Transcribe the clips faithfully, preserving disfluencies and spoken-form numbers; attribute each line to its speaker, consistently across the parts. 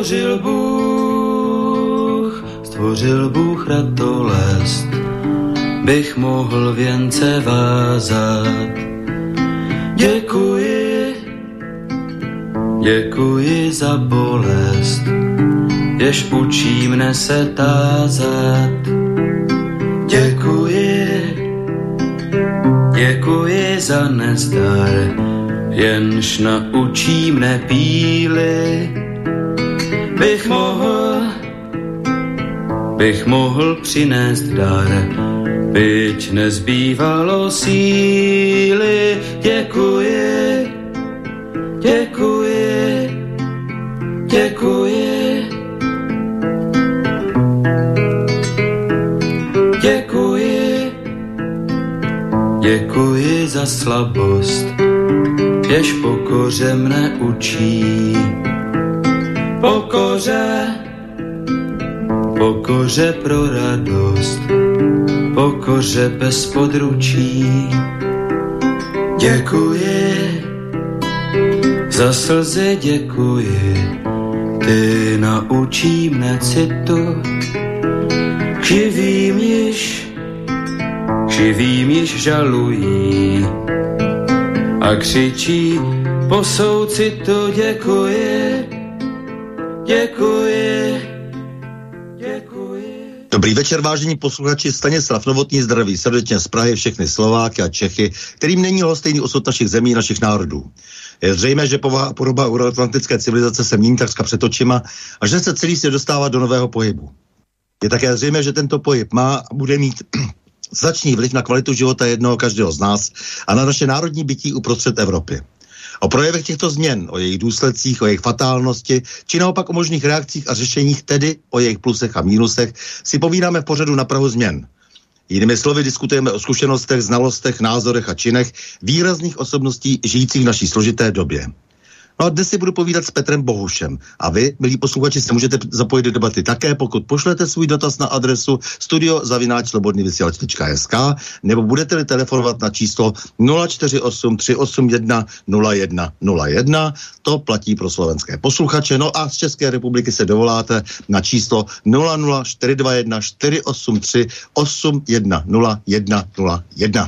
Speaker 1: Stvořil Bůh, stvořil Bůh ratolest, bych mohl věnce vázat. Děkuji, děkuji za bolest, jež učí mne se tázat. Děkuji, děkuji za nezdar, jenž naučí mne píly. Bych mohl, bych mohl přinést dar, byť nezbývalo síly. Děkuji, děkuji, děkuji, děkuji, děkuji za slabost, jež pokoře mne učí. Pokoře, pokoře pro radost, pokoře bez područí. Děkuji, za slzy děkuji, ty naučí mne citu. Živým již, živým již žalují a křičí po soucitu. Děkuji, děkuji, děkuji.
Speaker 2: Dobrý večer, vážení posluchači, Stanislav Novotný zdraví srdečně z Prahy všechny Slováky a Čechy, kterým není lhostejný osud našich zemí, našich národů. Je zřejmé, že povaha a podoba euroatlantické civilizace se mění takřka před očima a že se celý svět dostává do nového pohybu. Je také zřejmé, že tento pohyb má a bude mít značný vliv na kvalitu života jednoho každého z nás a na naše národní bytí uprostřed Evropy. O projevech těchto změn, o jejich důsledcích, o jejich fatálnosti, či naopak o možných reakcích a řešeních, tedy o jejich plusech a mínusech, si povídáme v pořadu Na prahu změn. Jinými slovy diskutujeme o zkušenostech, znalostech, názorech a činech výrazných osobností žijících v naší složité době. No a dnes si budu povídat s Petrem Bohušem. A vy, milí posluchači, se můžete zapojit do debaty také, pokud pošlete svůj dotaz na adresu studio zavináč slobodný vysílač tečka es ká nebo budete-li telefonovat na číslo nula čtyři osm tři osm jedna nula jedna nula jedna. To platí pro slovenské posluchače. No a z České republiky se dovoláte na číslo nula nula čtyři dva jedna čtyři osm tři osm jedna nula jedna nula jedna.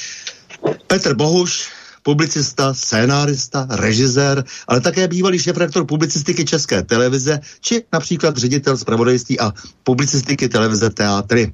Speaker 2: Petr Bohuš, publicista, scénárista, režisér, ale také bývalý šéfredaktor publicistiky České televize, či například ředitel zpravodajství a publicistiky televize Teátry.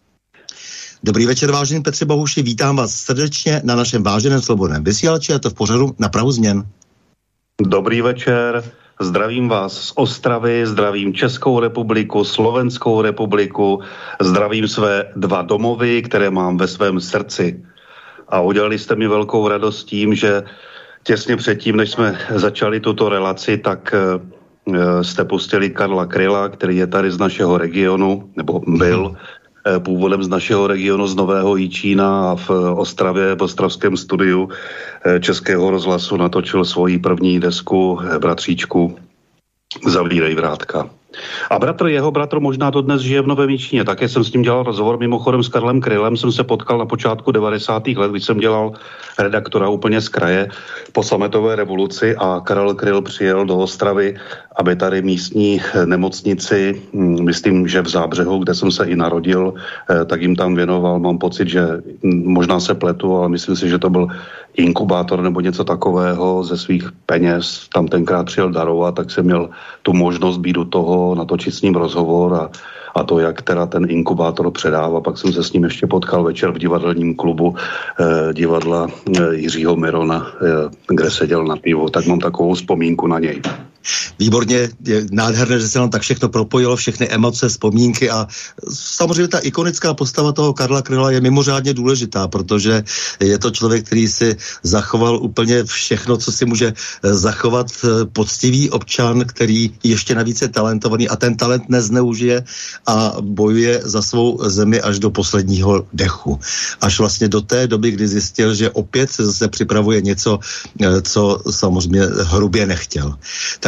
Speaker 2: Dobrý večer, vážený Petře Bohuši, vítám vás srdečně na našem váženém slobodném vysílači, a to v pořadu Na prahu změn.
Speaker 3: Dobrý večer, zdravím vás z Ostravy, zdravím Českou republiku, Slovenskou republiku, zdravím své dva domovy, které mám ve svém srdci. A udělali jste mi velkou radost tím, že těsně předtím, než jsme začali tuto relaci, tak uh, jste pustili Karla Kryla, který je tady z našeho regionu, nebo byl uh, původem z našeho regionu, z Nového Jičína, a v Ostravě, v ostravském studiu uh, Českého rozhlasu natočil svoji první desku, uh, bratříčku Zavírej vrátka. A bratr, jeho bratr možná dodnes žije v Novém Jičíně. Také jsem s ním dělal rozhovor, mimochodem s Karlem Krylem jsem se potkal na počátku devadesátých let, když jsem dělal redaktora úplně z kraje po sametové revoluci, a Karel Kryl přijel do Ostravy, aby tady místní nemocnici, myslím, že v Zábřehu, kde jsem se i narodil, tak jim tam věnoval. Mám pocit, že možná se pletu, ale myslím si, že to byl inkubátor nebo něco takového ze svých peněz. Tam tenkrát přijel darovat, tak jsem měl tu možnost být u toho, natočit s ním rozhovor a, a to, jak teda ten inkubátor předává. Pak jsem se s ním ještě potkal večer v divadelním klubu eh, divadla eh, Jiřího Mirona, eh, kde seděl na pivo. Tak mám takovou vzpomínku na něj.
Speaker 2: Výborně, je nádherné, že se nám tak všechno propojilo, všechny emoce, vzpomínky, a samozřejmě ta ikonická postava toho Karla Kryla je mimořádně důležitá, protože je to člověk, který si zachoval úplně všechno, co si může zachovat poctivý občan, který ještě navíc je talentovaný a ten talent nezneužije a bojuje za svou zemi až do posledního dechu. Až vlastně do té doby, kdy zjistil, že opět se zase připravuje něco, co samozřejmě hrubě nechtěl. Takže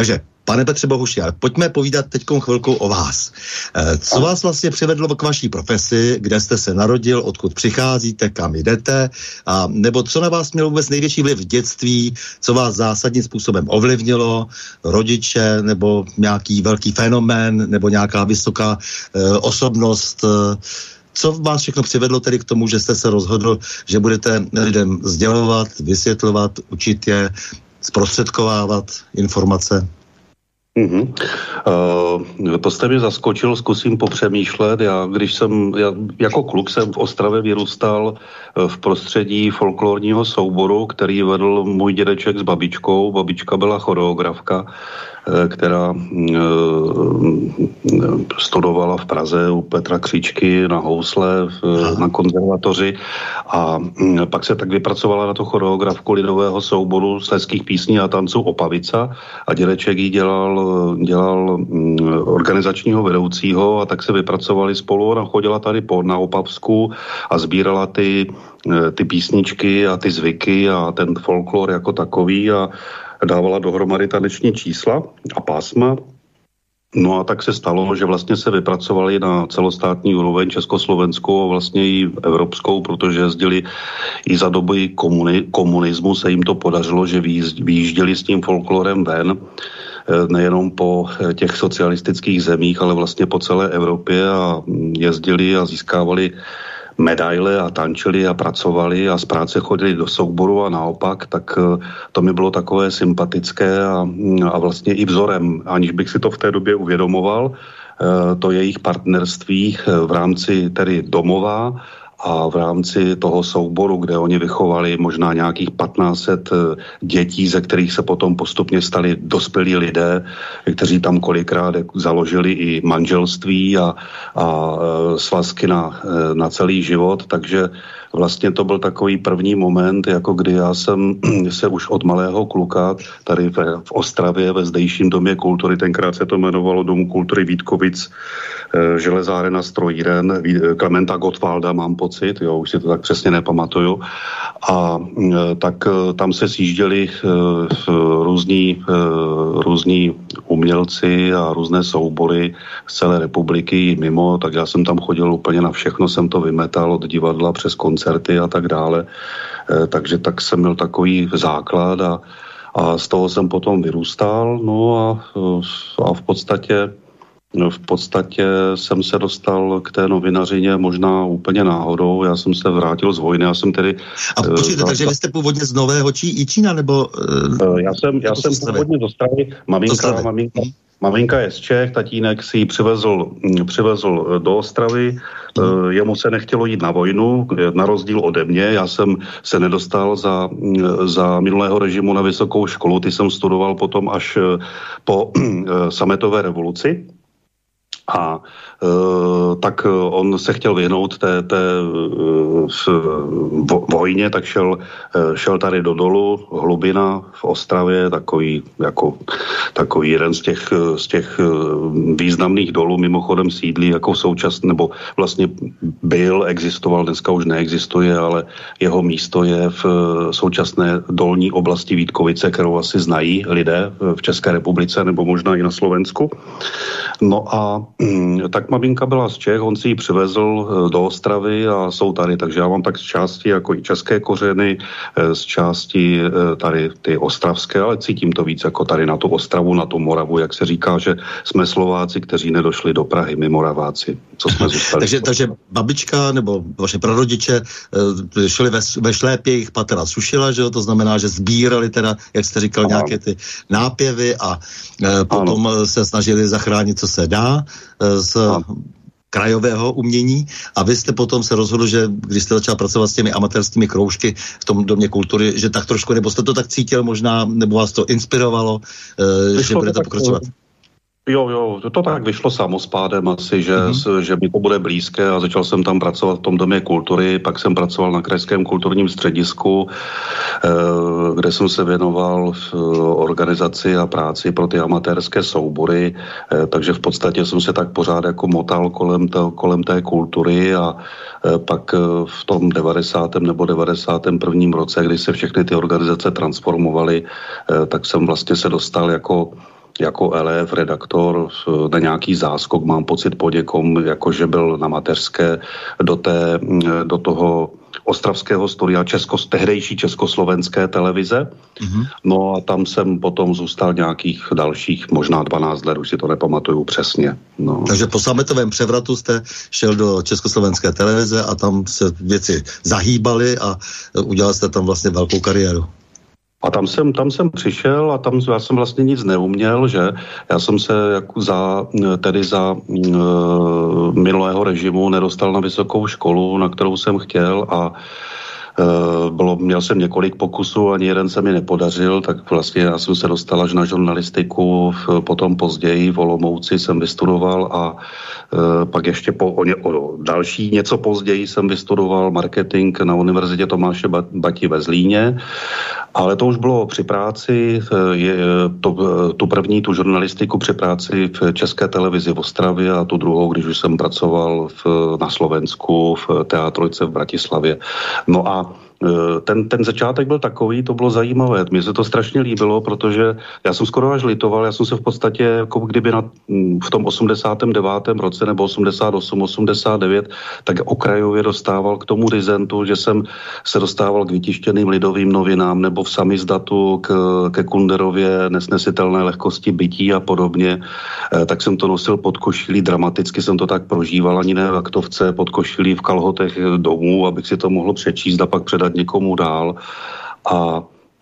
Speaker 2: Pane Petře Bohuši, pojďme povídat teď chvilku o vás. Co vás vlastně přivedlo k vaší profesi, kde jste se narodil, odkud přicházíte, kam jdete, a nebo co na vás mělo vůbec největší vliv v dětství, co vás zásadním způsobem ovlivnilo, rodiče, nebo nějaký velký fenomén, nebo nějaká vysoká eh, osobnost. Co vás všechno přivedlo tedy k tomu, že jste se rozhodl, že budete lidem sdělovat, vysvětlovat, učit je, zprostředkovávat informace?
Speaker 3: Mm-hmm. Uh, to jste mě zaskočil, zkusím popřemýšlet. Já, když jsem, já, jako kluk jsem v Ostravě vyrůstal v prostředí folklorního souboru, který vedl můj dědeček s babičkou. Babička byla choreografka, která studovala v Praze u Petra Křičky na housle na konzervatoři a pak se tak vypracovala na tu choreografku lidového souboru slezských písní a tanců Opavica a dědeček jí dělal, dělal organizačního vedoucího a tak se vypracovali spolu. Ona chodila tady po, na Opavsku a sbírala ty, ty písničky a ty zvyky a ten folklor jako takový a dávala dohromady taneční čísla a pásma. No a tak se stalo, že vlastně se vypracovali na celostátní úroveň československou a vlastně i evropskou, protože jezdili i za doby komuni- komunismu se jim to podařilo, že vyjížděli s tím folklorem ven, nejenom po těch socialistických zemích, ale vlastně po celé Evropě a jezdili a získávali medaile a tančili a pracovali a z práce chodili do souboru a naopak, tak to mi bylo takové sympatické a, a vlastně i vzorem, aniž bych si to v té době uvědomoval, to jejich partnerství v rámci tedy domova a v rámci toho souboru, kde oni vychovali možná nějakých patnáct set dětí, ze kterých se potom postupně stali dospělí lidé, kteří tam kolikrát založili i manželství a, a svazky na, na celý život, takže vlastně to byl takový první moment, jako kdy já jsem se už od malého kluka tady v, v Ostravě ve zdejším domě kultury, tenkrát se to jmenovalo Dom kultury Vítkovic, železáren a strojíren, Klementa Gottwalda mám pocit, jo, už si to tak přesně nepamatuju. A tak tam se sjížděli různí, různí umělci a různé soubory z celé republiky i mimo, tak já jsem tam chodil úplně na všechno, jsem to vymetal od divadla přes koncerty a tak dále. Takže tak jsem měl takový základ a, a z toho jsem potom vyrůstal, no a, a v podstatě V podstatě jsem se dostal k té novinařině možná úplně náhodou. Já jsem se vrátil z vojny. Já jsem tedy...
Speaker 2: A počkejte, uh, takže vy jste původně z Nového Čí, Jičína, nebo...
Speaker 3: Uh, já jsem, já jsem původně z Ostravy. Maminka, maminka, maminka je z Čech, tatínek si ji přivezl, přivezl do Ostravy. Uh, jemu se nechtělo jít na vojnu, na rozdíl ode mě. Já jsem se nedostal za, za minulého režimu na vysokou školu. Ty jsem studoval potom až po sametové revoluci. A e, tak on se chtěl vyhnout té, té v, vo, vojně, tak šel, šel tady do dolu, Hlubina v Ostravě, takový, jako, takový jeden z těch, z těch významných dolů, mimochodem sídlí jako současný, nebo vlastně byl, existoval, dneska už neexistuje, ale jeho místo je v současné dolní oblasti Vítkovice, kterou asi znají lidé v České republice, nebo možná i na Slovensku. No a tak maminka byla z Čech, on si ji přivezl do Ostravy a jsou tady, takže já mám tak z části jako i české kořeny, z části tady ty ostravské, ale cítím to víc jako tady na tu Ostravu, na tu Moravu, jak se říká, že jsme Slováci, kteří nedošli do Prahy, my Moraváci, co jsme zůstali.
Speaker 2: takže, takže babička nebo vaše prarodiče šli ve, ve šlépě, jich patra sušila, že jo? To znamená, že sbírali teda, jak jste říkal, ano. Nějaké ty nápěvy a e, potom ano. Se snažili zachránit, co se dá z krajového umění a vy jste potom se rozhodl, že když jste začal pracovat s těmi amatérskými kroužky v tom domě kultury, že tak trošku, nebo jste to tak cítil možná, nebo vás to inspirovalo, Vyšlo že budete tak, pokračovat?
Speaker 3: Jo, jo, to, to tak vyšlo samospádem asi, že, mm-hmm. že mi to bude blízké a začal jsem tam pracovat v tom domě kultury, pak jsem pracoval na krajském kulturním středisku, kde jsem se věnoval v organizaci a práci pro ty amatérské soubory, takže v podstatě jsem se tak pořád jako motal kolem, to, kolem té kultury a pak v tom devadesátém nebo devadesátém prvním roce, kdy se všechny ty organizace transformovaly, tak jsem vlastně se dostal jako jako elef, redaktor na nějaký záskok, mám pocit po někom, jakože byl na mateřské do, té, do toho ostravského studia Česko, tehdejší československé televize. Mm-hmm. No a tam jsem potom zůstal nějakých dalších, možná dvanáct let, už si to nepamatuju přesně. No.
Speaker 2: Takže po sametovém převratu jste šel do československé televize a tam se věci zahýbaly a udělal jste tam vlastně velkou kariéru.
Speaker 3: A tam jsem, tam jsem přišel a tam já jsem vlastně nic neuměl, že já jsem se jako za, tedy za uh, minulého režimu nedostal na vysokou školu, na kterou jsem chtěl a Uh, bylo, měl jsem několik pokusů, ani jeden se mi nepodařil, tak vlastně já jsem se dostal až na žurnalistiku, v, potom později v Olomouci jsem vystudoval a uh, pak ještě po o, ně, o další něco později jsem vystudoval marketing na Univerzitě Tomáše Bati ve Zlíně, ale to už bylo při práci, je, to, tu první, tu žurnalistiku při práci v České televizi v Ostravě a tu druhou, když už jsem pracoval v, na Slovensku v Teatrojce v Bratislavě. No a Ten, ten začátek byl takový, to bylo zajímavé. Mně se to strašně líbilo, protože já jsem skoro až litoval, já jsem se v podstatě, jako kdyby na, v tom osmdesátém devátém roce nebo osmdesát osm osmdesát devět, tak okrajově dostával k tomu dizentu, že jsem se dostával k vytištěným Lidovým novinám nebo v samizdatu k, ke Kunderově nesnesitelné lehkosti bytí a podobně. Tak jsem to nosil pod košilí, dramaticky jsem to tak prožíval, ani ne v aktovce, pod košilí v kalhotech domů, abych si to mohl přečíst a pak předat někomu dál a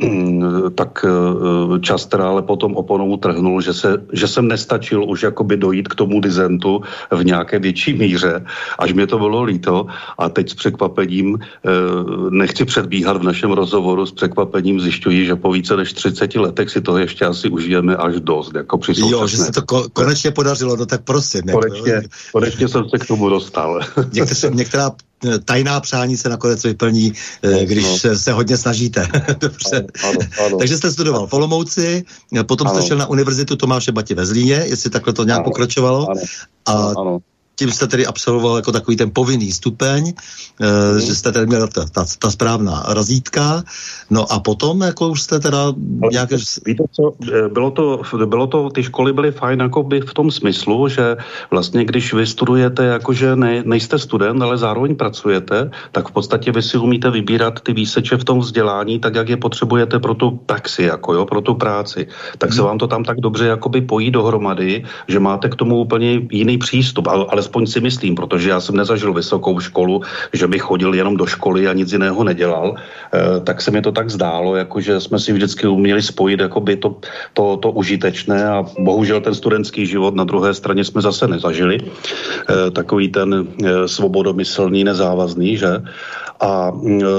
Speaker 3: tak čas teda ale potom oponou trhnul, že, se, že jsem nestačil už jakoby dojít k tomu dizentu v nějaké větší míře, až mě to bylo líto a teď s překvapením, nechci předbíhat v našem rozhovoru, s překvapením zjišťuji, že po více než třiceti letech si toho ještě asi užijeme až dost, jako při současné.
Speaker 2: Jo, že se to ko- konečně podařilo, no tak prosím.
Speaker 3: Konečně, jako, konečně jsem se k tomu dostal.
Speaker 2: Některá, některá tajná přání se nakonec vyplní, když no. se, se hodně snažíte. Dobře. Ano, ano, ano. Takže jste studoval v Olomouci, potom ano. jste šel na Univerzitu Tomáše Bati ve Zlíně, jestli takhle to nějak ano. pokračovalo. Ano. A ano. tím jste tedy absolvoval jako takový ten povinný stupeň, mm. že jste tedy měl ta, ta, ta správná razítka, no a potom jako už jste teda nějaké...
Speaker 3: Víte co, bylo to, bylo to, ty školy byly fajn jako by v tom smyslu, že vlastně když vy studujete, jakože ne, nejste student, ale zároveň pracujete, tak v podstatě vy si umíte vybírat ty výseče v tom vzdělání, tak jak je potřebujete pro tu praxi, jako jo, pro tu práci. Tak mm. se vám to tam tak dobře jakoby pojí dohromady, že máte k tomu úplně jiný přístup, ale alespoň si myslím, protože já jsem nezažil vysokou školu, že bych chodil jenom do školy a nic jiného nedělal, eh, tak se mi to tak zdálo, jako že jsme si vždycky uměli spojit jakoby to, to, to užitečné a bohužel ten studentský život na druhé straně jsme zase nezažili. Eh, takový ten eh, svobodomyslný, nezávazný, že? A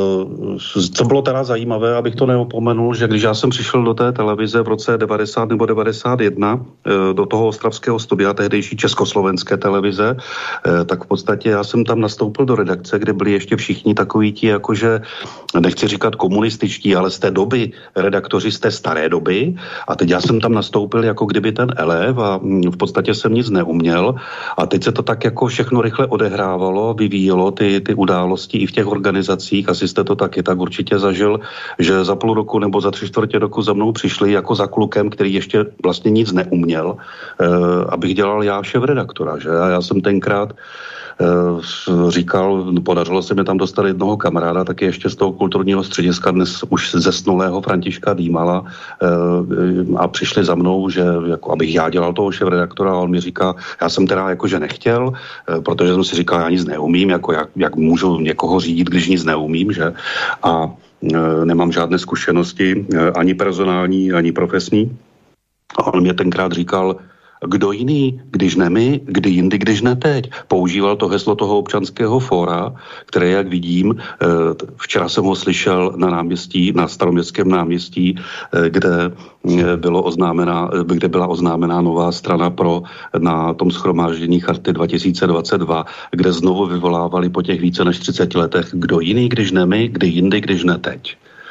Speaker 3: co bylo teda zajímavé, abych to neopomenul, že když já jsem přišel do té televize v roce devadesát nebo devadesát jedna do toho ostravského studia tehdejší československé televize, tak v podstatě já jsem tam nastoupil do redakce, kde byli ještě všichni takoví ti, jakože, nechci říkat komunističtí, ale z té doby, redaktoři z té staré doby. A teď já jsem tam nastoupil jako kdyby ten elef a v podstatě jsem nic neuměl. A teď se to tak jako všechno rychle odehrávalo, vyvíjelo ty, ty události i v těch organizacích, asi jste to taky tak určitě zažil, že za půl roku nebo za tři čtvrtě roku za mnou přišli jako za klukem, který ještě vlastně nic neuměl, eh, abych dělal já šéfredaktora, že? A já jsem tenkrát eh, říkal, podařilo se mi tam dostat jednoho kamaráda, taky ještě z toho kulturního střediska, dnes už zesnulého Františka Dýmala eh, a přišli za mnou, že jako, abych já dělal toho šéfredaktora a on mi říká, já jsem teda jakože nechtěl, eh, protože jsem si říkal, já nic neumím, jako jak, jak můžu někoho řídit, když nic neumím, že? A e, nemám žádné zkušenosti, e, ani personální, ani profesní. A on mě tenkrát říkal, kdo jiný, když ne my, kdy jindy, když ne teď. Používal to heslo toho občanského fóra, které, jak vidím, včera jsem ho slyšel na náměstí, na Staroměstském náměstí, kde, bylo oznámená, kde byla oznámená nová strana pro na tom shromáždění Charty dva tisíce dvacet dva, kde znovu vyvolávali po těch více než třiceti letech, kdo jiný, když ne my, kdy jindy, když ne teď.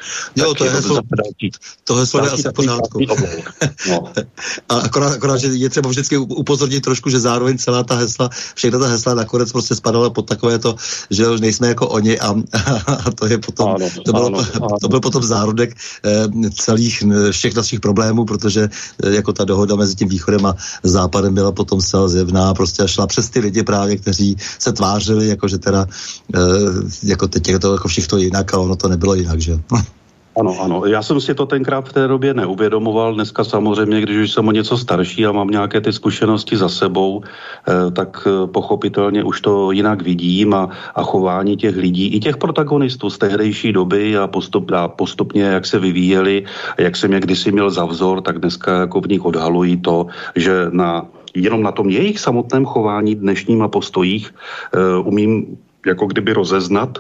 Speaker 2: Jo, to je heslo, to heslo je asi v pořádku. No. A akorát, akorát, že je třeba vždycky upozornit trošku, že zároveň celá ta hesla, všechna ta hesla nakonec prostě spadala pod takové to, že už nejsme jako oni a, a to je potom, ano, to, bylo, ano, ano. to byl potom zárodek eh, celých všech našich problémů, protože eh, jako ta dohoda mezi tím východem a západem byla potom zcela zjevná, prostě šla přes ty lidi právě, kteří se tvářili, jako že teda eh, jako teď je to jako všechno jinak a ono to nebylo jinak, že?
Speaker 3: Ano, ano. Já jsem si to tenkrát v té době neuvědomoval. Dneska samozřejmě, když už jsem o něco starší a mám nějaké ty zkušenosti za sebou, eh, tak pochopitelně už to jinak vidím a, a chování těch lidí, i těch protagonistů z tehdejší doby a, postup, a postupně, jak se vyvíjeli, jak jsem je kdysi měl za vzor, tak dneska jako v nich odhalují to, že na, jenom na tom jejich samotném chování dnešním a postojích eh, umím jako kdyby rozeznat,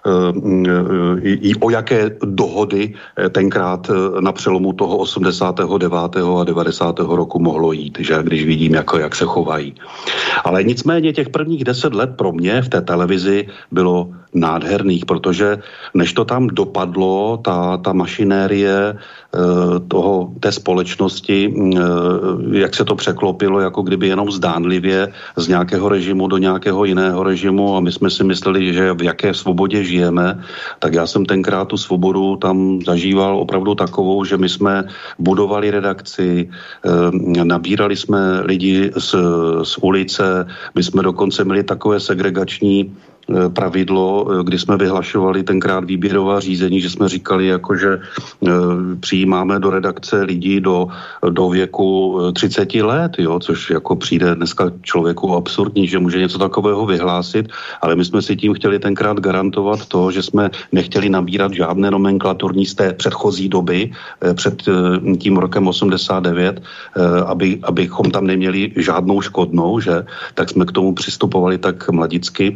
Speaker 3: i o jaké dohody tenkrát na přelomu toho osmdesátého devátého a devadesátého roku mohlo jít, že když vidím, jako, jak se chovají. Ale nicméně těch prvních deset let pro mě v té televizi bylo nádherných, protože než to tam dopadlo, ta, ta mašinérie toho, té společnosti, jak se to překlopilo, jako kdyby jenom zdánlivě z nějakého režimu do nějakého jiného režimu a my jsme si mysleli, že v jaké svobodě žijeme, tak já jsem tenkrát tu svobodu tam zažíval opravdu takovou, že my jsme budovali redakci, nabírali jsme lidi z, z ulice, my jsme dokonce měli takové segregační pravidlo, kdy jsme vyhlašovali tenkrát výběrová řízení, že jsme říkali, jako, že e, přijímáme do redakce lidi do, do věku třicet let, jo, což jako přijde dneska člověku absurdní, že může něco takového vyhlásit, ale my jsme si tím chtěli tenkrát garantovat to, že jsme nechtěli nabírat žádné nomenklaturní z té předchozí doby, e, před e, tím rokem osmdesát devět, e, aby, abychom tam neměli žádnou škodnou, že, tak jsme k tomu přistupovali tak mladicky,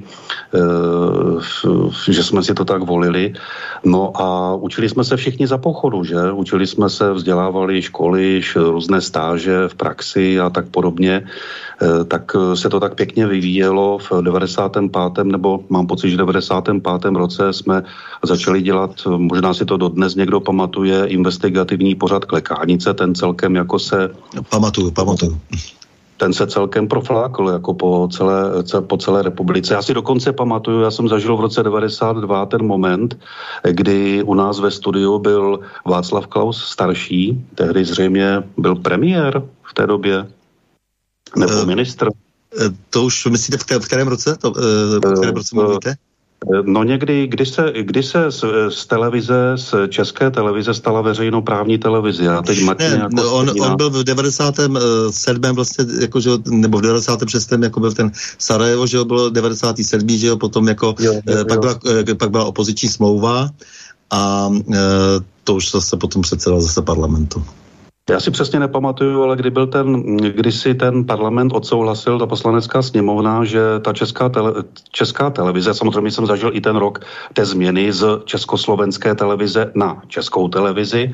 Speaker 3: že jsme si to tak volili. No a učili jsme se všichni za pochodu, že? Učili jsme se, vzdělávali školy, různé stáže v praxi a tak podobně. Tak se to tak pěkně vyvíjelo v devadesátém pátém nebo mám pocit, že v devadesátém pátém roce jsme začali dělat, možná si to dodnes někdo pamatuje, investigativní pořad Klekánice, ten celkem jako se...
Speaker 2: Pamatuju, pamatuju.
Speaker 3: Ten se celkem proflákl jako po celé, po celé republice. Já si dokonce pamatuju, já jsem zažil v roce devadesát dva ten moment, kdy u nás ve studiu byl Václav Klaus starší, tehdy zřejmě byl premiér v té době, nebo uh, ministr.
Speaker 2: To už myslíte v, v kterém roce? To, uh, v kterém roce mluvíte?
Speaker 3: No někdy, kdy se, kdy se z, z televize, z české televize stala veřejnoprávní televize. Já teď Martin
Speaker 2: ne,
Speaker 3: jako
Speaker 2: on, on byl v devadesátém sedmém vlastně, jako, že, nebo v devadesátém šestém jako byl ten Sarajevo, že bylo devadesátý sedmý že jo, potom jako, jo, jo, pak, byla, pak byla opoziční smlouva a to už zase potom předsedal zase parlamentu.
Speaker 3: Já si přesně nepamatuju, ale kdy byl ten, kdy si ten parlament odsouhlasil, ta poslanecká sněmovna, že ta česká, tele, česká televize, samozřejmě jsem zažil i ten rok té změny z československé televize na českou televizi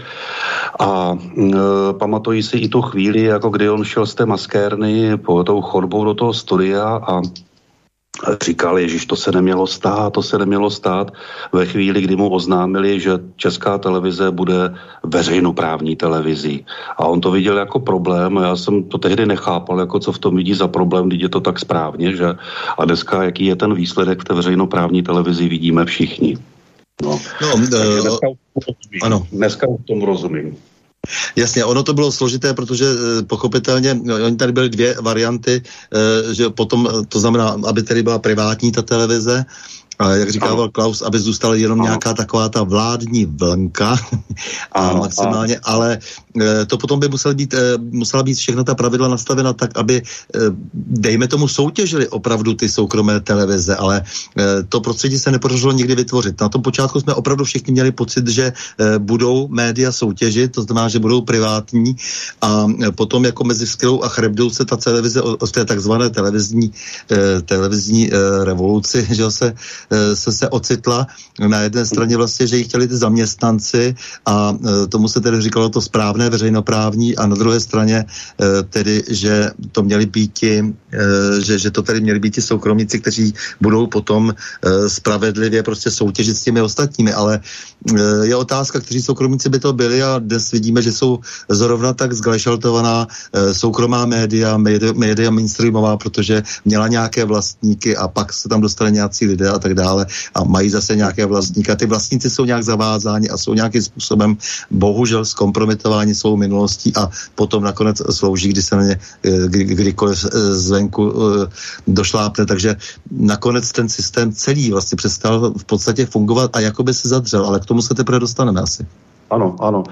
Speaker 3: a e, pamatuji si i tu chvíli, jako kdy on šel z té maskérny po tou chodbou do toho studia a říkal, ježiš, to se nemělo stát, to se nemělo stát. Ve chvíli, kdy mu oznámili, že česká televize bude veřejnoprávní televizí. A on to viděl jako problém a já jsem to tehdy nechápal, jako co v tom vidí za problém, když je to tak správně, že? A dneska, jaký je ten výsledek v té veřejnoprávní televizi, vidíme všichni. No, no uh, dneska, ano. dneska v tom rozumím.
Speaker 2: Jasně, ono to bylo složité, protože e, pochopitelně, no, oni tady byly dvě varianty, e, že potom, to znamená, aby tady byla privátní ta televize, a jak říkával Klaus, aby zůstala jenom ano. nějaká taková ta vládní vlnka a ano, maximálně, ano. ale e, to potom by musela být, e, musela být všechno ta pravidla nastavena tak, aby e, dejme tomu soutěžili opravdu ty soukromé televize, ale e, to prostředí se nepodařilo nikdy vytvořit. Na tom počátku jsme opravdu všichni měli pocit, že e, budou média soutěžit, to znamená, že budou privátní a e, potom jako mezi Skylou a Chrebdou se ta televize o, o té takzvané televizní, e, televizní e, revoluci, že se se se ocitla na jedné straně vlastně, že ji chtěli ty zaměstnanci a tomu se tedy říkalo to správné veřejnoprávní a na druhé straně tedy, že to měli být ti, že, že to tedy měli být ti soukromníci, kteří budou potom spravedlivě prostě soutěžit s těmi ostatními, ale je otázka, kteří soukromníci by to byli a dnes vidíme, že jsou zrovna tak zglešaltovaná soukromá média, média, média mainstreamová, protože měla nějaké vlastníky a pak se tam dostali nějací lidé a tak dále a mají zase nějaké vlastníky a ty vlastníci jsou nějak zavázáni a jsou nějakým způsobem bohužel zkompromitováni svou minulostí a potom nakonec slouží, když se na ně kdy, kdykoliv zvenku došlápne, takže nakonec ten systém celý vlastně přestal v podstatě fungovat a jakoby se zadřel, ale k tomu se teprve dostaneme asi.
Speaker 3: Ano, ano.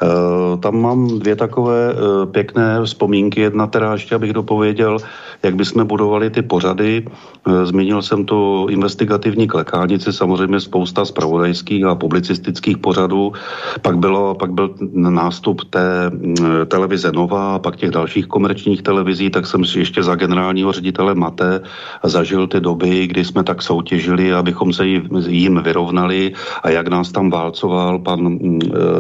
Speaker 3: E, tam mám dvě takové e, pěkné vzpomínky. Jedna teda ještě, abych dopověděl, jak bychom budovali ty pořady. E, zmínil jsem tu investigativní klekárnici, samozřejmě spousta zpravodajských a publicistických pořadů. Pak, bylo, pak byl nástup té e, televize Nova, pak těch dalších komerčních televizí, tak jsem si ještě za generálního ředitele Mate zažil ty doby, kdy jsme tak soutěžili, abychom se jim vyrovnali a jak nás tam válcoval pan e,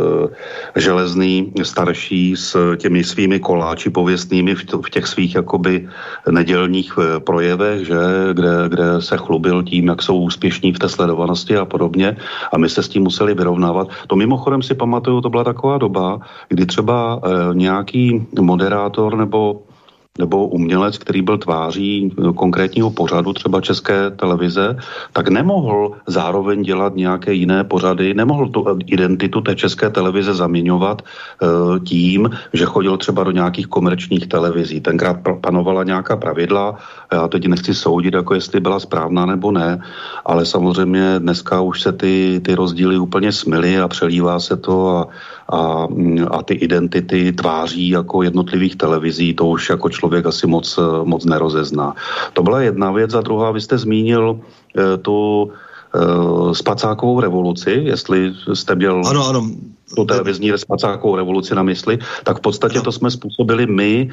Speaker 3: Železný starší s těmi svými koláči pověstnými v těch svých jakoby nedělních projevech, že, kde, kde se chlubil tím, jak jsou úspěšní v té sledovanosti a podobně a my se s tím museli vyrovnávat. To mimochodem si pamatuju, to byla taková doba, kdy třeba e, nějaký moderátor nebo nebo umělec, který byl tváří konkrétního pořadu, třeba České televize, tak nemohl zároveň dělat nějaké jiné pořady, nemohl tu identitu té České televize zaměňovat uh, tím, že chodil třeba do nějakých komerčních televizí. Tenkrát panovala nějaká pravidla, já teď nechci soudit, jako jestli byla správná nebo ne, ale samozřejmě dneska už se ty, ty rozdíly úplně smily a přelívá se to a A, a ty identity tváří jako jednotlivých televizí, to už jako člověk asi moc, moc nerozezná. To byla jedna věc a druhá, vy jste zmínil e, tu e, spacákovou revoluci, jestli jste měl
Speaker 2: ano, ano.
Speaker 3: tu televizní spacákovou revoluci na mysli, tak v podstatě to jsme způsobili my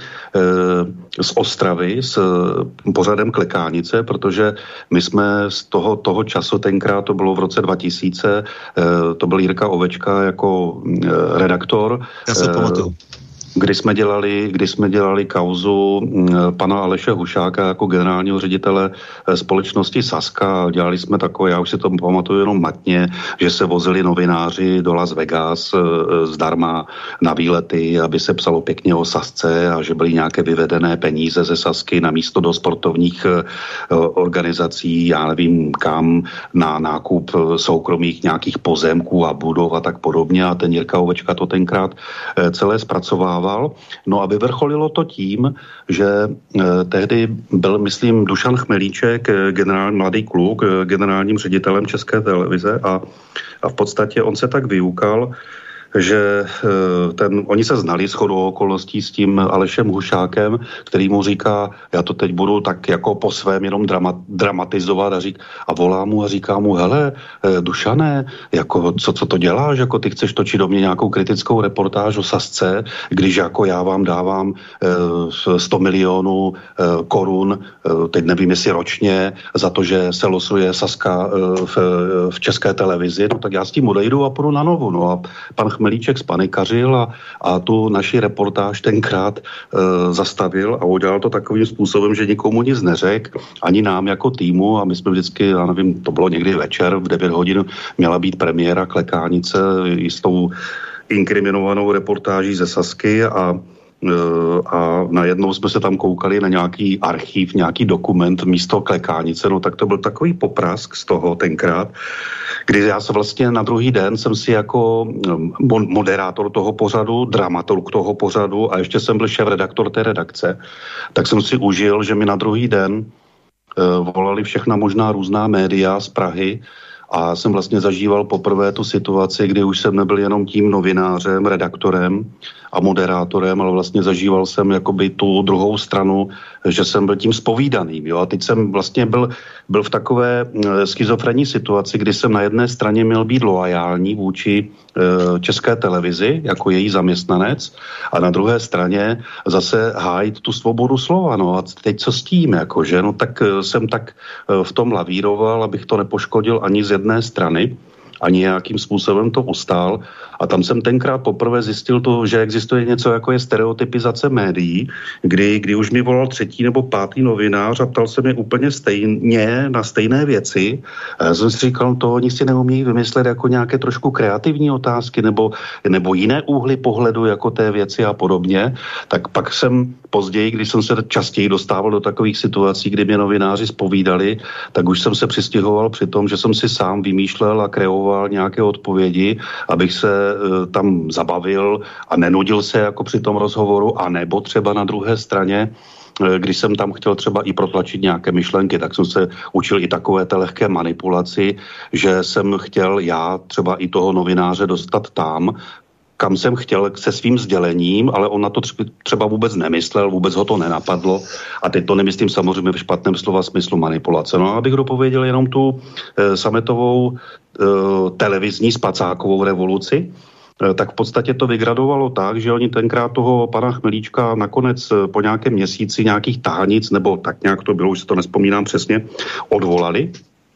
Speaker 3: e, z Ostravy s e, pořadem Klekárnice, protože my jsme z toho, toho času, tenkrát to bylo v roce dva tisíce, e, to byl Jirka Ovečka jako e, redaktor.
Speaker 2: Já se pamatuju.
Speaker 3: Kdy jsme dělali, kdy jsme dělali kauzu pana Aleše Hušáka jako generálního ředitele společnosti Saska. Dělali jsme takové, já už si to pamatuju jenom matně, že se vozili novináři do Las Vegas zdarma na výlety, aby se psalo pěkně o Sasce a že byly nějaké vyvedené peníze ze Sasky na místo do sportovních organizací, já nevím kam, na nákup soukromých nějakých pozemků a budov a tak podobně. A ten Jirka Ovečka to tenkrát celé zpracovával. No a vyvrcholilo to tím, že eh, tehdy byl, myslím, Dušan Chmelíček, generál, mladý kluk, generálním ředitelem České televize a, a v podstatě on se tak vyukal, že ten, oni se znali shodou okolností s tím Alešem Hušákem, který mu říká, já to teď budu tak jako po svém jenom drama, dramatizovat a, řík, a volá mu a říká mu, hele, Dušané, jako, co, co to děláš, jako ty chceš točit do mě nějakou kritickou reportáž o Sasce, když jako já vám dávám eh, sto milionů eh, korun, eh, teď nevím, jestli ročně, za to, že se losuje Saska eh, v, v České televizi, no tak já s tím odejdu a půjdu na novu. No a pan Chmelíček spanikařil a, a tu naši reportáž tenkrát e, zastavil a udělal to takovým způsobem, že nikomu nic neřekl, ani nám jako týmu a my jsme vždycky, já nevím, to bylo někdy večer, v devět hodin měla být premiéra Klekárnice i s tou inkriminovanou reportáží ze Sasky a a najednou jsme se tam koukali na nějaký archiv, nějaký dokument místo Klekárnice, no tak to byl takový poprask z toho tenkrát, kdy já se vlastně na druhý den jsem si jako moderátor toho pořadu, dramaturg toho pořadu a ještě jsem byl šéfredaktor té redakce, tak jsem si užil, že mi na druhý den uh, volali všechna možná různá média z Prahy a jsem vlastně zažíval poprvé tu situaci, kdy už jsem nebyl jenom tím novinářem, redaktorem a moderátorem, ale vlastně zažíval jsem jakoby tu druhou stranu, že jsem byl tím zpovídaným. Jo? A teď jsem vlastně byl, byl v takové schizofrenní situaci, kdy jsem na jedné straně měl být loajální vůči České televizi jako její zaměstnanec a na druhé straně zase hájit tu svobodu slova. No a teď co s tím, jakože? No tak jsem tak v tom lavíroval, abych to nepoškodil ani z jedné strany a nějakým způsobem to ustál. A tam jsem tenkrát poprvé zjistil to, že existuje něco jako je stereotypizace médií, kdy, kdy už mi volal třetí nebo pátý novinář a ptal se mi úplně stejně na stejné věci. A já jsem si říkal, to oni si neumí vymyslet jako nějaké trošku kreativní otázky nebo, nebo jiné úhly pohledu jako té věci a podobně. Tak pak jsem později, když jsem se častěji dostával do takových situací, kdy mě novináři zpovídali, tak už jsem se přistihoval při tom, že jsem si sám vymýšlel a kreoval nějaké odpovědi, abych se tam zabavil a nenudil se jako při tom rozhovoru, a nebo třeba na druhé straně, když jsem tam chtěl třeba i protlačit nějaké myšlenky, tak jsem se učil i takové té lehké manipulaci, že jsem chtěl já třeba i toho novináře dostat tam, kam jsem chtěl se svým sdělením, ale on na to třeba vůbec nemyslel, vůbec ho to nenapadlo. A teď to nemyslím samozřejmě v špatném slova smyslu manipulace. No a abych dopověděl jenom tu e, sametovou e, televizní spacákovou revoluci, e, tak v podstatě to vygradovalo tak, že oni tenkrát toho pana Chmelíčka nakonec e, po nějakém měsíci nějakých tahanic, nebo tak nějak to bylo, už si to nespomínám přesně, odvolali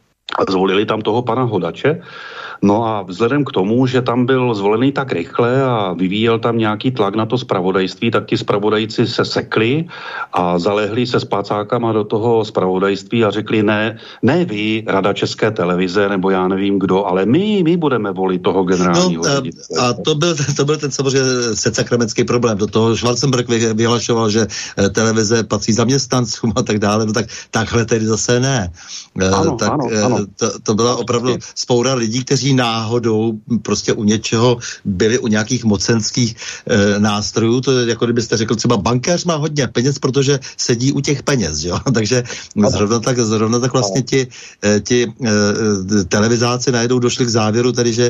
Speaker 3: a zvolili tam toho pana Hodače. No a vzhledem k tomu, že tam byl zvolený tak rychle a vyvíjel tam nějaký tlak na to zpravodajství, tak ti zpravodajci se sekli a zalehli se spácákama do toho zpravodajství a řekli, ne, ne vy, Rada České televize, nebo já nevím kdo, ale my, my budeme volit toho generálního
Speaker 2: no,
Speaker 3: ředitele.
Speaker 2: A to byl, to byl ten samozřejmě secakrementský problém. Do toho Schwarzenberg vyhlašoval, že televize patří zaměstnancům a tak dále, no tak takhle tedy zase ne.
Speaker 3: Ano,
Speaker 2: tak,
Speaker 3: ano, ano.
Speaker 2: To, to byla opravdu spoura lidí, kteří náhodou prostě u něčeho byli u nějakých mocenských e, nástrojů. To je jako kdybyste řekl, třeba bankéř má hodně peněz, protože sedí u těch peněz, jo? Takže zrovna tak, zrovna tak vlastně ti, e, ti e, televizáci najednou došli k závěru, tedy, že e,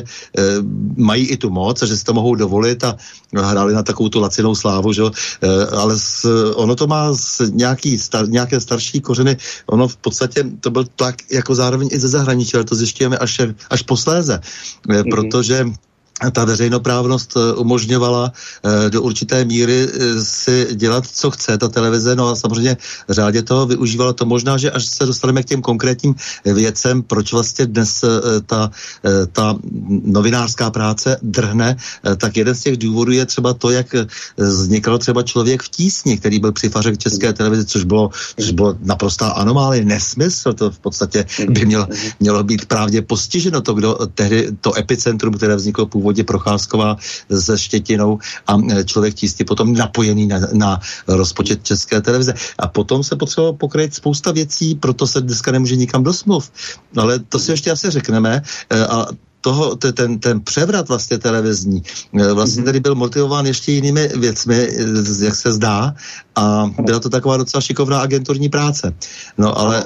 Speaker 2: mají i tu moc a že si to mohou dovolit a hráli na takovou tu lacinou slávu, že? E, ale s, ono to má s nějaký star, nějaké starší kořeny. Ono v podstatě to byl tlak jako zároveň i ze zahraničí, ale to zjišťujeme až, až posléze. Mm-hmm. Protože ta veřejnoprávnost umožňovala do určité míry si dělat, co chce ta televize, no a samozřejmě řádě toho využívala to. Možná, že až se dostaneme k těm konkrétním věcem, proč vlastně dnes ta, ta novinářská práce drhne, tak jeden z těch důvodů je třeba to, jak vznikal třeba Člověk v tísni, který byl přifařek České televize, což bylo, což bylo naprostá anomálie, nesmysl, to v podstatě by mělo, mělo být právě postiženo to, kdo tehdy to epicentrum, které vzniklo původně Procházková se Štětinou a Člověk v tísni potom napojený na, na rozpočet České televize. A potom se potřebovalo pokryt spousta věcí, proto se dneska nemůže nikam do smluv. Ale to si ještě asi řekneme. A toho, ten, ten převrat vlastně televizní vlastně tady byl motivován ještě jinými věcmi, jak se zdá, a byla to taková docela šikovná agenturní práce. No ale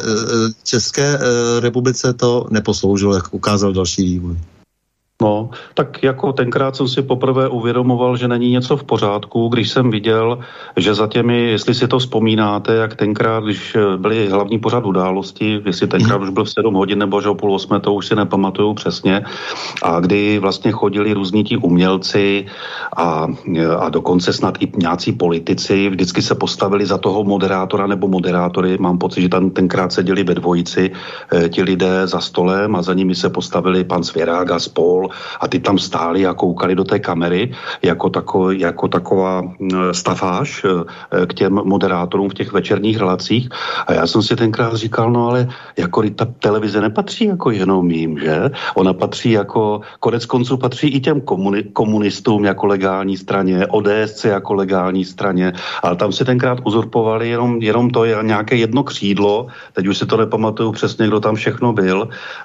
Speaker 2: České republice to neposloužilo, jak ukázal další vývoj.
Speaker 3: No, tak jako tenkrát jsem si poprvé uvědomoval, že není něco v pořádku, když jsem viděl, že za těmi, jestli si to vzpomínáte, jak tenkrát, když byly hlavní pořad události, jestli tenkrát už byl v sedm hodin nebo že o půl osmé, to už si nepamatuju přesně, a kdy vlastně chodili různí ti umělci a, a dokonce snad i nějací politici, vždycky se postavili za toho moderátora nebo moderátory, mám pocit, že tam tenkrát seděli ve dvojici e, ti lidé za stolem a za nimi se postavili pan Svěrák a spol, a ty tam stáli a koukali do té kamery jako, tako, jako taková stafáž k těm moderátorům v těch večerních relacích. A já jsem si tenkrát říkal, no ale jako ta televize nepatří jako jenom jim, že? Ona patří jako, konec konců patří i těm komuni, komunistům jako legální straně, O D S C jako legální straně, ale tam si tenkrát uzurpovali jenom, jenom to je nějaké jedno křídlo, teď už si to nepamatuju přesně, kdo tam všechno byl,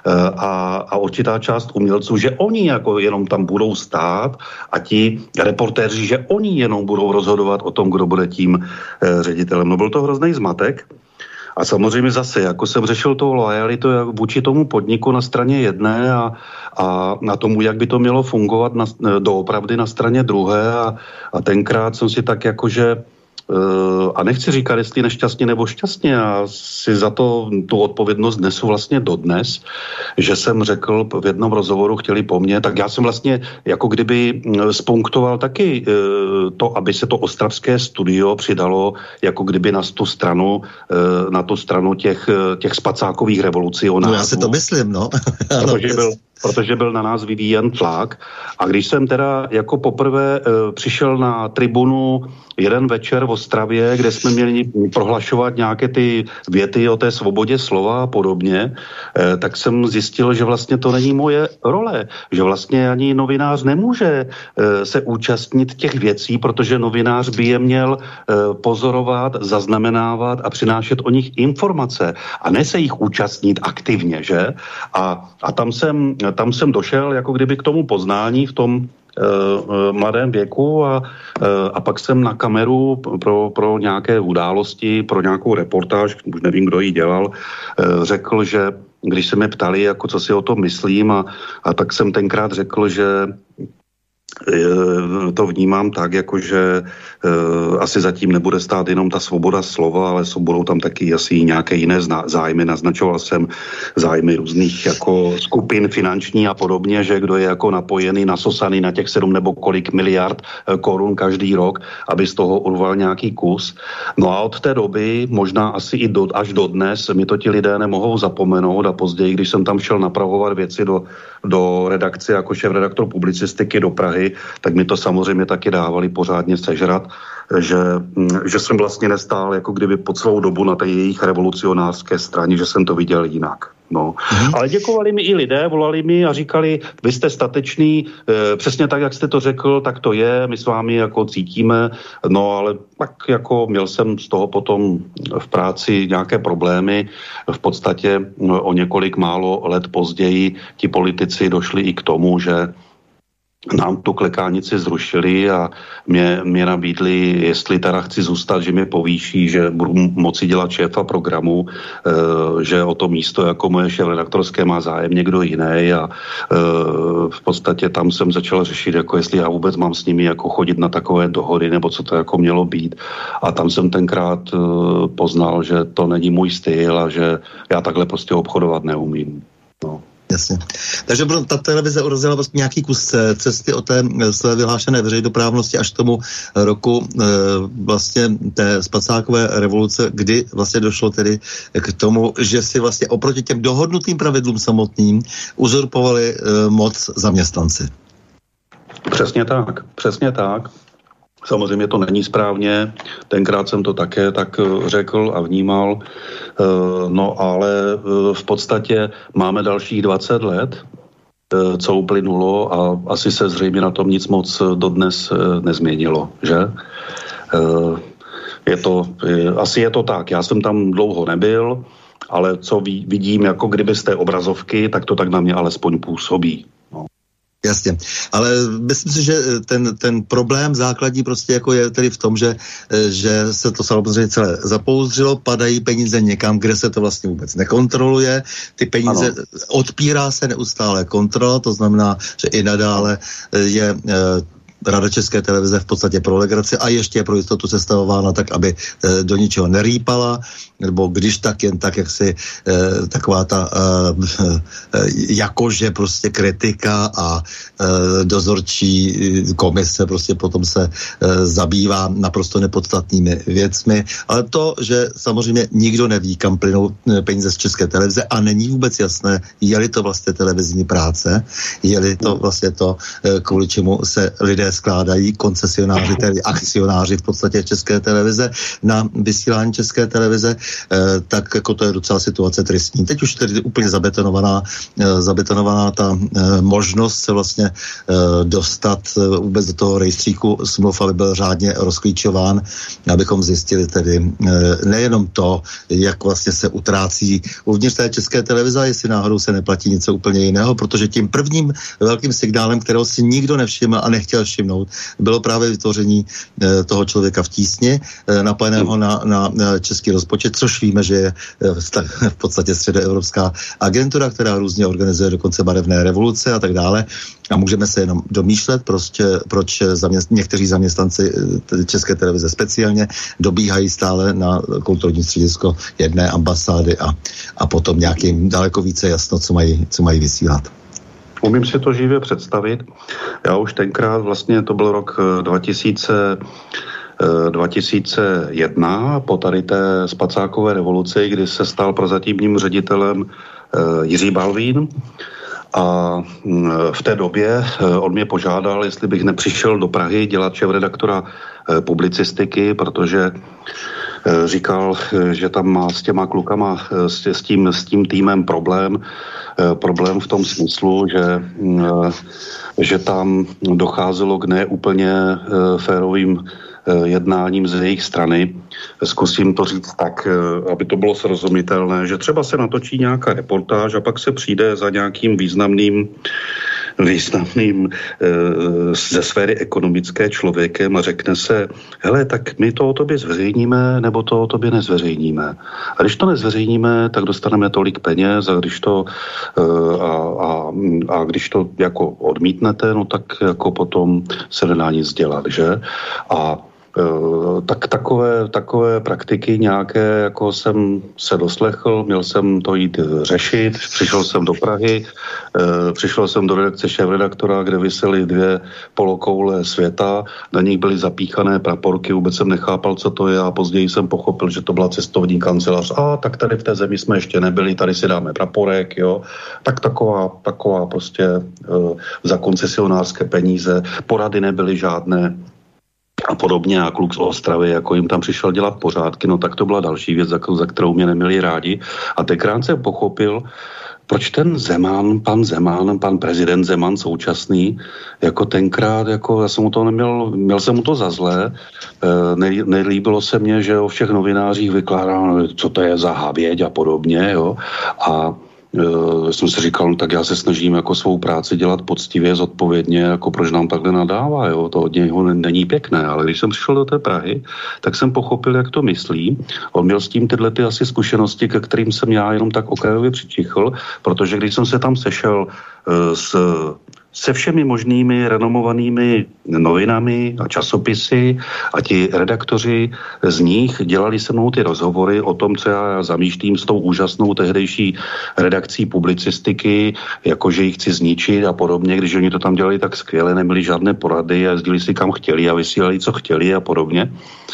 Speaker 3: a, a určitá část umělců, že oni jako jenom tam budou stát a ti reportéři, že oni jenom budou rozhodovat o tom, kdo bude tím e, ředitelem. No byl to hrozný zmatek. A samozřejmě zase, jako jsem řešil to lojalitu vůči tomu podniku na straně jedné a, a na tomu, jak by to mělo fungovat na, doopravdy na straně druhé a, a tenkrát jsem si tak jakože a nechci říkat, jestli nešťastně nebo šťastně, já si za to tu odpovědnost nesu vlastně dodnes, že jsem řekl v jednom rozhovoru, chtěli po mně, tak já jsem vlastně jako kdyby spunktoval taky to, aby se to ostravské studio přidalo jako kdyby na tu stranu, na tu stranu těch, těch spacákových revolucionářů.
Speaker 2: No já si to myslím, no.
Speaker 3: Protože byl, protože byl na nás vyvíjen tlak. A když jsem teda jako poprvé e, přišel na tribunu jeden večer v Ostravě, kde jsme měli prohlašovat nějaké ty věty o té svobodě slova a podobně, e, tak jsem zjistil, že vlastně to není moje role. Že vlastně ani novinář nemůže e, se účastnit těch věcí, protože novinář by je měl e, pozorovat, zaznamenávat a přinášet o nich informace. A ne se jich účastnit aktivně, že? A, a tam jsem tam jsem došel jako kdyby k tomu poznání v tom uh, mladém věku a, uh, a pak jsem na kameru pro, pro nějaké události, pro nějakou reportáž, už nevím, kdo ji dělal, uh, řekl, že když se mě ptali, jako co si o tom myslím a, a tak jsem tenkrát řekl, že to vnímám tak, jakože uh, asi zatím nebude stát jenom ta svoboda slova, ale budou tam taky asi nějaké jiné zájmy. Naznačoval jsem zájmy různých jako skupin finanční a podobně, že kdo je jako napojený, nasosaný na těch sedm nebo kolik miliard uh, korun každý rok, aby z toho urval nějaký kus. No a od té doby, možná asi i do, až do dnes, mi to ti lidé nemohou zapomenout a později, když jsem tam šel napravovat věci do, do redakce jako šéfredaktor publicistiky do Prahy, tak mi to samozřejmě taky dávali pořádně sežrat, že, že jsem vlastně nestál jako kdyby po celou dobu na té jejich revolucionářské straně, že jsem to viděl jinak. No. Mm-hmm. Ale děkovali mi i lidé, volali mi a říkali, vy jste statečný, e, přesně tak, jak jste to řekl, tak to je, my s vámi jako cítíme, no ale tak jako měl jsem z toho potom v práci nějaké problémy, v podstatě no, o několik málo let později ti politici došli i k tomu, že nám tu klekánici zrušili a mě, mě nabídli, jestli teda chci zůstat, že mě povýší, že budu moci dělat šéfa programu, e, že o to místo jako moje šéfredaktorské má zájem někdo jiný a e, v podstatě tam jsem začal řešit, jako jestli já vůbec mám s nimi jako chodit na takové dohody, nebo co to jako mělo být. A tam jsem tenkrát e, poznal, že to není můj styl a že já takhle prostě obchodovat neumím. No.
Speaker 2: Jasně. Takže ta televize urazila vlastně nějaký kus cesty od té své vyhlášené veřejnoprávnosti až k tomu roku e, vlastně té spacákové revoluce, kdy vlastně došlo tedy k tomu, že si vlastně oproti těm dohodnutým pravidlům samotným uzurpovali e, moc zaměstnanci.
Speaker 3: Přesně tak, přesně tak. Samozřejmě to není správně, tenkrát jsem to také tak řekl a vnímal, no ale v podstatě máme dalších dvacet let, co uplynulo a asi se zřejmě na tom nic moc dodnes nezměnilo, že? Je to, asi je to tak, já jsem tam dlouho nebyl, ale co vidím jako kdyby z té obrazovky, tak to tak na mě alespoň působí. No.
Speaker 2: Jasně, ale myslím si, že ten, ten problém základní prostě jako je tedy v tom, že, že se to samozřejmě celé zapouzdřilo, padají peníze někam, kde se to vlastně vůbec nekontroluje, ty peníze, ano. Odpírá se neustále kontrola, to znamená, že i nadále je Rada České televize v podstatě pro legraci a ještě je pro jistotu sestavována tak, aby e, do ničeho nerýpala, nebo když tak jen tak, jak si e, taková ta e, e, jakože prostě kritika a e, dozorčí komise prostě potom se e, zabývá naprosto nepodstatnými věcmi, ale to, že samozřejmě nikdo neví, kam plynou peníze z České televize a není vůbec jasné, je-li to vlastně televizní práce, je-li to vlastně to, e, kvůli čemu se lidé skládají koncesionáři, tedy akcionáři v podstatě České televize na vysílání České televize, eh, tak jako to je docela situace tristní. Teď už tedy úplně zabetonovaná, eh, zabetonovaná ta eh, možnost se vlastně eh, dostat eh, vůbec do toho rejstříku smluv, aby byl řádně rozklíčován, abychom zjistili tedy eh, nejenom to, jak vlastně se utrácí uvnitř té České televize, jestli náhodou se neplatí něco úplně jiného, protože tím prvním velkým signálem, kterého si nikdo nevšiml a nechtěl všimnout, všimnout, bylo právě vytvoření e, toho člověka v tísni, e, napojeného na, na, na český rozpočet, což víme, že je e, v podstatě středoevropská agentura, která různě organizuje dokonce barevné revoluce a tak dále. A můžeme se jenom domýšlet, prostě, proč zaměst, někteří zaměstnanci České televize speciálně dobíhají stále na kulturní středisko jedné ambasády a, a potom nějakým daleko více jasno, co mají, co mají vysílat.
Speaker 3: Umím si to živě představit. Já už tenkrát, vlastně to byl rok dva tisíce, dva tisíce jedna, po tady té spacákové revoluci, kdy se stal prozatímním ředitelem Jiří Balvín. A v té době on mě požádal, jestli bych nepřišel do Prahy dělat šéfredaktora publicistiky, protože říkal, že tam má s těma klukama, s, s, tím, s tím týmem problém, problém v tom smyslu, že, že tam docházelo k neúplně férovým jednáním z jejich strany. Zkusím to říct tak, aby to bylo srozumitelné, že třeba se natočí nějaká reportáž a pak se přijde za nějakým významným významným e, ze sféry ekonomické člověkem a řekne se, hele, tak my to o tobě zveřejníme, nebo to o tobě nezveřejníme. A když to nezveřejníme, tak dostaneme tolik peněz a když to, e, a, a, a když to jako odmítnete, no tak jako potom se nedá nic dělat, že? A tak takové, takové praktiky nějaké, jako jsem se doslechl, měl jsem to jít řešit, přišel jsem do Prahy, přišel jsem do redakce šéfredaktora, kde visely dvě polokoule světa, na nich byly zapíchané praporky, vůbec jsem nechápal, co to je a později jsem pochopil, že to byla cestovní kancelář. A tak tady v té zemi jsme ještě nebyli, tady si dáme praporek, jo. Tak taková, taková prostě uh, za koncesionářské peníze, porady nebyly žádné, a podobně a kluk z Ostravy, jako jim tam přišel dělat pořádky, no tak to byla další věc, za, za kterou mě neměli rádi. A tenkrát jsem pochopil, proč ten Zeman, pan Zeman, pan prezident Zeman současný, jako tenkrát, jako já jsem mu to neměl, měl jsem mu to za zlé, e, nelíbilo se mně, že o všech novinářích vykládal, co to je za havěď a podobně, jo, a Uh, jsem si říkal, no tak já se snažím jako svou práci dělat poctivě, zodpovědně, jako proč nám takhle nadává, jo, to od něho není pěkné, ale když jsem přišel do té Prahy, tak jsem pochopil, jak to myslí. On měl s tím tyhle ty asi zkušenosti, ke kterým jsem já jenom tak okrajově přičichl, protože když jsem se tam sešel uh, s se všemi možnými renomovanými novinami a časopisy a ti redaktoři z nich dělali se mnou ty rozhovory o tom, co já zamýšlím s tou úžasnou tehdejší redakcí publicistiky, jakože ji chci zničit a podobně, když oni to tam dělali tak skvěle, nebyly žádné porady a jezdili si kam chtěli a vysílali, co chtěli a podobně.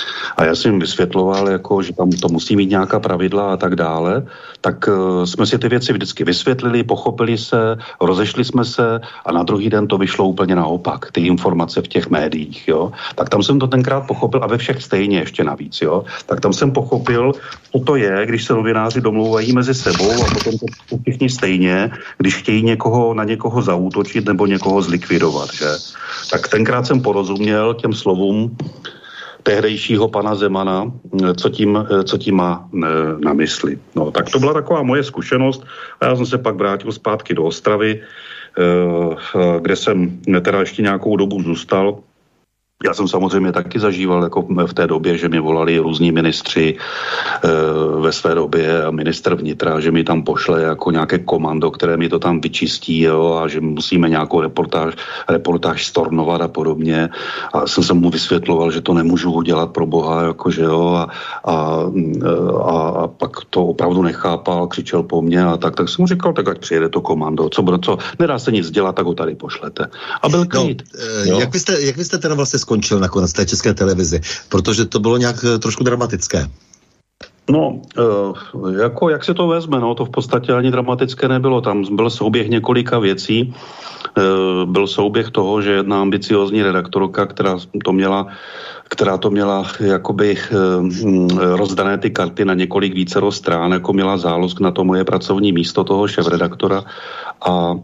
Speaker 3: A já jsem jim vysvětloval, jako, že tam to musí mít nějaká pravidla a tak dále, tak uh, jsme si ty věci vždycky vysvětlili, pochopili se, rozešli jsme se a na druhý den to vyšlo úplně naopak, ty informace v těch médiích, jo. Tak tam jsem to tenkrát pochopil a ve všech stejně ještě navíc, jo. Tak tam jsem pochopil, co to je, když se novináři domlouvají mezi sebou a potom to všichni stejně, když chtějí někoho, na někoho zaútočit nebo někoho zlikvidovat, že. Tak tenkrát jsem porozuměl těm slovům tehdejšího pana Zemana, co tím, co tím má na mysli. No, tak to byla taková moje zkušenost a já jsem se pak vrátil zpátky do Ostravy, kde jsem teda ještě nějakou dobu zůstal. Já jsem samozřejmě taky zažíval jako v té době, že mi volali různí ministři e, ve své době a ministr vnitra, že mi tam pošle jako nějaké komando, které mi to tam vyčistí, jo, a že musíme nějakou reportáž, reportáž stornovat a podobně. A jsem se mu vysvětloval, že to nemůžu udělat pro boha, jakože jo, a, a, a, a pak to opravdu nechápal, křičel po mně a tak, tak jsem mu říkal, tak ať přijede to komando, co bude, co, nedá se nic dělat, tak ho tady pošlete. A byl klid.
Speaker 2: No, jak, vy jste, jak vy jste teda vlastně skončil nakonec té České televizi, protože to bylo nějak trošku dramatické.
Speaker 3: No, jako jak se to vezme, no, to v podstatě ani dramatické nebylo. Tam byl souběh několika věcí. Byl souběh toho, že jedna ambiciozní redaktorka, která to měla, která to měla jakoby rozdané ty karty na několik vícero strán, jako měla zálusk na to moje pracovní místo toho šéfredaktora a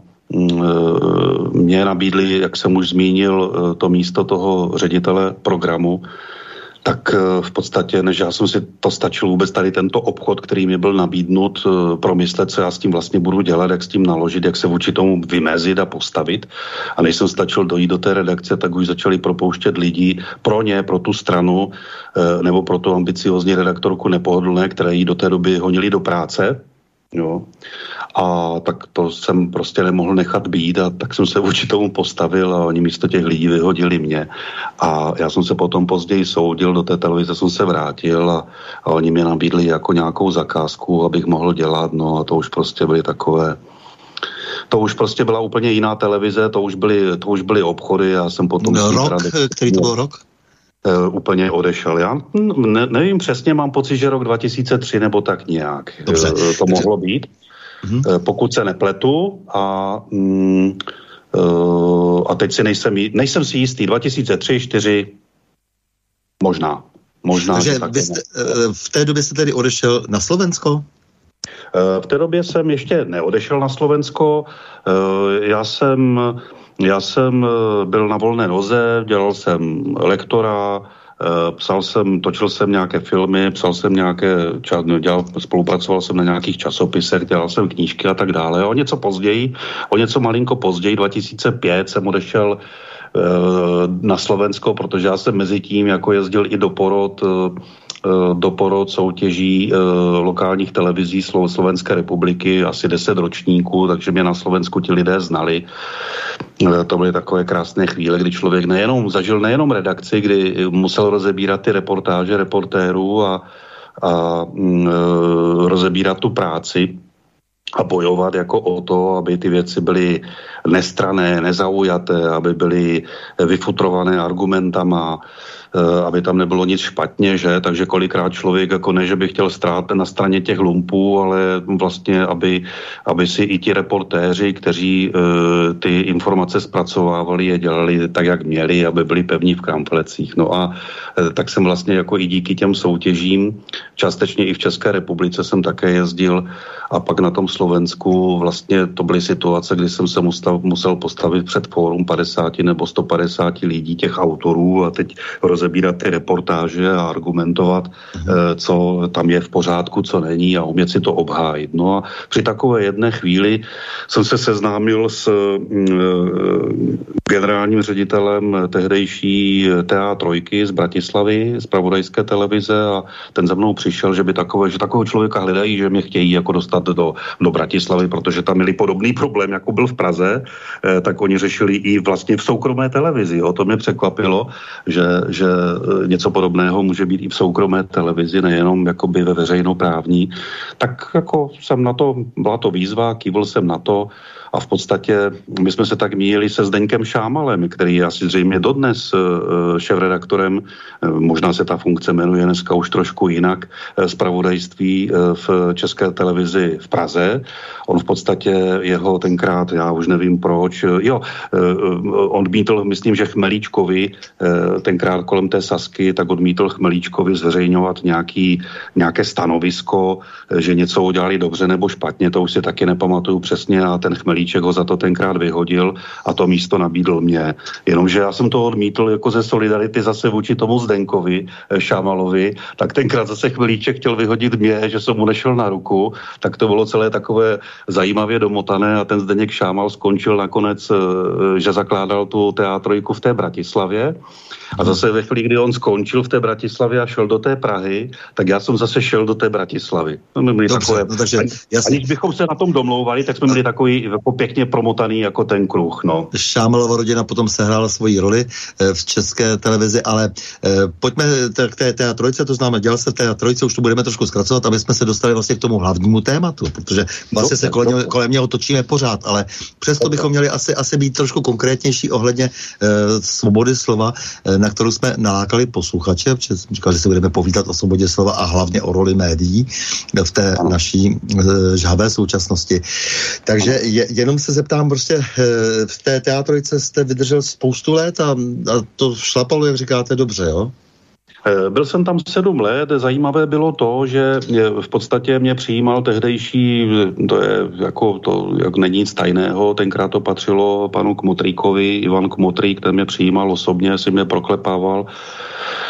Speaker 3: mě nabídli, jak jsem už zmínil, to místo toho ředitele programu, tak v podstatě, než já jsem si to stačil vůbec tady tento obchod, který mi byl nabídnut, promyslet, co já s tím vlastně budu dělat, jak s tím naložit, jak se vůči tomu vymezit a postavit. A než jsem stačil dojít do té redakce, tak už začali propouštět lidi pro ně, pro tu stranu, nebo pro tu ambiciozní redaktorku Nepohodlné, které jí do té doby honili do práce. Jo. A tak to jsem prostě nemohl nechat být a tak jsem se vůči tomu postavil a oni místo těch lidí vyhodili mě. A já jsem se potom později soudil, do té televize jsem se vrátil a, a oni mě nabídli jako nějakou zakázku, abych mohl dělat, no a to už prostě byly takové... To už prostě byla úplně jiná televize, to už byly, to už byly obchody a já jsem potom...
Speaker 2: No, rok, který to byl rok?
Speaker 3: Uh, úplně odešel. Já ne, nevím přesně, mám pocit, že rok dva tisíce tři nebo tak nějak. Dobře. Uh, to mohlo být. Uh-huh. Uh, pokud se nepletu a um, uh, a teď si nejsem, nejsem si jistý, dva tisíce tři, čtyři možná. Možná.
Speaker 2: Takže vy jste, uh, v té době jste tedy odešel na Slovensko?
Speaker 3: Uh, v té době jsem ještě neodešel na Slovensko. Uh, já jsem Já jsem byl na volné noze, dělal jsem lektora, psal jsem, točil jsem nějaké filmy, psal jsem nějaké, dělal, spolupracoval jsem na nějakých časopisech, dělal jsem knížky a tak dále. O něco později, o něco malinko později, dva tisíce pět jsem odešel na Slovensko, protože já jsem mezi tím jako jezdil i do porod, do porod soutěží lokálních televizí Slovenské republiky, asi deset ročníků, takže mě na Slovensku ti lidé znali. To byly takové krásné chvíle, kdy člověk nejenom zažil nejenom redakci, kdy musel rozebírat ty reportáže reportérů a, a mm, rozebírat tu práci a bojovat jako o to, aby ty věci byly nestranné, nezaujaté, aby byly vyfutrované argumentama, aby tam nebylo nic špatně, že? Takže kolikrát člověk jako ne, že by chtěl stát na straně těch lumpů, ale vlastně, aby, aby si i ti reportéři, kteří uh, ty informace zpracovávali, je dělali tak, jak měli, aby byli pevní v kramflecích. No a uh, tak jsem vlastně jako i díky těm soutěžím, částečně i v České republice jsem také jezdil a pak na tom Slovensku vlastně to byly situace, kdy jsem se musel, musel postavit před fórum padesát nebo sto padesát lidí, těch autorů a teď rozebírat ty reportáže a argumentovat, mm. co tam je v pořádku, co není a umět si to obhájit. No a při takové jedné chvíli jsem se seznámil s mm, generálním ředitelem tehdejší T A tři z Bratislavy, z pravodajské televize a ten za mnou přišel, že by takové, že takového člověka hledají, že mě chtějí jako dostat do, do Bratislavy, protože tam měli podobný problém, jako byl v Praze, eh, tak oni řešili i vlastně v soukromé televizi. Jo. To mě překvapilo, že, že něco podobného může být i v soukromé televizi, nejenom jakoby ve veřejnoprávní. Tak jako jsem na to, byla to výzva, kývl jsem na to a v podstatě my jsme se tak míjeli se Zdeňkem Šámalem, který je asi zřejmě dodnes šéfredaktorem, možná se ta funkce jmenuje dneska už trošku jinak, zpravodajství v České televizi v Praze. On v podstatě jeho tenkrát, já už nevím proč, jo, on odmítl, myslím, že Chmelíčkovi, tenkrát kolem té Sasky, tak odmítl Chmelíčkovi zveřejňovat nějaký, nějaké stanovisko, že něco udělali dobře nebo špatně, to už si taky nepamatuju přesně a ten Chmelíček ho za to tenkrát vyhodil a to místo nabídl mě. Jenomže já jsem to odmítl jako ze solidarity zase vůči tomu Zdenkovi Šámalovi, tak tenkrát zase Chmelíček chtěl vyhodit mě, že jsem mu nešel na ruku, tak to bylo celé takové zajímavě domotané a ten Zdeněk Šámal skončil nakonec, že zakládal tu T A tři v té Bratislavě. A zase ve chvíli, kdy on skončil v té Bratislavě a šel do té Prahy, tak já jsem zase šel do té Bratislavy. Jsme byli
Speaker 2: Dobře,
Speaker 3: takové,
Speaker 2: no takže
Speaker 3: jasný. Aniž bychom se na tom domlouvali, tak jsme byli takový jako pěkně promotaný jako ten kruh. No.
Speaker 2: Šámalova rodina potom sehrála svoji roli e, v České televizi, ale e, pojďme k té T A tři, to znamená, dělal se v T A tři, už to budeme trošku zkracovat, aby jsme se dostali vlastně k tomu hlavnímu tématu, protože vlastně se kolem, něho, kolem něho točíme pořád, ale přesto bychom měli asi, asi být trošku konkrétnější ohledně e, svobody slova, e, na kterou jsme nalákali posluchače, protože jsme říkali, že se budeme povídat o svobodě slova a hlavně o roli médií v té naší e, žhavé současnosti. Takže je, jenom se zeptám, prostě e, v té T A tři jste vydržel spoustu let a, a to šlapalo, jak říkáte, dobře, jo?
Speaker 3: Byl jsem tam sedm let, zajímavé bylo to, že v podstatě mě přijímal tehdejší, to je jako, to jak není nic tajného, tenkrát to patřilo panu Kmotríkovi, Ivan Kmotrík, ten mě přijímal osobně, si mě proklepával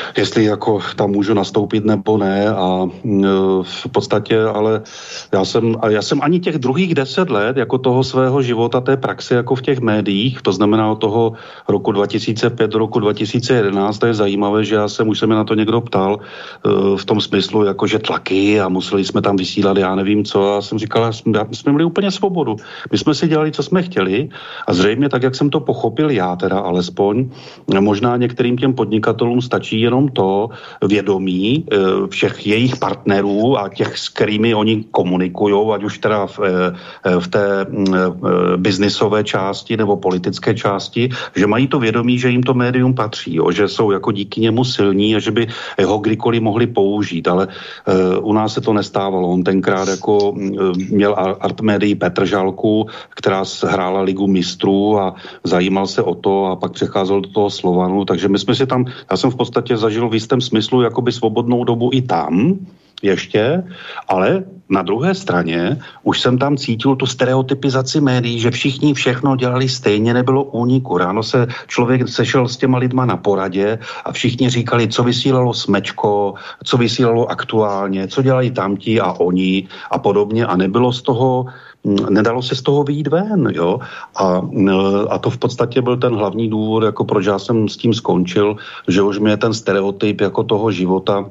Speaker 3: jestli jako tam můžu nastoupit nebo ne a v podstatě, ale já jsem, já jsem ani těch druhých deset let jako toho svého života, té praxe jako v těch médiích, to znamená od toho roku dva tisíce pět do roku dva tisíce jedenáct, to je zajímavé, že já jsem, už se mi na to někdo ptal v tom smyslu, jako že tlaky a museli jsme tam vysílat, já nevím co, a jsem říkal, my jsme měli úplně svobodu. My jsme si dělali, co jsme chtěli a zřejmě tak, jak jsem to pochopil já teda alespoň, možná některým těm podnikatelům stačí jenom to vědomí všech jejich partnerů a těch, s kterými oni komunikujou, ať už teda v, v té biznisové části nebo politické části, že mají to vědomí, že jim to médium patří, jo, že jsou jako díky němu silní a že by ho kdykoliv mohli použít, ale u nás se to nestávalo. On tenkrát jako měl art médií Petržalku, která hrála Ligu mistrů a zajímal se o to a pak přecházel do toho Slovanu, takže my jsme si tam, já jsem v podstatě zažil v jistém smyslu jakoby svobodnou dobu i tam, ještě, ale na druhé straně už jsem tam cítil tu stereotypizaci médií, že všichni všechno dělali stejně, nebylo úniku. Ráno se člověk sešel s těma lidma na poradě a všichni říkali, co vysílalo Smečko, co vysílalo Aktuálně, co dělají tamti a oni a podobně a nebylo z toho, nedalo se z toho vyjít ven, jo. A, a to v podstatě byl ten hlavní důvod, jako proč já jsem s tím skončil, že už mě ten stereotyp jako toho života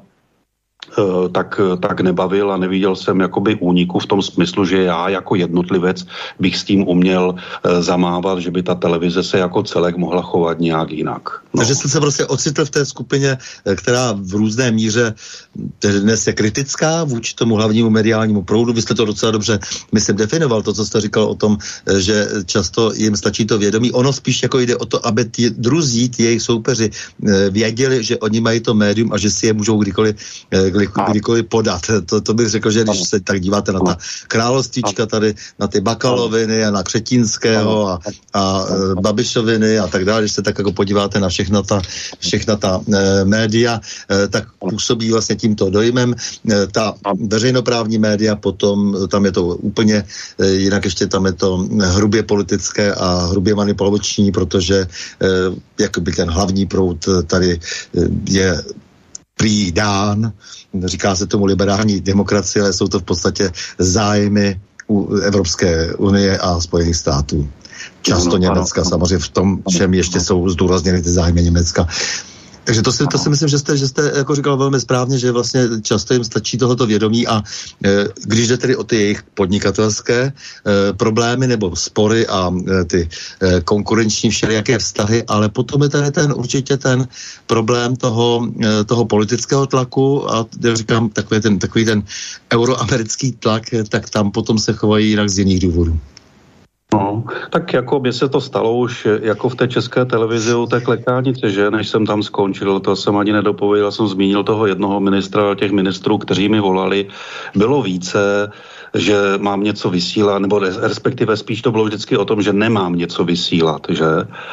Speaker 3: tak, tak nebavil a neviděl jsem jakoby úniku v tom smyslu, že já jako jednotlivec bych s tím uměl zamávat, že by ta televize se jako celek mohla chovat nějak jinak. No.
Speaker 2: Takže jste se prostě ocitl v té skupině, která v různé míře dnes je kritická vůči tomu hlavnímu mediálnímu proudu. Vy jste to docela dobře, myslím, definoval, to, co jste říkal o tom, že často jim stačí to vědomí. Ono spíš jako jde o to, aby ti druzí, ti jejich soupeři věděli, že oni mají to médium a že si je můžou kdykoliv kdykoliv podat. To, to bych řekl, že když se tak díváte na ta královstíčka tady, na ty Bakaloviny a na Křetínského a, a Babišoviny a tak dále, když se tak jako podíváte na všechna ta, všechna ta e, média, e, tak působí vlastně tímto dojmem. E, ta veřejnoprávní média potom, tam je to úplně e, jinak ještě tam je to hrubě politické a hrubě manipulační, protože e, jakoby ten hlavní proud tady e, je prý dán, říká se tomu liberální demokracie, ale jsou to v podstatě zájmy Evropské unie a Spojených států. Často Německa, samozřejmě v tom, čem ještě jsou zdůrazněny ty zájmy Německa. Takže to si, to si myslím, že jste, že jste jako říkal velmi správně, že vlastně často jim stačí tohoto vědomí a e, když jde tedy o ty jejich podnikatelské e, problémy nebo spory a e, ty e, konkurenční všelijaké vztahy, ale potom je tady ten určitě ten problém toho, e, toho politického tlaku a já říkám takový ten, takový ten euroamerický tlak, tak tam potom se chovají jinak z jiných důvodů.
Speaker 3: No, tak jako by se to stalo už jako v té české televizi u té klekárnice, že než jsem tam skončil, to jsem ani nedopověděl, jsem zmínil toho jednoho ministra, těch ministrů, kteří mi volali, bylo více, že mám něco vysílat, nebo respektive spíš to bylo vždycky o tom, že nemám něco vysílat, že?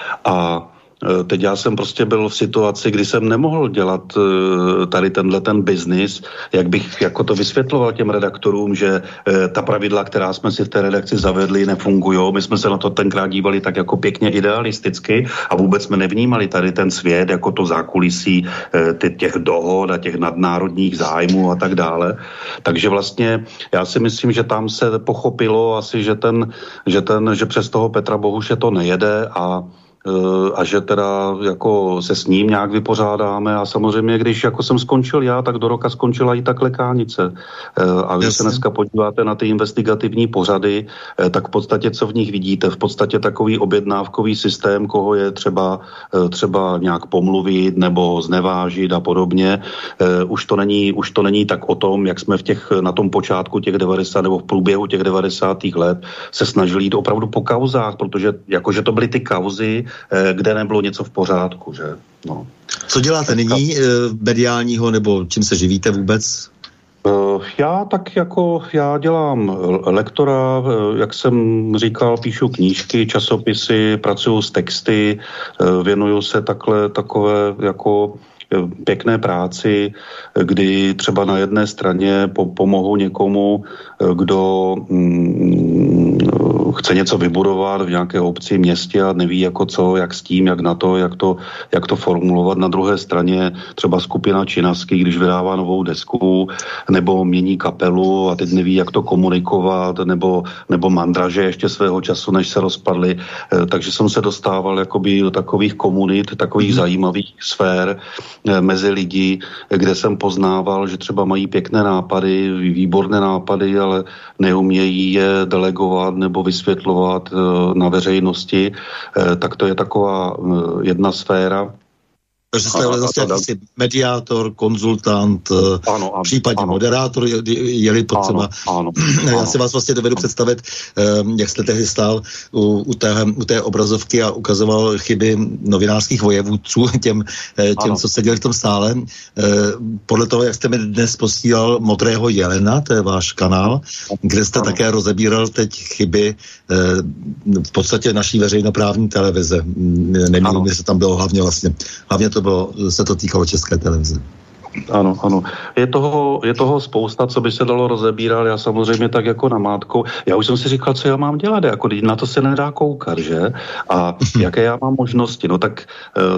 Speaker 3: A teď já jsem prostě byl v situaci, kdy jsem nemohl dělat tady tenhle ten biznis, jak bych jako to vysvětloval těm redaktorům, že ta pravidla, která jsme si v té redakci zavedli, nefungují. My jsme se na to tenkrát dívali tak jako pěkně idealisticky a vůbec jsme nevnímali tady ten svět, jako to zákulisí těch dohod a těch nadnárodních zájmů a tak dále. Takže vlastně já si myslím, že tam se pochopilo asi, že ten, že ten, že přes toho Petra Bohuše to nejede a a že teda jako se s ním nějak vypořádáme a samozřejmě, když jako jsem skončil já, tak do roka skončila i ta klekárnice. A když se dneska podíváte na ty investigativní pořady, tak v podstatě, co v nich vidíte, v podstatě takový objednávkový systém, koho je třeba, třeba nějak pomluvit nebo znevážit a podobně. Už to není, už to není tak o tom, jak jsme v těch, na tom počátku těch devadesátých nebo v průběhu těch devadesátých let se snažili jít opravdu po kauzách, protože jakože to byly ty kauzy, kde nebylo něco v pořádku, že? No.
Speaker 2: Co děláte nyní mediálního, nebo čím se živíte vůbec?
Speaker 3: Já tak jako, já dělám lektora, jak jsem říkal, píšu knížky, časopisy, pracuju s texty, věnuju se takhle, takové jako pěkné práci, kdy třeba na jedné straně po, pomohou někomu, kdo mm, chce něco vybudovat v nějaké obci, městě a neví jako co, jak s tím, jak na to, jak to, jak to formulovat. Na druhé straně třeba skupina Činasky, když vydává novou desku, nebo mění kapelu a teď neví, jak to komunikovat, nebo, nebo Mandraže ještě svého času, než se rozpadly. Takže jsem se dostával jakoby do takových komunit, takových mm. zajímavých sfér mezi lidi, kde jsem poznával, že třeba mají pěkné nápady, výborné nápady, ale neumějí je delegovat nebo vysvětlovat na veřejnosti. Tak to je taková jedna sféra.
Speaker 2: Takže jste vlastně jakýsi mediátor, konzultant, ano, ano, případně ano. moderátor, je-li potřeba. Ano, ano, Já ano. si vás vlastně dovedu představit, jak jste tehdy stál u, u, té, u té obrazovky a ukazoval chyby novinářských vojevůdců těm, těm co seděli v tom sále. Podle toho, jak jste mi dnes posílal Modrého jelena, to je váš kanál, kde jste ano. také rozebíral teď chyby v podstatě naší veřejnoprávní televize. Nevím, jestli tam bylo hlavně vlastně. Hlavně to bylo, se to týkalo České televize.
Speaker 3: Ano, ano. Je toho, je toho spousta, co by se dalo rozebírat. Já samozřejmě tak jako namátkou. Já už jsem si říkal, co já mám dělat. Jako na to se nedá koukat, že? A jaké já mám možnosti. No tak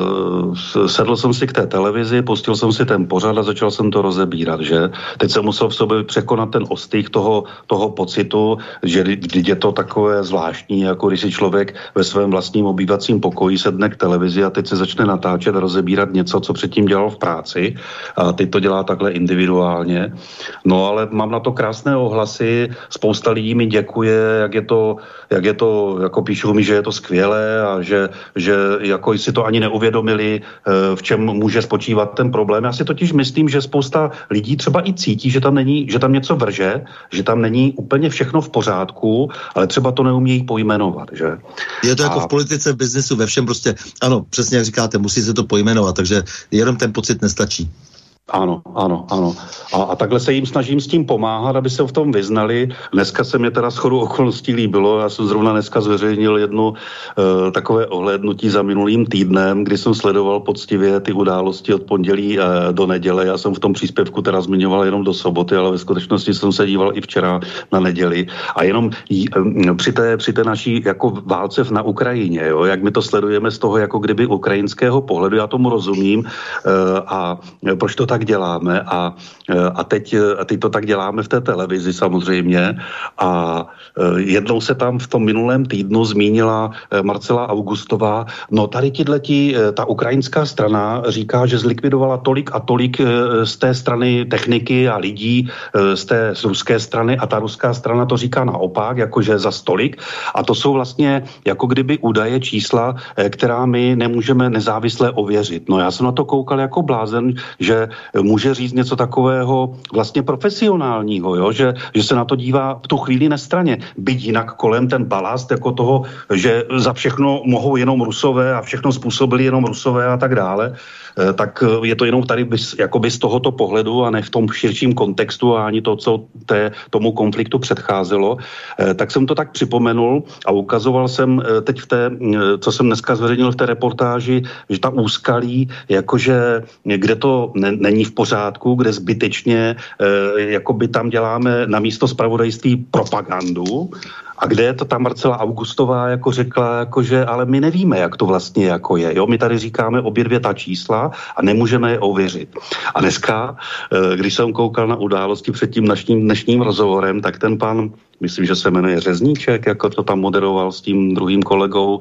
Speaker 3: uh, sedl jsem si k té televizi, pustil jsem si ten pořad a začal jsem to rozebírat, že? Teď jsem musel v sobě překonat ten ostych toho, toho pocitu, že vždyť je to takové zvláštní, jako když si člověk ve svém vlastním obývacím pokoji sedne k televizi a teď se začne natáčet a rozebírat něco, co předtím dělal v práci. A teď to dělá takhle individuálně. No ale mám na to krásné ohlasy, spousta lidí mi děkuje, jak je to, jak je to, jako píšou mi, že je to skvělé a že, že jako si to ani neuvědomili, v čem může spočívat ten problém. Já si totiž myslím, že spousta lidí třeba i cítí, že tam není, že tam něco vrže, že tam není úplně všechno v pořádku, ale třeba to neumějí pojmenovat, že?
Speaker 2: Je to a... jako v politice, v biznesu, ve všem prostě, ano, přesně jak říkáte, musí se to pojmenovat, takže jenom ten pocit nestačí.
Speaker 3: Ano, ano, ano. A, a takhle se jim snažím s tím pomáhat, aby se v tom vyznali. Dneska se mě teda shodou okolností líbilo. Já jsem zrovna dneska zveřejnil jedno uh, takové ohlédnutí za minulým týdnem, kdy jsem sledoval poctivě ty události od pondělí uh, do neděle. Já jsem v tom příspěvku teda zmiňoval jenom do soboty, ale ve skutečnosti jsem se díval i včera na neděli. A jenom jí, um, při, té, při té naší jako válce na Ukrajině, jo, jak my to sledujeme z toho jako kdyby ukrajinského pohledu, já tomu rozumím. Uh, a proč to tak děláme a, a, teď, a teď to tak děláme v té televizi samozřejmě a jednou se tam v tom minulém týdnu zmínila Marcela Augustová, no tady tidletí, ta ukrajinská strana říká, že zlikvidovala tolik a tolik z té strany techniky a lidí z té z ruské strany a ta ruská strana to říká naopak, jakože za stolik a to jsou vlastně jako kdyby údaje, čísla, která my nemůžeme nezávisle ověřit. No já jsem na to koukal jako blázen, že může říct něco takového vlastně profesionálního, jo? Že, že se na to dívá v tu chvíli nestraně. Byť jinak kolem ten balast jako toho, že za všechno mohou jenom Rusové a všechno způsobili jenom Rusové a tak dále, tak je to jenom tady bys, jakoby z tohoto pohledu a ne v tom širším kontextu a ani to, co té, tomu konfliktu předcházelo. Tak jsem to tak připomenul a ukazoval jsem teď v té, co jsem dneska zveřejnil v té reportáži, že ta úskalí, jakože kde to ne, není v pořádku, kde zbytečně jakoby tam děláme na místo zpravodajství propagandu, a kde je to ta Marcela Augustová jako řekla, jako že, ale my nevíme, jak to vlastně jako je. Jo? My tady říkáme obě dvě ta čísla a nemůžeme je ověřit. A dneska, když jsem koukal na události před tím dnešním, dnešním rozhovorem, tak ten pan, myslím, že se jmenuje Řezníček, jako to tam moderoval s tím druhým kolegou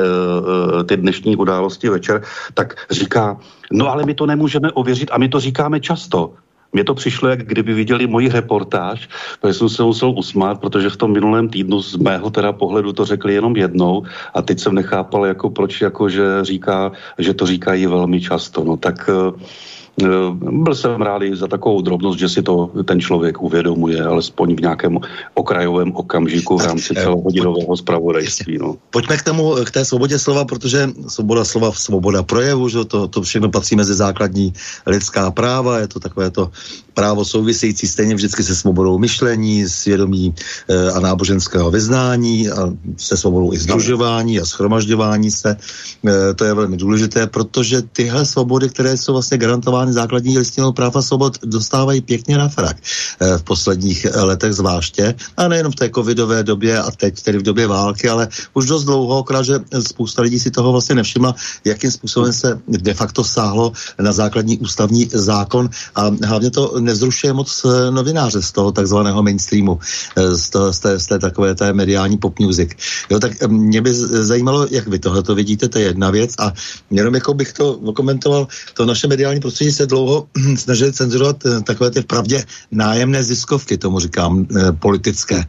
Speaker 3: ty dnešní události večer, tak říká, no ale my to nemůžeme ověřit a my to říkáme často. Mně to přišlo, jak kdyby viděli moji reportáž, protože jsem se musel usmát, protože v tom minulém týdnu z mého teda pohledu to řekli jenom jednou a teď jsem nechápal, jako proč, jako že říká, že to říkají velmi často. No tak byl jsem rád za takovou drobnost, že si to ten člověk uvědomuje, alespoň v nějakém okrajovém okamžiku v rámci celohodinového zpravodajství. No.
Speaker 2: Pojďme k tomu, k té svobodě slova, protože svoboda slova, svoboda projevu, že to, to všechno patří mezi základní lidská práva, je to takové to právo související stejně vždycky se svobodou myšlení, svědomí e, a náboženského vyznání a se svobodou i sdružování a shromažďování se. E, to je velmi důležité, protože tyhle svobody, které jsou vlastně garantovány základní listinou práv a svobod, dostávají pěkně na frak e, v posledních letech zvláště. A nejenom v té covidové době a teď tedy v době války, ale už dost dlouho, akorát, že spousta lidí si toho vlastně nevšimla, jakým způsobem se de facto sáhlo na základní ústavní zákon a hlavně to nevzrušuje moc novináře z toho takzvaného mainstreamu, z, toho, z, té, z té takové té mediální pop music. Jo, tak mě by zajímalo, jak vy tohleto vidíte, to je jedna věc a jenom jako bych to komentoval, to naše mediální prostředí se dlouho snažili cenzurovat takové ty vpravdě nájemné ziskovky, tomu říkám, politické.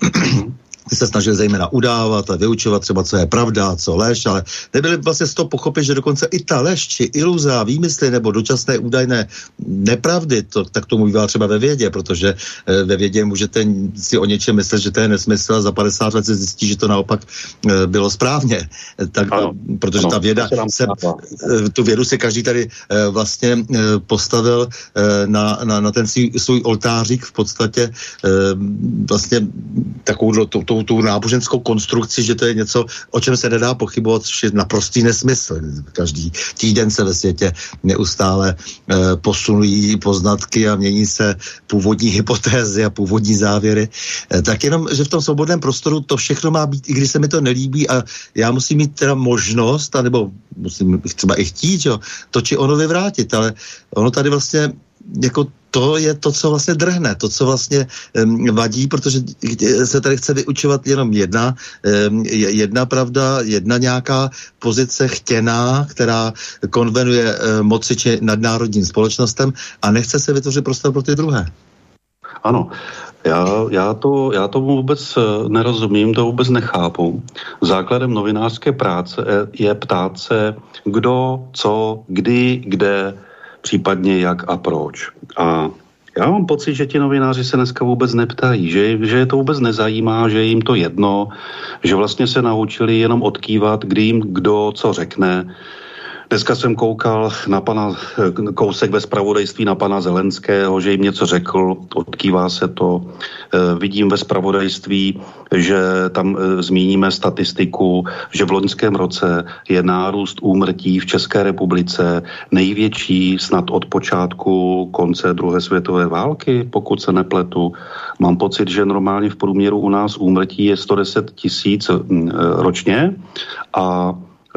Speaker 2: Ty se snažili zejména udávat a vyučovat třeba, co je pravda, co lež, ale nebyli vlastně z toho pochopit, že dokonce i ta lež, či iluze a výmysly nebo dočasné údajné nepravdy, to, tak to mluvila třeba ve vědě, protože e, ve vědě můžete si o něčem myslet, že to je nesmysl a za padesát let se zjistí, že to naopak e, bylo správně. Tak, ano, protože ano, ta věda, se, e, tu vědu se každý tady e, vlastně e, postavil e, na, na, na ten svůj, svůj oltářík v podstatě e, vlastně takovou to, to tu náboženskou konstrukci, že to je něco, o čem se nedá pochybovat, což je naprostý nesmysl. Každý týden se ve světě neustále e, posunují poznatky a mění se původní hypotézy a původní závěry. E, tak jenom, že v tom svobodném prostoru to všechno má být, i když se mi to nelíbí a já musím mít teda možnost, anebo musím třeba i chtít, jo, to či ono vyvrátit, ale ono tady vlastně jako to je to, co vlastně drhne, to, co vlastně um, vadí, protože se tady chce vyučovat jenom jedna, um, jedna pravda, jedna nějaká pozice chtěná, která konvenuje um, moci či nadnárodním společnostem a nechce se vytvořit prostor pro ty druhé.
Speaker 3: Ano, já, já, to, já tomu vůbec nerozumím, to vůbec nechápu. Základem novinářské práce je ptát se, kdo, co, kdy, kde, případně jak a proč. A já mám pocit, že ti novináři se dneska vůbec neptají, že, že je to vůbec nezajímá, že je jim to jedno, že vlastně se naučili jenom odkývat, kdy jim kdo co řekne. Dneska jsem koukal na pana, kousek ve zpravodajství na pana Zelenského, že jim něco řekl, odkývá se to. Vidím ve zpravodajství, že tam zmíníme statistiku, že v loňském roce je nárůst úmrtí v České republice největší snad od počátku konce druhé světové války, pokud se nepletu. Mám pocit, že normálně v průměru u nás úmrtí je sto deset tisíc ročně a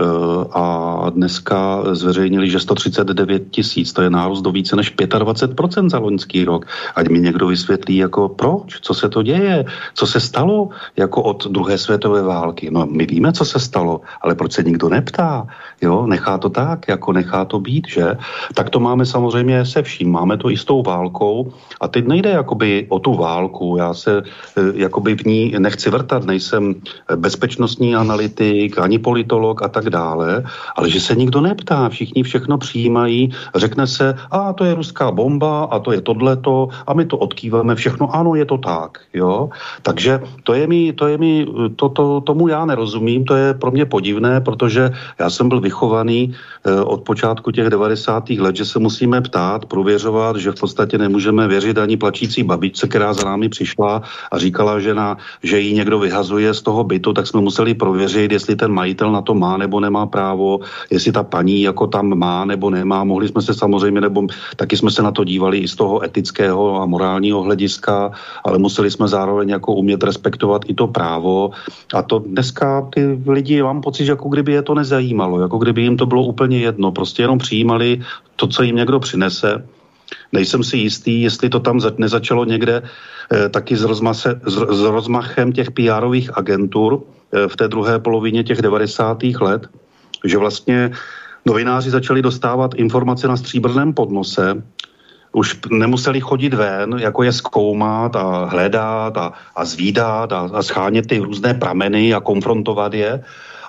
Speaker 3: a dneska zveřejnili, že sto třicet devět tisíc, to je nárůst do více než dvacet pět procent za loňský rok. Ať mi někdo vysvětlí, jako proč, co se to děje, co se stalo jako od druhé světové války. No my víme, co se stalo, ale proč se nikdo neptá, jo, nechá to tak, jako nechá to být, že? Tak to máme samozřejmě se vším, máme to i s tou válkou a teď nejde jakoby o tu válku, já se jakoby v ní nechci vrtat, nejsem bezpečnostní analytik, ani politolog a tak dále, ale že se nikdo neptá, všichni všechno přijímají, řekne se, a to je ruská bomba, a to je tohleto, a my to odkýváme, všechno, ano, je to tak, jo. Takže to je mi, to je mi, to, to, tomu já nerozumím, to je pro mě podivné, protože já jsem byl vychovaný eh, od počátku těch devadesátých let, že se musíme ptát, prověřovat, že v podstatě nemůžeme věřit ani plačící babičce, která za námi přišla a říkala, že, na, že jí někdo vyhazuje z toho bytu, tak jsme museli prověřit, jestli ten majitel na to má nebo nemá právo, jestli ta paní jako tam má nebo nemá. Mohli jsme se samozřejmě, nebo taky jsme se na to dívali i z toho etického a morálního hlediska, ale museli jsme zároveň jako umět respektovat i to právo. A to dneska ty lidi, mám pocit, že jako kdyby je to nezajímalo, jako kdyby jim to bylo úplně jedno, prostě jenom přijímali to, co jim někdo přinese. Nejsem si jistý, jestli to tam nezačalo někde eh, taky s, rozmase, s, s rozmachem těch P R-ových agentur eh, v té druhé polovině těch devadesátých let, že vlastně novináři začali dostávat informace na stříbrném podnose, už nemuseli chodit ven, jako je zkoumat a hledat a, a zvídat a, a schánět ty různé prameny a konfrontovat je,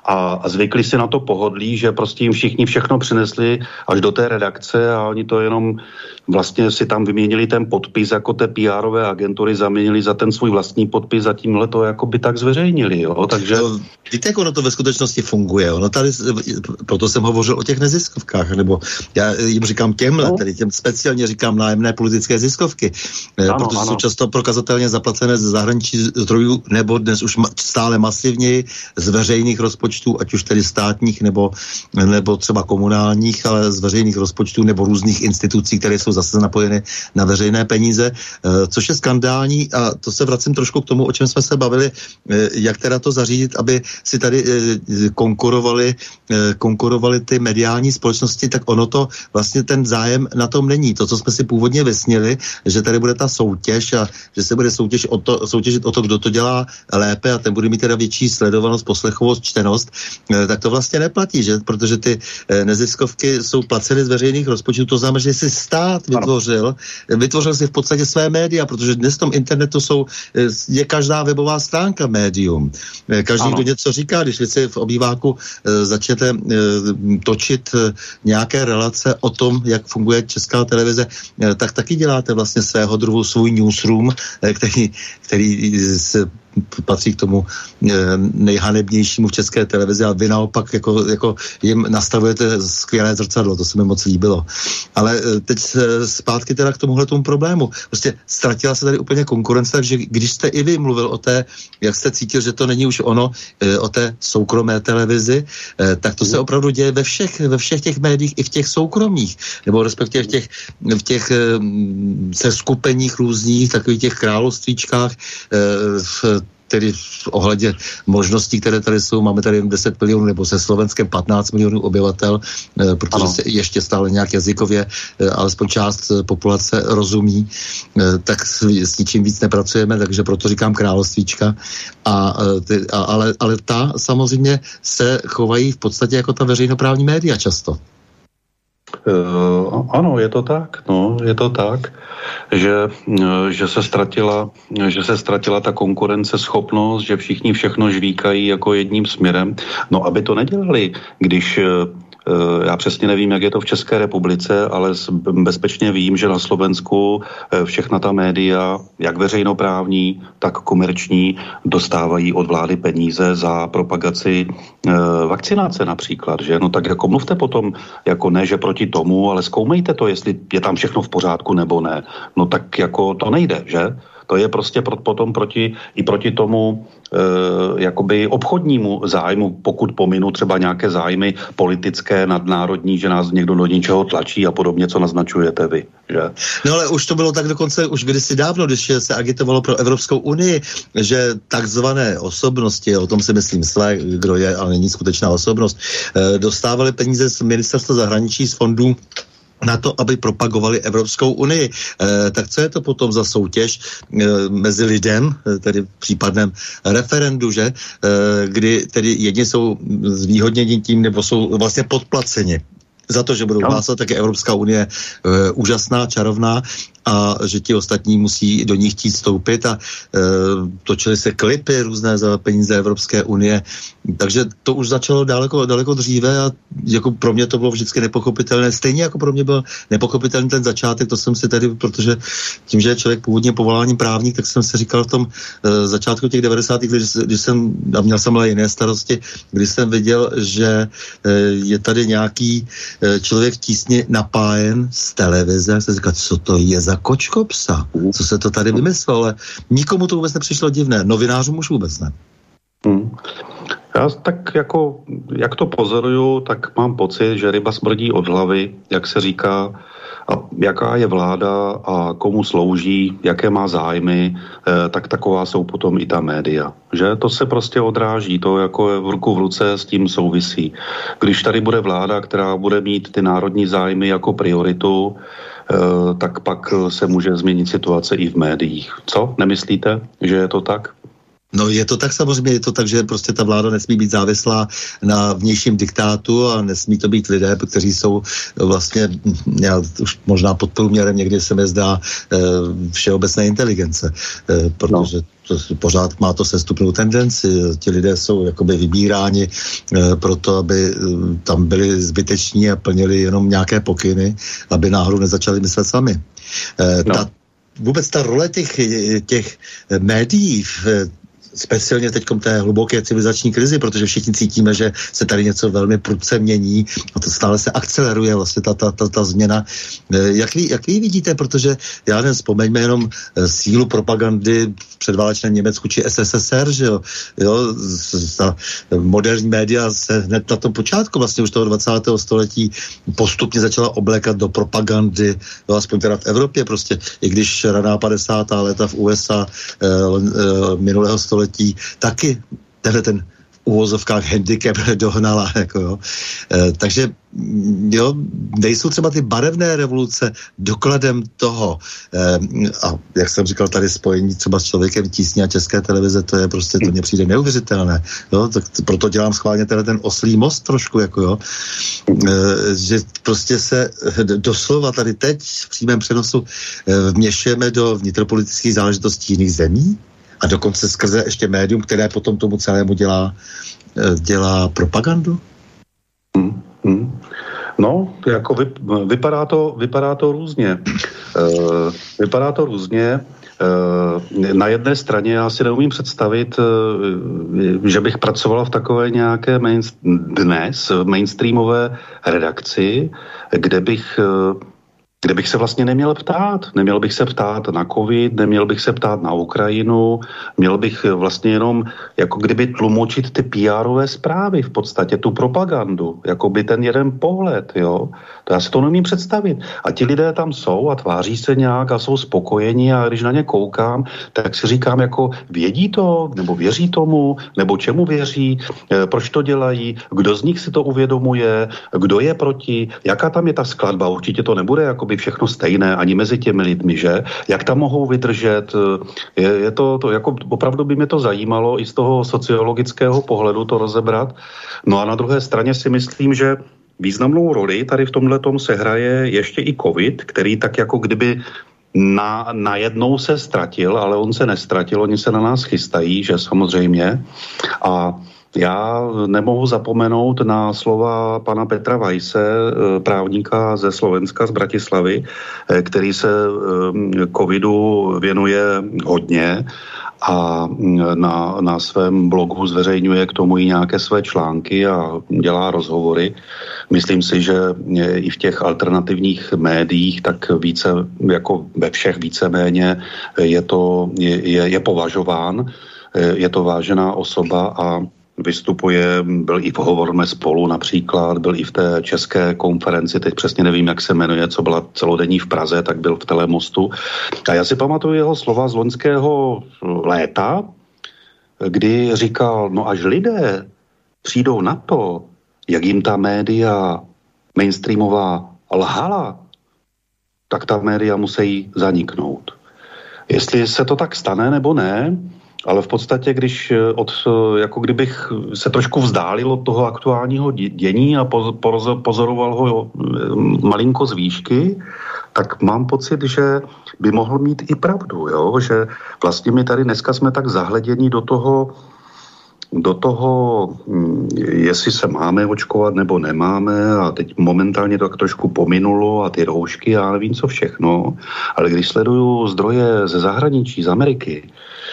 Speaker 3: a, a zvykli si na to pohodlí, že prostě jim všichni všechno přinesli až do té redakce a oni to jenom vlastně si tam vyměnili ten podpis jako té P R-ové agentury, zaměnili za ten svůj vlastní podpis a tímhle to jako by tak zveřejnili, jo, takže...
Speaker 2: No, víte, jak ono to ve skutečnosti funguje, ono tady, proto jsem hovořil o těch neziskovkách, nebo já jim říkám těmhle, no. tedy těm speciálně říkám nájemné politické ziskovky, ano, protože ano. jsou často prokazatelně zaplacené ze zahraničí zdrojů, nebo dnes už stále masivněji z veřejných rozpočtů, ať už tedy státních, nebo, nebo třeba komunálních, ale z veřejných rozpočtů, nebo různých institucí, které jsou zase napojeny na veřejné peníze, což je skandální a to se vracím trošku k tomu, o čem jsme se bavili, jak teda to zařídit, aby si tady konkurovali, konkurovali ty mediální společnosti, tak ono to vlastně ten zájem na tom není. To, co jsme si původně vysnili, že tady bude ta soutěž a že se bude soutěž o to, soutěžit o to, kdo to dělá lépe a ten bude mít teda větší sledovanost, poslechovost, čtenost, tak to vlastně neplatí, že? Protože ty neziskovky jsou placeny z veřejných rozpočtů, to znamená, že si stát vytvořil, vytvořil si v podstatě své média, protože dnes v tom internetu jsou, je každá webová stránka médium. Každý, ano. kdo něco říká, když vy si v obýváku e, začnete e, točit e, nějaké relace o tom, jak funguje Česká televize, e, tak taky děláte vlastně svého druhu svůj newsroom, e, který, který se patří k tomu nejhanebnějšímu v České televizi a vy naopak jako, jako jim nastavujete skvělé zrcadlo, to se mi moc líbilo. Ale teď zpátky teda k tomuhle tomu problému. Prostě ztratila se tady úplně konkurence, takže když jste i vy mluvil o té, jak jste cítil, že to není už ono, o té soukromé televizi, tak to se opravdu děje ve všech, ve všech těch médiích, i v těch soukromých, nebo respektive v těch, v těch seskupeních různých, takových těch královstvíčkách, v tedy v ohledě možností, které tady jsou, máme tady deset milionů, nebo se Slovenskem patnáct milionů obyvatel, eh, protože ano. se ještě stále nějak jazykově, eh, alespoň část eh, populace rozumí, eh, tak s, s ničím víc nepracujeme, takže proto říkám královstvíčka. A, eh, ty, a, ale, ale ta samozřejmě se chovají v podstatě jako ta veřejnoprávní média často.
Speaker 3: Uh, ano, je to tak, no, je to tak, že, že, se ztratila, že se ztratila ta konkurenceschopnost, že všichni všechno žvíkají jako jedním směrem. No, aby to nedělali, když já přesně nevím, jak je to v České republice, ale bezpečně vím, že na Slovensku všechna ta média, jak veřejnoprávní, tak komerční, dostávají od vlády peníze za propagaci vakcinace například, že? No tak jako mluvte potom, jako ne, že proti tomu, ale zkoumejte to, jestli je tam všechno v pořádku nebo ne. No tak jako to nejde, že? To je prostě potom proti, i proti tomu e, jakoby obchodnímu zájmu, pokud pominu třeba nějaké zájmy politické, nadnárodní, že nás někdo do něčeho tlačí a podobně, co naznačujete vy. Že?
Speaker 2: No ale už to bylo tak dokonce už kdysi dávno, když se agitovalo pro Evropskou unii, že takzvané osobnosti, o tom si myslím své, kdo je, ale není skutečná osobnost, e, dostávali peníze z ministerstva zahraničí, z fondů na to, aby propagovali Evropskou unii. E, tak co je to potom za soutěž e, mezi lidem, e, tedy v případném referendu, že? E, kdy tedy jedni jsou zvýhodněni tím, nebo jsou vlastně podplaceni za to, že budou hlásat, tak je Evropská unie e, úžasná, čarovná a že ti ostatní musí do ní chtít vstoupit a e, točily se klipy různé za peníze Evropské unie, takže to už začalo daleko, daleko dříve a jako pro mě to bylo vždycky nepochopitelné, stejně jako pro mě byl nepochopitelný ten začátek, to jsem si tady, protože tím, že je člověk původně povoláním právník, tak jsem si říkal v tom e, začátku těch devadesátých, když, když jsem, a měl jsem ale jiné starosti, když jsem viděl, že e, je tady nějaký e, člověk v tísni napájen z televize, a jsem říkal, co to je za kočkopsa, co se to tady vymyslelo, ale nikomu to vůbec nepřišlo divné, novinářům už vůbec ne.
Speaker 3: Hmm. Já tak jako, jak to pozoruju, tak mám pocit, že ryba smrdí od hlavy, jak se říká, a jaká je vláda a komu slouží, jaké má zájmy, eh, tak taková jsou potom i ta média. Že to se prostě odráží, to jako v ruku v ruce s tím souvisí. Když tady bude vláda, která bude mít ty národní zájmy jako prioritu, eh, tak pak se může změnit situace i v médiích. Co? Nemyslíte, že je to tak?
Speaker 2: No je to tak samozřejmě, je to tak, že prostě ta vláda nesmí být závislá na vnějším diktátu a nesmí to být lidé, kteří jsou vlastně, já už možná pod průměrem někdy se mi zdá e, všeobecné inteligence, e, protože no. to, pořád má to sestupnou tendenci, ti lidé jsou jakoby vybíráni e, proto, aby e, tam byli zbyteční a plnili jenom nějaké pokyny, aby náhodou nezačali myslet sami. E, no. ta, vůbec ta role těch, těch médií v speciálně teď té hluboké civilizační krizi, protože všichni cítíme, že se tady něco velmi prudce mění a to stále se akceleruje vlastně ta, ta, ta, ta změna. Jak vy, jak vy vidíte, protože já nevím, vzpomeňme jenom sílu propagandy v předválečném Německu či S S S R, že jo, jo ta moderní média se hned na tom počátku vlastně už toho dvacátého století postupně začala oblékat do propagandy, jo, aspoň teda v Evropě prostě, i když raná padesátá léta v U S A eh, eh, minulého století taky tenhle ten v uvozovkách handicap dohnala. Jako jo. E, takže jo, nejsou třeba ty barevné revoluce dokladem toho. E, a jak jsem říkal, tady spojení třeba s Člověkem tísní a České televize, to je prostě, to mně přijde neuvěřitelné. Jo, tak proto dělám schválně tenhle ten oslý most trošku, jako jo. E, že prostě se doslova tady teď v přímém přenosu e, vměšujeme do vnitropolitických záležitostí jiných zemí, a dokonce skrze ještě médium, které potom tomu celému dělá, dělá propagandu?
Speaker 3: Hmm, hmm. No, jako vy, vypadá, to, vypadá to různě. Uh, vypadá to různě. Uh, na jedné straně já si neumím představit, uh, že bych pracovala v takové nějaké main, dnes mainstreamové redakci, kde bych uh, kde bych se vlastně neměl ptát. Neměl bych se ptát na covid, neměl bych se ptát na Ukrajinu, měl bych vlastně jenom jako kdyby tlumočit ty P R-ové zprávy, v podstatě tu propagandu, jako by ten jeden pohled, jo. To já si to neumím představit. A ti lidé tam jsou a tváří se nějak a jsou spokojení a když na ně koukám, tak si říkám jako vědí to, nebo věří tomu, nebo čemu věří, e, proč to dělají, kdo z nich si to uvědomuje, kdo je proti, jaká tam je ta skladba, určitě to nebude jako by všechno stejné ani mezi těmi lidmi, že? Jak tam mohou vydržet? Je, je to, to jako opravdu by mě to zajímalo i z toho sociologického pohledu to rozebrat. No a na druhé straně si myslím, že významnou roli tady v tomhletom se hraje ještě i covid, který tak jako kdyby na, najednou se ztratil, ale on se nestratil, oni se na nás chystají, že samozřejmě. A já nemohu zapomenout na slova pana Petra Weisse, právníka ze Slovenska, z Bratislavy, který se covidu věnuje hodně a na, na svém blogu zveřejňuje k tomu i nějaké své články a dělá rozhovory. Myslím si, že i v těch alternativních médiích tak více, jako ve všech víceméně je to, je, je, je považován, je to vážená osoba a vystupuje, byl i v Hovorme spolu například, byl i v té české konferenci, teď přesně nevím, jak se jmenuje, co byla celodenní v Praze, tak byl v Telemostu. A já si pamatuju jeho slova z loňského léta, kdy říkal, no až lidé přijdou na to, jak jim ta média mainstreamová lhala, tak ta média musí zaniknout. Jestli se to tak stane nebo ne, ale v podstatě, když od, jako kdybych se trošku vzdálil od toho aktuálního dění a pozoroval ho malinko z výšky, tak mám pocit, že by mohl mít i pravdu, jo? Že vlastně my tady dneska jsme tak zahleděni do toho, do toho, jestli se máme očkovat nebo nemáme a teď momentálně to tak trošku pominulo a ty roušky a nevím co všechno, ale když sleduju zdroje ze zahraničí, z Ameriky,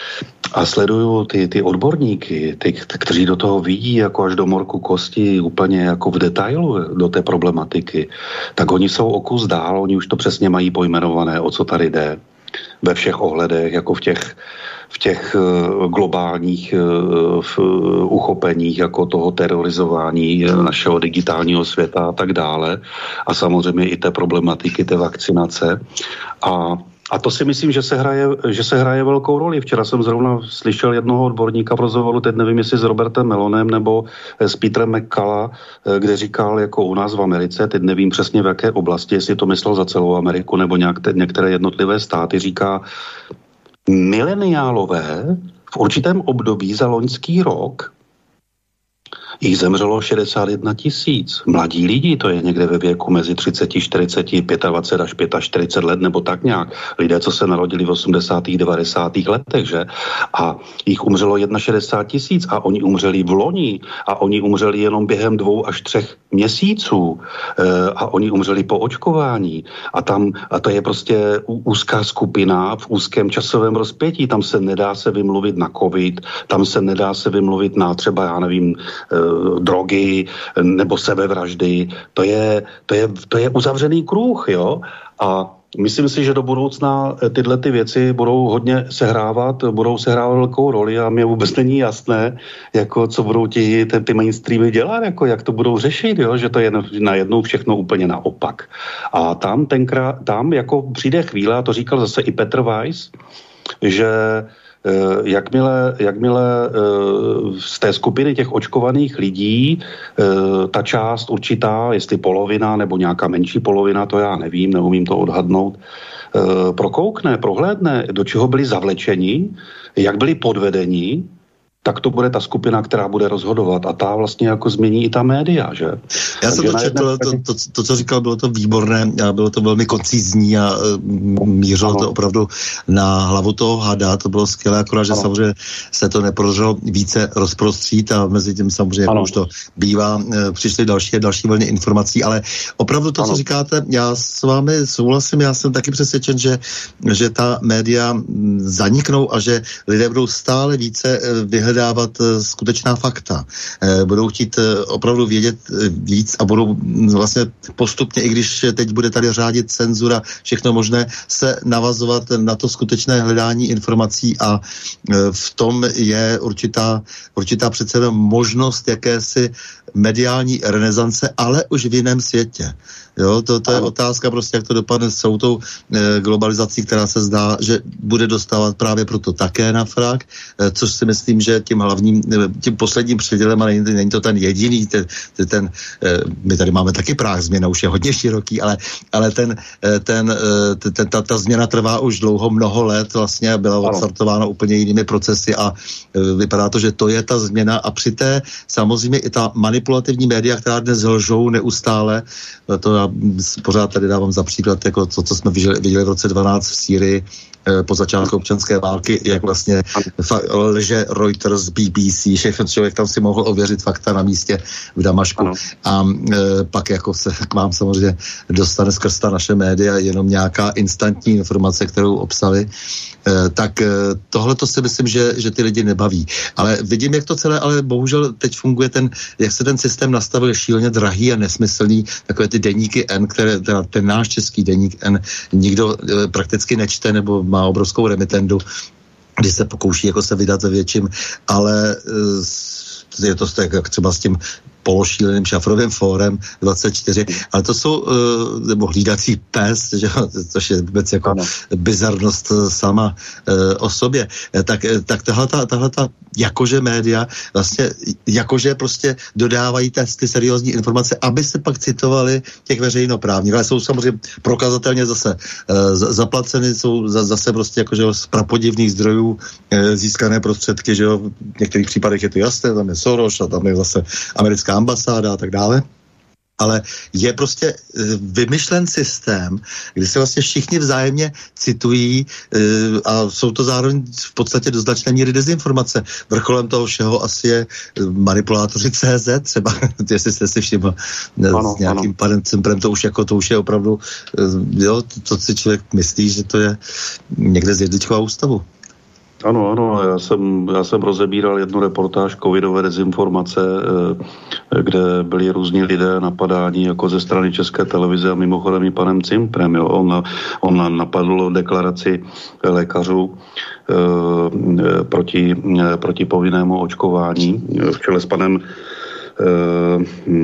Speaker 3: a sleduju ty, ty odborníky, ty, kteří do toho vidí jako až do morku kosti úplně jako v detailu do té problematiky, tak oni jsou o kus dál, oni už to přesně mají pojmenované, o co tady jde. Ve všech ohledech, jako v těch, v těch globálních v uchopeních, jako toho terorizování našeho digitálního světa a tak dále. A samozřejmě i té problematiky, té vakcinace. A A to si myslím, že se, hraje, že se hraje velkou roli. Včera jsem zrovna slyšel jednoho odborníka v rozhovoru, teď nevím, jestli s Robertem Melonem nebo s Petrem McCullough, kde říkal jako u nás v Americe, teď nevím přesně v jaké oblasti, jestli to myslel za celou Ameriku nebo nějak te, některé jednotlivé státy, říká, mileniálové v určitém období za loňský rok jich zemřelo šedesát jedna tisíc. Mladí lidi, to je někde ve věku mezi třicet, čtyřicet, dvacet pět až čtyřicet let, nebo tak nějak. Lidé, co se narodili v osmdesátých, devadesátých letech, že? A jich umřelo šedesát jedna tisíc a oni umřeli v loni a oni umřeli jenom během dvou až třech měsíců e, a oni umřeli po očkování. A tam, a to je prostě úzká skupina v úzkém časovém rozpětí. Tam se nedá se vymluvit na covid, tam se nedá se vymluvit na třeba, já nevím, e, drogy nebo sebevraždy. To je, to je, to je uzavřený kruh, jo? A myslím si, že do budoucna tyhle ty věci budou hodně sehrávat, budou sehrávat velkou roli a mě vůbec není jasné, jako co budou ti, ty, ty mainstreamy dělat, jako jak to budou řešit, jo? Že to je najednou všechno úplně naopak. A tam tenkrát, tam jako přijde chvíle, a to říkal zase i Petr Weiss, že Jakmile, jakmile z té skupiny těch očkovaných lidí ta část určitá, jestli polovina nebo nějaká menší polovina, to já nevím, neumím to odhadnout, prokoukne, prohlédne, do čeho byli zavlečeni, jak byli podvedeni, tak to bude ta skupina, která bude rozhodovat a ta vlastně jako změní i ta média, že?
Speaker 2: Já jsem to četl, to, to, to, co říkal, bylo to výborné a bylo to velmi koncizní a uh, mířilo ano. to opravdu na hlavu toho hada, to bylo skvělé, akorát, že ano. samozřejmě se to nepodařilo více rozprostřít a mezi tím samozřejmě, jak už to bývá, uh, přišly další a další vlny informací, ale opravdu to, ano. co říkáte, já s vámi souhlasím, já jsem taky přesvědčen, že, že ta média zaniknou a že lidé budou stále více vyhledávat dávat skutečná fakta. Budou chtít opravdu vědět víc a budou vlastně postupně, i když teď bude tady řádit cenzura, všechno možné, se navazovat na to skutečné hledání informací a v tom je určitá, určitá přece možnost jakési mediální renesance, ale už v jiném světě. Jo, to, to je otázka prostě, jak to dopadne s celou tou e, globalizací, která se zdá, že bude dostávat právě proto také na frak, e, což si myslím, že tím hlavním, tím posledním předělem, ale není, není to ten jediný, ten, ten e, my tady máme taky práh změna, už je hodně široký, ale, ale ten, ten, ten, ten ta, ta změna trvá už dlouho, mnoho let vlastně, byla odstartována úplně jinými procesy a e, vypadá to, že to je ta změna a při té samozřejmě i ta manipulativní média, která dnes lžou neustále, to já pořád tady dávám za příklad jako to, co jsme viděli, viděli v roce dvanáct v Sýrii po začátku občanské války, jak vlastně fa- lže Reuters, B B C, všechno člověk tam si mohl ověřit fakta na místě v Damašku. Ano. A e, pak jako se k vám samozřejmě dostane skrz ta naše média jenom nějaká instantní informace, kterou obsali. E, tak e, tohle to si myslím, že, že ty lidi nebaví. Ale vidím, jak to celé, ale bohužel teď funguje ten, jak se ten systém nastavil, šíleně drahý a nesmyslný, takové ty deníky N, které, teda ten náš český deník N nikdo e, prakticky nečte, nebo má obrovskou remitendu, kdy se pokouší jako se vydat ve větším, ale e, je to tak, jak třeba s tím pološíleným Šafrovým fórem dvacet čtyři, ale to jsou, uh, nebo hlídací pes, že, což je vůbec jako ano. bizarnost sama uh, o sobě. Tak, tak tahleta, tahleta jakože média vlastně, jakože prostě dodávají ty, ty seriózní informace, aby se pak citovali těch veřejnoprávních, ale jsou samozřejmě prokazatelně zase uh, zaplaceny, jsou za, zase prostě jakože z prapodivných zdrojů uh, získané prostředky, že jo, v některých případech je to jasné, tam je Soros a tam je zase americká ambasáda a tak dále. Ale je prostě vymyšlen systém, kdy se vlastně všichni vzájemně citují a jsou to zároveň v podstatě do značné míry dezinformace. Vrcholem toho všeho asi je manipulátoři tečka cé zet třeba, jestli jste si všiml ano, s nějakým ano. panem Cimprem, to už jako, to už je opravdu, jo, to, to si člověk myslí, že to je někde z Jedličkova ústavu.
Speaker 3: Ano, ano, já jsem, já jsem rozebíral jednu reportáž covidové dezinformace, kde byli různí lidé napadáni jako ze strany České televize a mimochodem i panem Cimprem. Jo. On, on napadl deklaraci lékařů eh, proti, eh, proti povinnému očkování v čele s panem eh,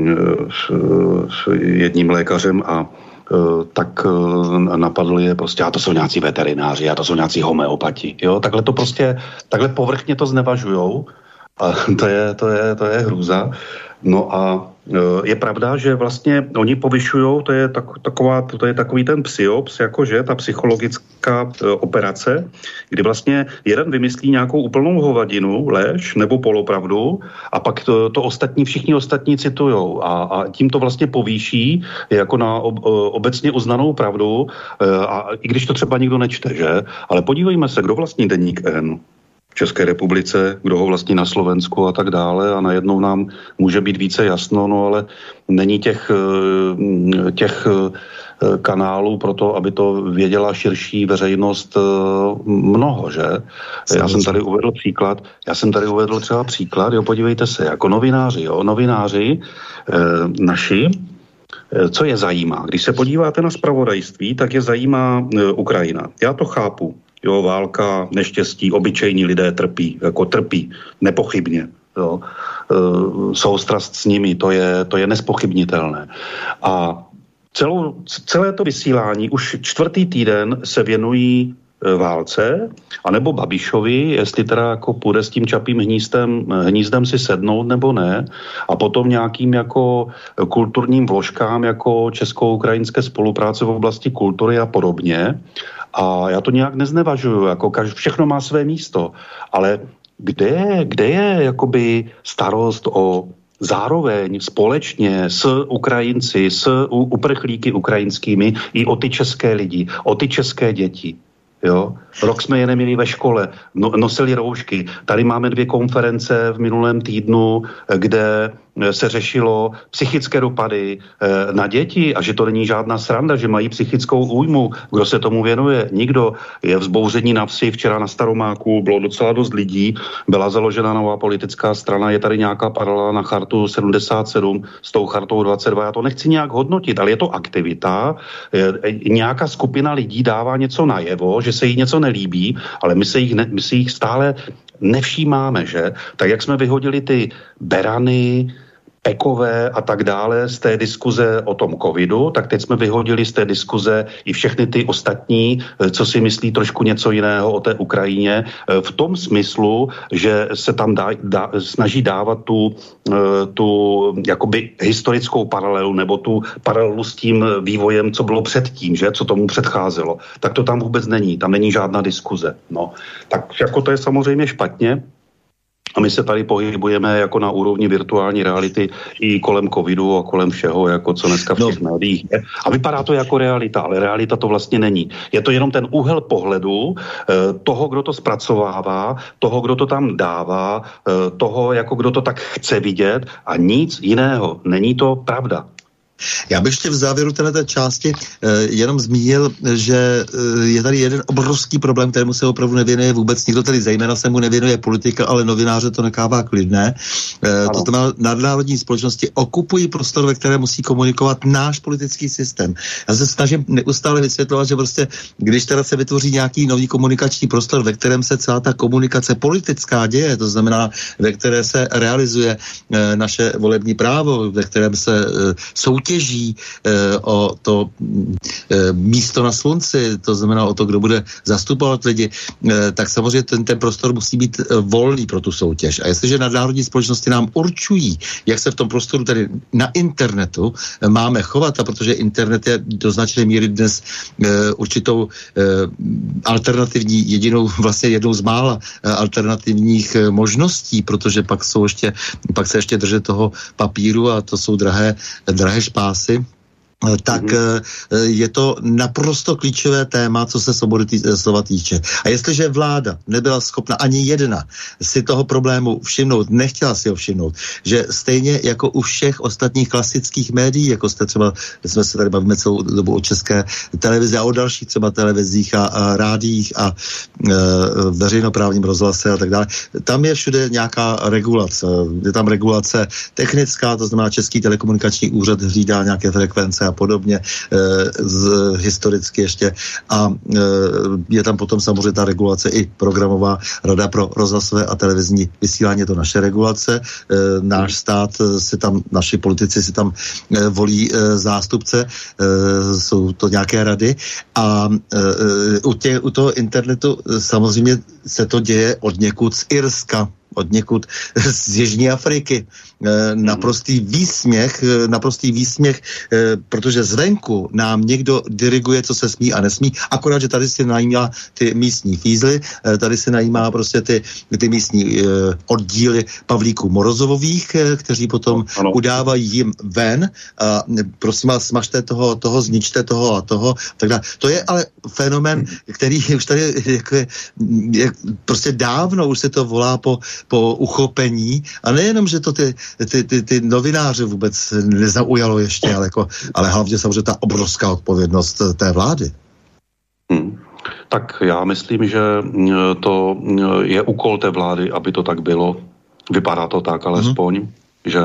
Speaker 3: jedním lékařem a tak napadl je prostě, a to jsou nějací veterináři, a to jsou nějací homeopati, jo, takhle to prostě, takhle povrchně to znevažujou a to je, to je, to je hrůza. No a je pravda, že vlastně oni povyšují, to je, tak, taková, to je takový ten psyops, jakože ta psychologická operace, kdy vlastně jeden vymyslí nějakou úplnou hovadinu, lež nebo polopravdu a pak to, to ostatní, všichni ostatní citujou a, a tím to vlastně povýší jako na ob, obecně uznanou pravdu a i když to třeba nikdo nečte, že? Ale podívejme se, kdo vlastní deník N v České republice, kdo ho vlastní na Slovensku a tak dále a najednou nám může být více jasno, no ale není těch, těch kanálů pro to, aby to věděla širší veřejnost mnoho, že? Já jsem tady uvedl příklad, já jsem tady uvedl třeba příklad, jo, podívejte se, jako novináři, jo, novináři eh, naši, eh, co je zajímá? Když se podíváte na zpravodajství, tak je zajímá eh, Ukrajina. Já to chápu, jo, válka, neštěstí, obyčejní lidé trpí, jako trpí, nepochybně, jo. Eh, soustrast s nimi, to je, to je nespochybnitelné. A Celou, celé to vysílání už čtvrtý týden se věnují e, válce, anebo Babišovi, jestli teda jako půjde s tím Čapím hnízdem, hnízdem si sednout nebo ne, a potom nějakým jako kulturním vložkám jako česko-ukrajinské spolupráce v oblasti kultury a podobně. A já to nějak neznevažuju, jako kaž, všechno má své místo, ale kde je, kde je jakoby starost o zároveň společně s Ukrajinci, s uprchlíky ukrajinskými i o ty české lidi, o ty české děti. Jo? Rok jsme je neměli ve škole, no, nosili roušky. Tady máme dvě konference v minulém týdnu, kde se řešilo psychické dopady na děti a že to není žádná sranda, že mají psychickou újmu. Kdo se tomu věnuje? Nikdo. Je vzbouření na vsi, včera na Staromáku bylo docela dost lidí, byla založena nová politická strana, je tady nějaká paralela na chartu sedmdesát sedm s tou chartou dvacet dva. Já to nechci nějak hodnotit, ale je to aktivita. Nějaká skupina lidí dává něco najevo, že se jí něco nelíbí, ale my se jich, ne, my se jich stále nevšímáme, že? Tak jak jsme vyhodili ty berany, Pekové a tak dále z té diskuze o tom covidu, tak teď jsme vyhodili z té diskuze i všechny ty ostatní, co si myslí trošku něco jiného o té Ukrajině, v tom smyslu, že se tam dá, dá, snaží dávat tu, tu jakoby historickou paralelu nebo tu paralelu s tím vývojem, co bylo předtím, že, co tomu předcházelo. Tak to tam vůbec není, tam není žádná diskuze. No. Tak jako to je samozřejmě špatně. A my se tady pohybujeme jako na úrovni virtuální reality i kolem covidu a kolem všeho, jako co dneska v těch no. médiích je. A vypadá to jako realita, ale realita to vlastně není. Je to jenom ten úhel pohledu eh, toho, kdo to zpracovává, toho, kdo to tam dává, eh, toho, jako kdo to tak chce vidět a nic jiného. Není to pravda.
Speaker 2: Já bych ještě v závěru této části eh, jenom zmínil, že eh, je tady jeden obrovský problém, kterému se opravdu nevěnuje vůbec nikdo, tady zejména se mu nevěnuje politika, ale novináře to nekává klidné. Eh, to znamená, nadnárodní společnosti okupují prostor, ve kterém musí komunikovat náš politický systém. Já se snažím neustále vysvětlovat, že prostě, když teda se vytvoří nějaký nový komunikační prostor, ve kterém se celá ta komunikace politická děje, to znamená, ve které se realizuje eh, naše volební právo, ve kterém se eh, soutěží těží eh, o to eh, místo na slunci, to znamená o to, kdo bude zastupovat lidi, eh, tak samozřejmě ten, ten prostor musí být eh, volný pro tu soutěž. A jestliže nadnárodní společnosti nám určují, jak se v tom prostoru, tedy na internetu, eh, máme chovat, a protože internet je do značné míry dnes eh, určitou eh, alternativní, jedinou, vlastně jednou z mála eh, alternativních eh, možností, protože pak jsou ještě, pak se ještě drží toho papíru a to jsou drahé, drahé pásy, tak mm-hmm. je to naprosto klíčové téma, co se svobody tý, slova týče. A jestliže vláda nebyla schopna ani jedna si toho problému všimnout, nechtěla si ho všimnout, že stejně jako u všech ostatních klasických médií, jako jste třeba, jsme se tady bavíme celou dobu o České televizi a o dalších třeba televizích a, a rádiích a e, veřejnoprávním rozhlase a tak dále, tam je všude nějaká regulace. Je tam regulace technická, to znamená Český telekomunikační úřad hlídá nějaké frekvence a podobně, e, z, historicky ještě. A e, je tam potom samozřejmě ta regulace i programová rada pro rozhlasové a televizní vysílání, je to naše regulace. E, náš stát si tam, naši politici si tam e, volí e, zástupce, e, jsou to nějaké rady a e, u, tě, u toho internetu e, samozřejmě se to děje od někud z Irska. od někud z Jižní Afriky. Naprostý výsměch, naprostý výsměch, protože zvenku nám někdo diriguje, co se smí a nesmí, akorát, že tady si najímá ty místní fízly, tady si najímá prostě ty, ty místní oddíly Pavlíků Morozovových, kteří potom ano. udávají jim ven a prosím vás, smažte toho, toho, zničte toho a toho, tak dále. To je ale fenomén, který už tady jako je, je, prostě dávno už se to volá po, po uchopení a nejenom, že to ty, ty, ty, ty novináře vůbec nezaujalo ještě, ale, jako, ale hlavně samozřejmě ta obrovská odpovědnost té vlády.
Speaker 3: Hmm. Tak já myslím, že to je úkol té vlády, aby to tak bylo. Vypadá to tak alespoň, hmm. že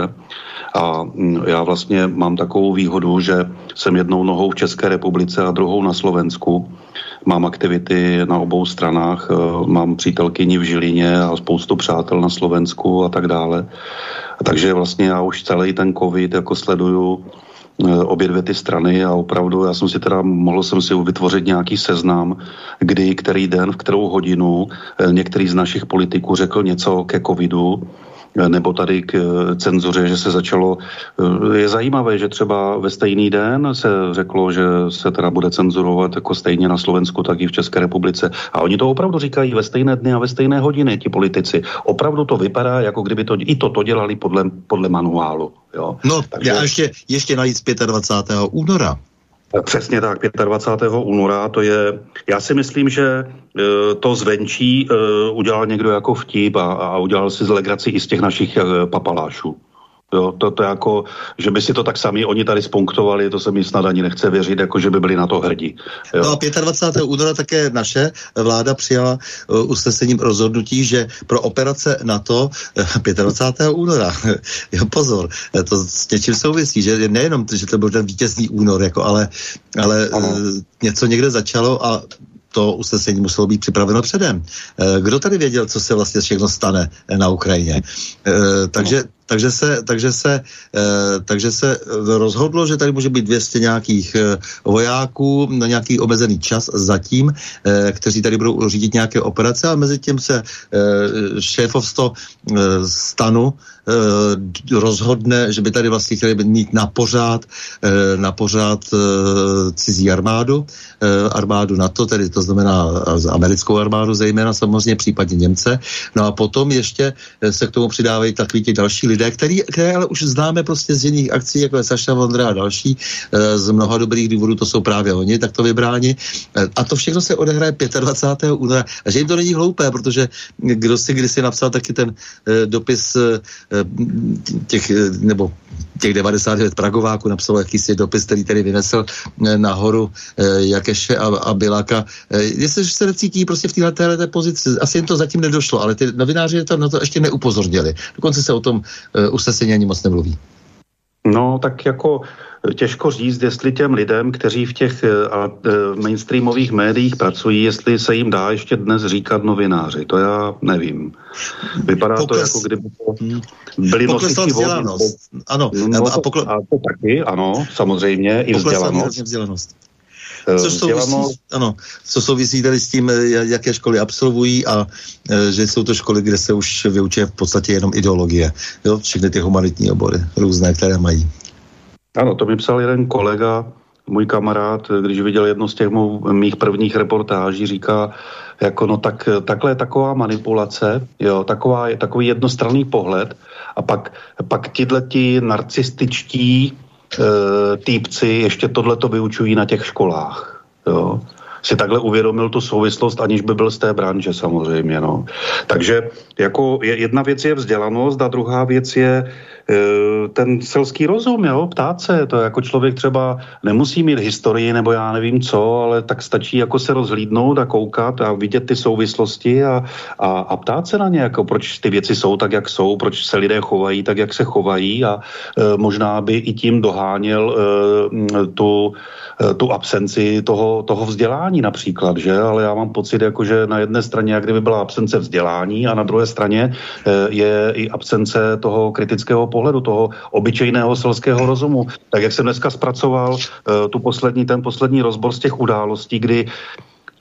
Speaker 3: a já vlastně mám takovou výhodu, že jsem jednou nohou v České republice a druhou na Slovensku. Mám aktivity na obou stranách, mám přítelkyni v Žilině a spoustu přátel na Slovensku a tak dále. Takže vlastně já už celý ten covid jako sleduju obě dvě ty strany a opravdu já jsem si teda, mohl jsem si vytvořit nějaký seznam, kdy, který den, v kterou hodinu některý z našich politiků řekl něco ke covidu, nebo tady k cenzuře, že se začalo, je zajímavé, že třeba ve stejný den se řeklo, že se teda bude cenzurovat jako stejně na Slovensku, tak i v České republice. A oni to opravdu říkají ve stejné dny a ve stejné hodiny, ti politici. Opravdu to vypadá, jako kdyby to, i toto dělali podle, podle manuálu. Jo.
Speaker 2: No, takže... já ještě, ještě navíc dvacátého pátého února.
Speaker 3: Přesně tak, dvacátého pátého února, to je, já si myslím, že to zvenčí udělal někdo jako vtip a, a udělal si z legraci i z těch našich papalášů. Jo, to, to jako, že by si to tak sami oni tady spunktovali, to se mi snad ani nechce věřit, jako že by byli na to hrdí. Jo.
Speaker 2: No a dvacátého pátého února také naše vláda přijala uh, usnesením rozhodnutí, že pro operace NATO dvacátého pátého února, jo, pozor, to s něčím souvisí, že nejenom, že to byl ten vítězný únor, jako, ale, ale uh, něco někde začalo a to usnesení muselo být připraveno předem. Kdo tady věděl, co se vlastně všechno stane na Ukrajině? Takže Takže se, takže, se, takže se rozhodlo, že tady může být dvě stě nějakých vojáků na nějaký omezený čas zatím, kteří tady budou řídit nějaké operace, a mezi tím se šéfovstvo stanu rozhodne, že by tady vlastně chtěli mít na pořád, na pořád cizí armádu, armádu NATO, tedy to znamená americkou armádu zejména samozřejmě, případně Němce. No a potom ještě se k tomu přidávají takový ti další lidé, který, které ale už známe prostě z jiných akcí, jako je Saša Vondra a další, z mnoha dobrých důvodů, to jsou právě oni, tak to vybráni. A to všechno se odehraje dvacátého pátého února. A že jim to není hloupé, protože kdo si kdysi napsal taky ten dopis těch, nebo těch devadesát devět Pragováků, napsal jakýsi dopis, který tady vynesl nahoru Jakeše a, a Biláka. Jestli se necítí prostě v této pozici, asi jim to zatím nedošlo, ale ty novináři to na to ještě neupozornili. Dokonce se o tom usnesení ani moc nemluví.
Speaker 3: No, tak jako těžko říct, jestli těm lidem, kteří v těch a, mainstreamových médiích pracují, jestli se jim dá ještě dnes říkat novináři. To já nevím. Vypadá Pokles, to, jako kdyby to byli nosiči
Speaker 2: vzdělanost. Ano,
Speaker 3: no, a, pokle... a to taky, ano, samozřejmě, i vzdělanost.
Speaker 2: vzdělanost. Což souvisí, ano, co souvisí tady s tím, jaké školy absolvují, a že jsou to školy, kde se už vyučuje v podstatě jenom ideologie. Jo? Všechny ty humanitní obory různé, které mají.
Speaker 3: Ano, to mi psal jeden kolega, můj kamarád, když viděl jednu z těch mou, mých prvních reportáží, říká, jako no tak, takhle je taková manipulace, jo, taková, takový jednostranný pohled, a pak, pak tihleti narcističtí e, týpci ještě tohleto vyučují na těch školách, jo. Si takhle uvědomil tu souvislost, aniž by byl z té branže samozřejmě, no. Takže jako jedna věc je vzdělanost a druhá věc je ten selský rozum, jo, ptát se, to jako člověk třeba nemusí mít historii nebo já nevím co, ale tak stačí jako se rozhlídnout a koukat a vidět ty souvislosti a, a, a ptát se na ně, jako proč ty věci jsou tak, jak jsou, proč se lidé chovají tak, jak se chovají, a e, možná by i tím doháněl e, tu, e, tu absenci toho, toho vzdělání například, že, ale já mám pocit, jako, že na jedné straně, jak kdyby byla absence vzdělání, a na druhé straně e, je i absence toho kritického pohledu, toho obyčejného selského rozumu. Tak jak jsem dneska zpracoval uh, tu poslední, ten poslední rozbor z těch událostí, kdy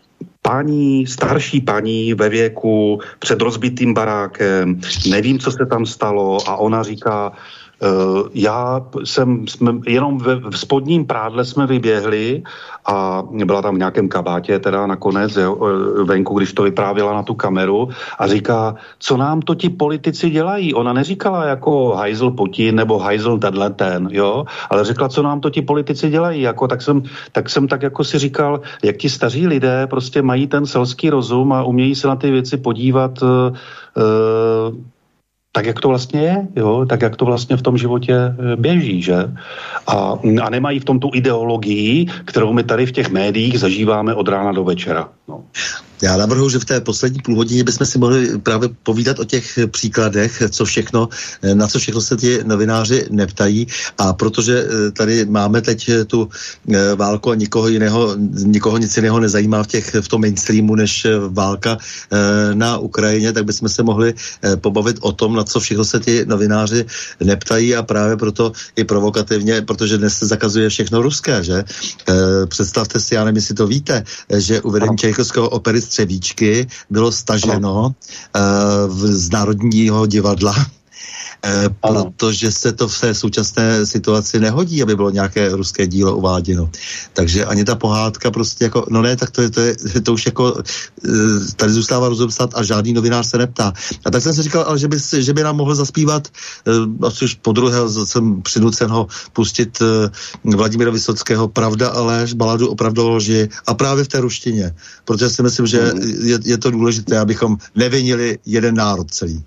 Speaker 3: paní, starší paní ve věku před rozbitým barákem, nevím, co se tam stalo a ona říká, Uh, já jsem, jsme, jenom ve, v spodním prádle jsme vyběhli a byla tam v nějakém kabátě teda nakonec jo, venku, když to vyprávěla na tu kameru a říká, co nám to ti politici dělají. Ona neříkala jako hajzl Putin nebo hajzl tenhle ten, jo, ale řekla, co nám to ti politici dělají. Jako, tak, jsem, tak jsem tak jako si říkal, jak ti staří lidé prostě mají ten selský rozum a umějí se na ty věci podívat uh, uh, tak, jak to vlastně je, jo? Tak, jak to vlastně v tom životě běží, že? A, a nemají v tom tu ideologii, kterou my tady v těch médiích zažíváme od rána do večera. No.
Speaker 2: Já navrhuji, že v té poslední půlhodině bychom si mohli právě povídat o těch příkladech, co všechno, na co všechno se ti novináři neptají. A protože tady máme teď tu válku a nikoho jiného, nikoho nic jiného nezajímá v, těch, v tom mainstreamu, než válka na Ukrajině, tak bychom se mohli pobavit o tom, na co všechno se ti novináři neptají a právě proto i provokativně, protože dnes se zakazuje všechno ruské, že? Představte si, já nevím, jestli to víte, že uvedení Čajkovského opery Střevíčky bylo staženo uh, z Národního divadla, E, protože se to v té současné situaci nehodí, aby bylo nějaké ruské dílo uváděno. Takže ani ta pohádka prostě jako, no ne, tak to je, to je, to už jako tady zůstává rozumstát a žádný novinář se neptá. A tak jsem si říkal, ale že by, že by nám mohl zaspívat, asi už po druhé jsem přinucen ho pustit Vladimíra Vysockého Pravda a lež, baladu opravdu lži a právě v té ruštině, protože si myslím, že je, je to důležité, abychom nevinili jeden národ celý.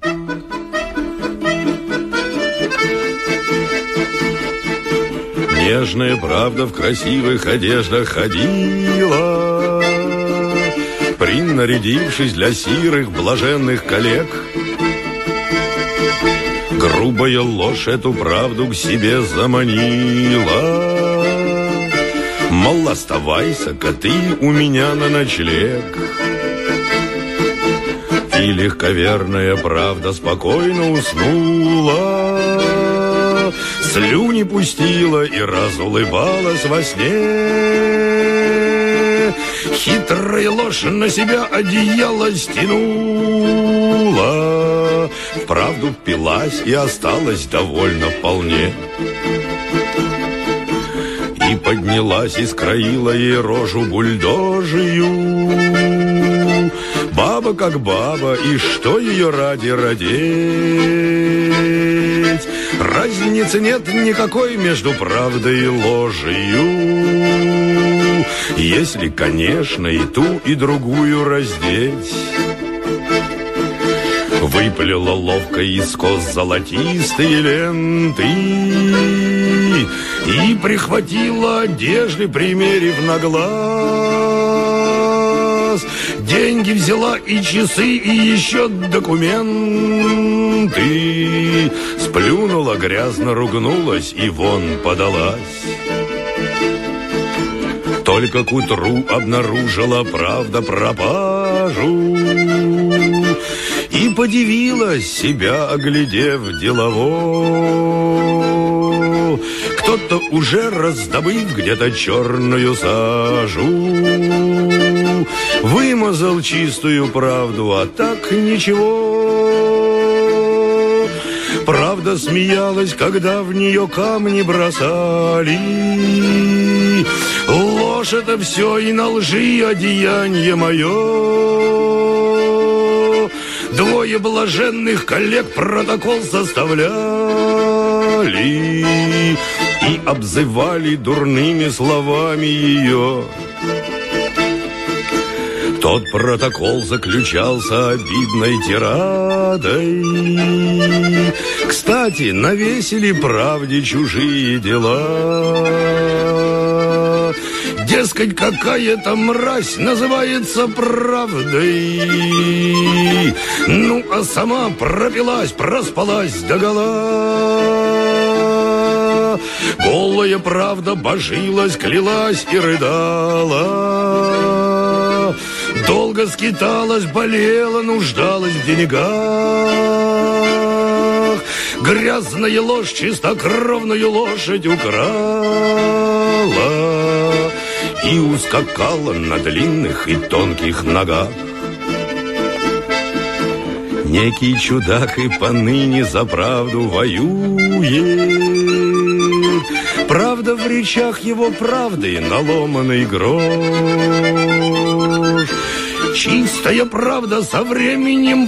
Speaker 1: Нежная правда в красивых одеждах ходила, принарядившись для сирых блаженных коллег. Грубая ложь эту правду к себе заманила. Мол, оставайся-ка ты у меня на ночлег. И легковерная правда спокойно уснула, слюни пустила и разулыбалась во сне. Хитрая ложь на себя одеяло стянула, вправду впилась и осталась довольно вполне. И поднялась и скроила ей рожу бульдожию. Баба как баба, и что ее ради родить? Разницы нет никакой между правдой и ложью, если, конечно, и ту, и другую раздеть. Выпалила ловко из кос золотистые ленты и прихватила одежды, примерив на глаз. Деньги взяла и часы, и еще документы. Сплюнула, грязно ругнулась и вон подалась. Только к утру обнаружила правда пропажу и подивилась, себя оглядев делово. Кто-то уже раздобыв где-то черную сажу вымазал чистую правду, а так ничего. Правда смеялась, когда в нее камни бросали. Ложь это все и на лжи одеяние мое. Двое блаженных коллег протокол составляли и обзывали дурными словами ее. Тот протокол заключался обидной тирадой. Кстати, навесили правде чужие дела. Дескать, какая-то мразь называется правдой. Ну, а сама пропилась, проспалась догола. Голая правда божилась, клялась и рыдала. Долго скиталась, болела, нуждалась в деньгах. Грязная ложь чистокровную лошадь украла и ускакала на длинных и тонких ногах. Некий чудак и поныне за правду воюет. Правда в речах его правды наломанный грош. Чистая правда со временем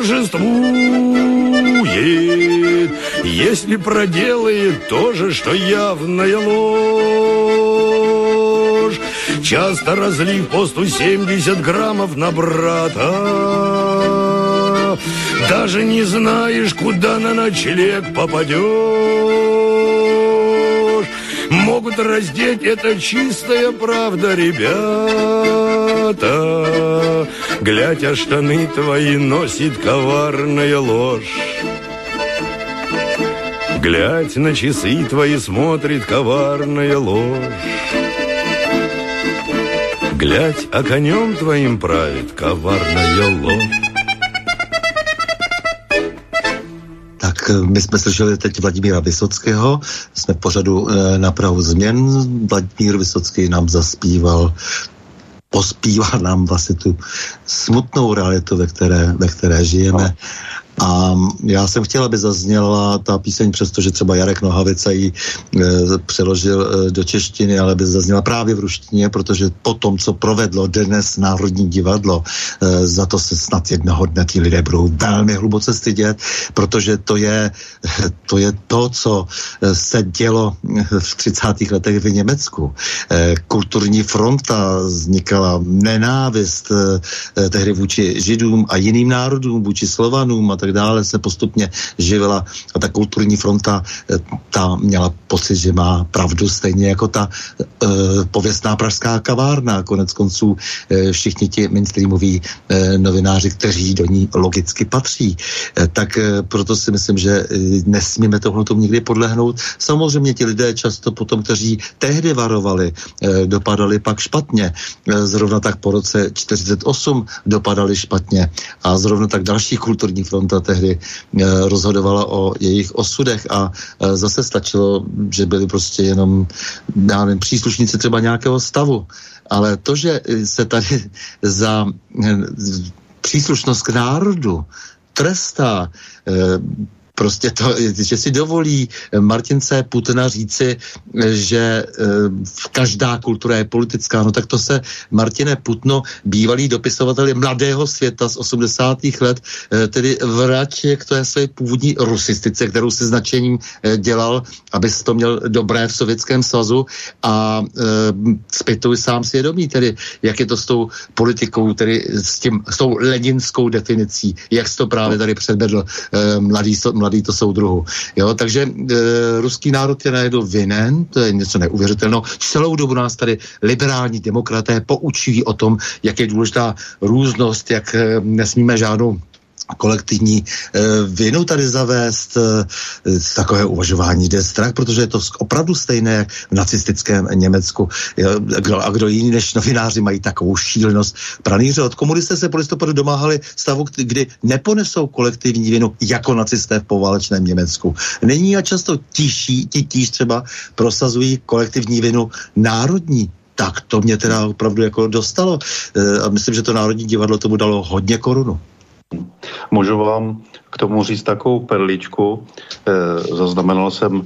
Speaker 1: восторжествует, если проделает то же, что явная ложь. Часто разлив по сто семьдесят граммов на брата, даже не знаешь, куда на ночлег попадешь. Могут раздеть, это чистая правда, ребята. Глядь, а штаны твои носит коварная ложь. Глядь, на часы твои смотрит коварная ложь. Глядь, а конем твоим правит коварная ложь.
Speaker 2: Tak my jsme slyšeli teď Vladimíra Vysockého, jsme v pořadu Na prahu změn. Vladimír Vysocký nám zaspíval, pospívá nám vlastně tu smutnou realitu, ve které, ve které žijeme. A já jsem chtěla, aby zazněla ta píseň, přestože třeba Jarek Nohavica ji e, přeložil e, do češtiny, ale by zazněla právě v ruštině, protože po tom, co provedlo dnes Národní divadlo, e, za to se snad jednoho dne ti lidé budou velmi hluboce stydět, protože to je to, je to co se dělo v třicátých letech v Německu. E, kulturní fronta vznikala, nenávist e, tehdy vůči Židům a jiným národům, vůči Slovanům a tak dále se postupně živila a ta kulturní fronta, ta měla pocit, že má pravdu stejně jako ta e, pověstná pražská kavárna. Konec konců e, všichni ti mainstreamoví e, novináři, kteří do ní logicky patří. E, tak e, proto si myslím, že e, nesmíme tohle tomu nikdy podlehnout. Samozřejmě ti lidé často potom, kteří tehdy varovali, e, dopadali pak špatně. E, zrovna tak po roce čtyřicet osm dopadali špatně a zrovna tak další kulturní fronta tehdy rozhodovala o jejich osudech a zase stačilo, že byli prostě jenom, já nevím, příslušníci třeba nějakého stavu. Ale to, že se tady za příslušnost k národu trestá prostě to, že si dovolí Martin C. Putna říci, že každá kultura je politická, no tak to se, Martine Putno, bývalý dopisovatel Mladého světa z osmdesátých let, tedy vrať k té své původní rusistice, kterou si značením dělal, abys to měl dobré v Sovětském svazu a zpětuj sám svědomí, tedy jak je to s tou politikou, tedy s, tím, s tou leninskou definicí, jak jsi to právě tady předvedl mladý, mladý to soudruhu. Jo, takže e, ruský národ je najednou vinen, to je něco neuvěřitelného. Celou dobu nás tady liberální demokraté poučují o tom, jak je důležitá různost, jak e, nesmíme žádnou kolektivní e, vinu tady zavést, e, z takového uvažování jde strach, protože je to opravdu stejné jak v nacistickém Německu. E, kdo, a kdo jiný než novináři mají takovou šílenost pranýřovat. Komunisté se po listopadu domáhali stavu, kdy neponesou kolektivní vinu jako nacisté v poválečném Německu. Není a často tiší, ti tíž třeba prosazují kolektivní vinu národní. Tak to mě teda opravdu jako dostalo. E, a myslím, že to Národní divadlo tomu dalo hodně korunu.
Speaker 3: Můžu vám k tomu říct takovou perličku. E, zaznamenal jsem e,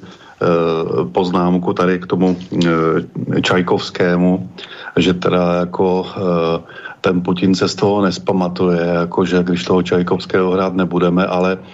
Speaker 3: poznámku tady k tomu e, Čajkovskému, že teda jako e, ten Putin se z toho nespamatuje, jako že když toho Čajkovského hrát nebudeme, ale e,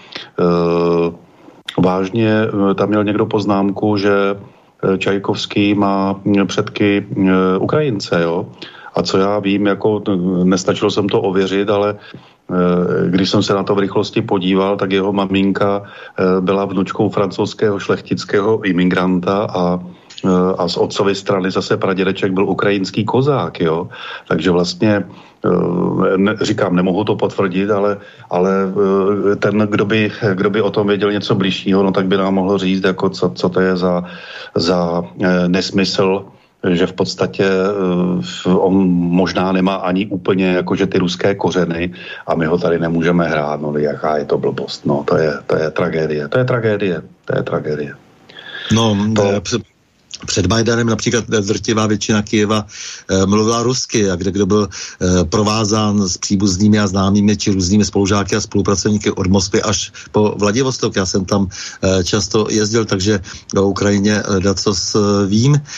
Speaker 3: vážně tam měl někdo poznámku, že Čajkovský má předky e, Ukrajince, jo. A co já vím, jako nestačilo jsem to ověřit, ale když jsem se na to v rychlosti podíval, tak jeho maminka byla vnučkou francouzského šlechtického imigranta a, a z otcovy strany zase pradědeček byl ukrajinský kozák, jo. Takže vlastně ne, říkám, nemohu to potvrdit, ale, ale ten, kdo by, kdo by o tom věděl něco bližšího, no tak by nám mohl říct, jako co, co to je za, za nesmysl, že v podstatě on možná nemá ani úplně jakože ty ruské kořeny a my ho tady nemůžeme hrát, no jaká je to blbost, no to je, to je tragédie, to je tragédie, to je tragédie.
Speaker 2: No,
Speaker 3: to...
Speaker 2: Před Majdanem například drtivá většina Kyjeva e, mluvila rusky a kde kdo byl e, provázán s příbuznými a známými či různými spolužáky a spolupracovníky od Moskvy až po Vladivostok. Já jsem tam e, často jezdil, takže o Ukrajině dacos e, vím. E,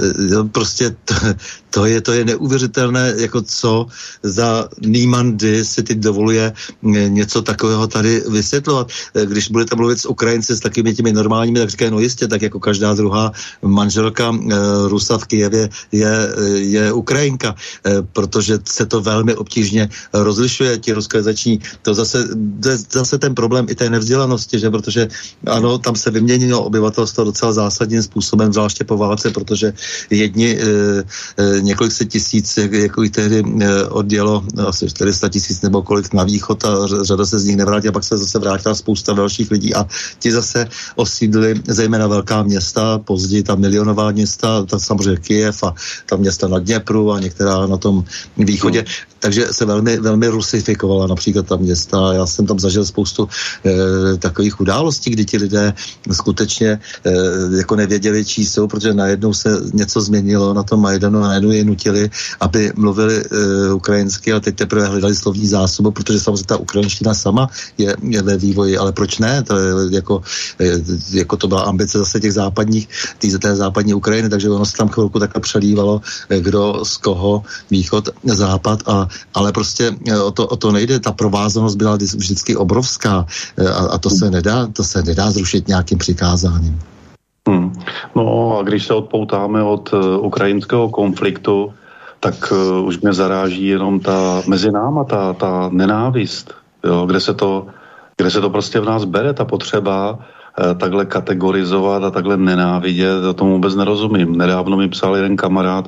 Speaker 2: prostě t, to je, to je neuvěřitelné, jako co za Niemandy si teď dovoluje něco takového tady vysvětlovat. E, když budete mluvit s Ukrajinci, s takovými těmi normálními, tak říkají, no jistě, tak jako každá druhá manželka e, Rusa v Kyjevě je, je Ukrajinka, e, protože se to velmi obtížně rozlišuje, ti ruskojazyční. To zase, zase ten problém i té nevzdělanosti, že? Protože ano, tam se vyměnilo obyvatelstvo docela zásadním způsobem, zvláště po válce, protože jedni e, e, několik set tisíc, jako i tehdy e, odjelo asi čtyři sta tisíc nebo kolik na východ a řada se z nich nevrátila, a pak se zase vrátila spousta dalších lidí a ti zase osídlili zejména velká města, později ta milionová města, ta samozřejmě Kyjev a ta města na Dněpru a některá na tom východě. Hmm. Takže se velmi, velmi rusifikovala například ta města. Já jsem tam zažil spoustu e, takových událostí, kdy ti lidé skutečně e, jako nevěděli, čí jsou, protože najednou se něco změnilo na tom Majdanu a najednou je nutili, aby mluvili e, ukrajinsky, ale teď teprve hledali slovní zásobu, protože samozřejmě ta ukrajinština sama je, je ve vývoji, ale proč ne? To je jako, e, jako to byla ambice zase těch západních, tý, té západní Ukrajiny, takže ono se tam chvilku takhle přelívalo, e, kdo z koho, východ, západ, a, ale prostě e, o, to, o to nejde, ta provázanost byla vždycky obrovská e, a, a to se nedá, to se nedá zrušit nějakým přikázáním.
Speaker 3: Hmm. No a když se odpoutáme od uh, ukrajinského konfliktu, tak uh, už mě zaráží jenom ta mezi náma, ta, ta nenávist, jo, kde se to, kde se to prostě v nás bere, ta potřeba uh, takhle kategorizovat a takhle nenávidět, já tomu vůbec nerozumím. Nedávno mi psal jeden kamarád,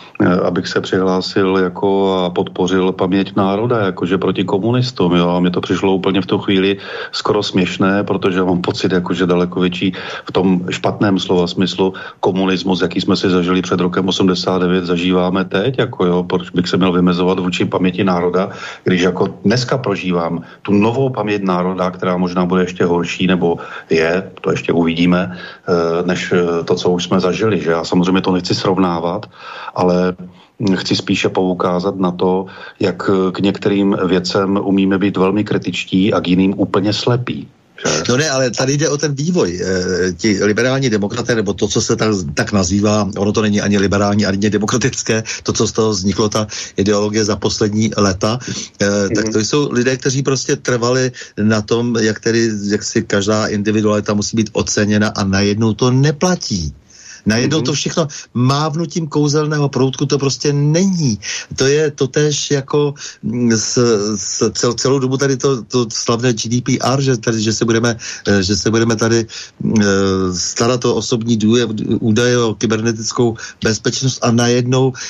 Speaker 3: abych se přihlásil jako a podpořil paměť národa, jakože proti komunistům, jo, a mi to přišlo úplně v tu chvíli skoro směšné, protože mám pocit, jakože daleko větší v tom špatném slova smyslu komunismus, jaký jsme si zažili před rokem osmdesát devět, zažíváme teď, jako jo, proč bych se měl vymezovat vůči paměti národa, když jako dneska prožívám tu novou paměť národa, která možná bude ještě horší, nebo je, to ještě uvidíme, než to, co už jsme zažili, že já samozřejmě to nechci srovnávat, ale chci spíše poukázat na to, jak k některým věcem umíme být velmi kritičtí a k jiným úplně slepí. Že?
Speaker 2: No ne, ale tady jde o ten vývoj. E, ti liberální demokraté, nebo to, co se tak, tak nazývá, ono to není ani liberální, ani demokratické, to, co z toho vzniklo, ta ideologie za poslední léta, e, mm-hmm. tak to jsou lidé, kteří prostě trvali na tom, jak tedy, jak si každá individualita musí být oceněna a najednou to neplatí. Najednou to všechno mávnutím kouzelného proutku to prostě není. To je totéž jako s, s cel, celou dobu tady to, to slavné G D P R, že, tady, že, se budeme, že se budeme tady uh, starat o osobní údaje, o kybernetickou bezpečnost a najednou uh,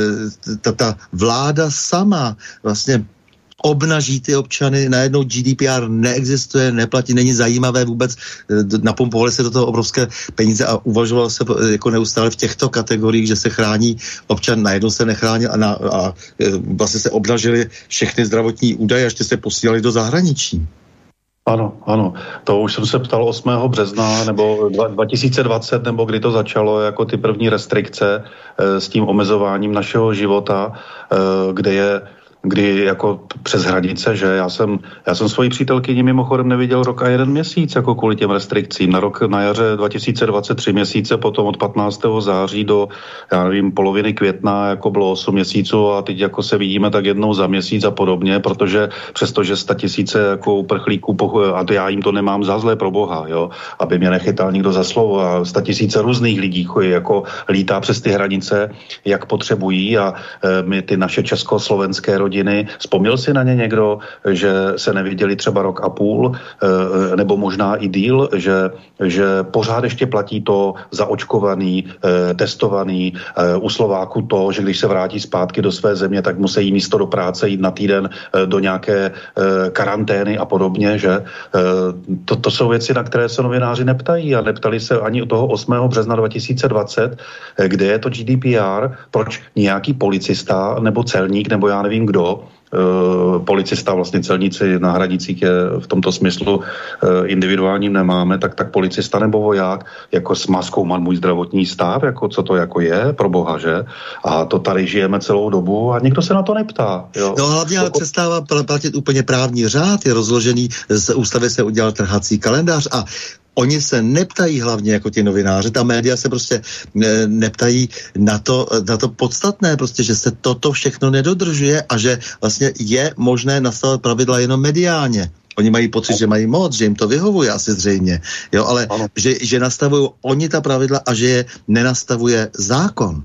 Speaker 2: ta, ta vláda sama vlastně obnaží ty občany, najednou G D P R neexistuje, neplatí, není zajímavé vůbec, napumpovali se do toho obrovské peníze a uvažovalo se jako neustále v těchto kategoriích, že se chrání občan, najednou se nechránil a, na, a vlastně se obnažili všechny zdravotní údaje a ještě se posílali do zahraničí.
Speaker 3: Ano, ano. To už jsem se ptal osmého března nebo dva tisíce dvacet, nebo kdy to začalo, jako ty první restrikce e, s tím omezováním našeho života, e, kde je kdy jako přes hranice, že já jsem, já jsem svoji přítelkyni mimochodem neviděl rok a jeden měsíc, jako kvůli těm restrikcím. Na rok, na jaře dva tisíce dvacet tři měsíce, potom od patnáctého září do, já nevím, poloviny května, jako bylo osm měsíců a teď jako se vidíme tak jednou za měsíc a podobně, protože přestože sta tisíce jako uprchlíků, a to já jim to nemám za zlé pro boha, jo, aby mě nechytal nikdo za slovo a sta tisíce různých lidí jako lítá přes ty hranice, jak potřebují a e, my ty naše československé rodiny, vzpomněl si na ně někdo, že se neviděli třeba rok a půl, nebo možná i díl, že, že pořád ještě platí to zaočkovaný, testovaný, u Slováku to, že když se vrátí zpátky do své země, tak musí místo do práce jít na týden do nějaké karantény a podobně, že to, to jsou věci, na které se novináři neptají a neptali se ani u toho osmého března dva tisíce dvacet, kde je to G D P R, proč nějaký policista nebo celník nebo já nevím kdo někdo, policista, vlastně celníci na hranicích je v tomto smyslu individuálním nemáme, tak, tak policista nebo voják jako má zkoumat můj zdravotní stav, jako co to jako je, pro boha, že? A to tady žijeme celou dobu a nikdo se na to neptá. Jo?
Speaker 2: No hlavně ale přestává platit úplně právní řád, je rozložený, z ústavy se udělal trhací kalendář a oni se neptají hlavně jako ti novináři, ta média se prostě ne, neptají na to, na to podstatné, prostě, že se toto všechno nedodržuje a že vlastně je možné nastavit pravidla jenom mediálně. Oni mají pocit, že mají moc, že jim to vyhovuje asi zřejmě, jo, ale že, že nastavují oni ta pravidla a že je nenastavuje zákon.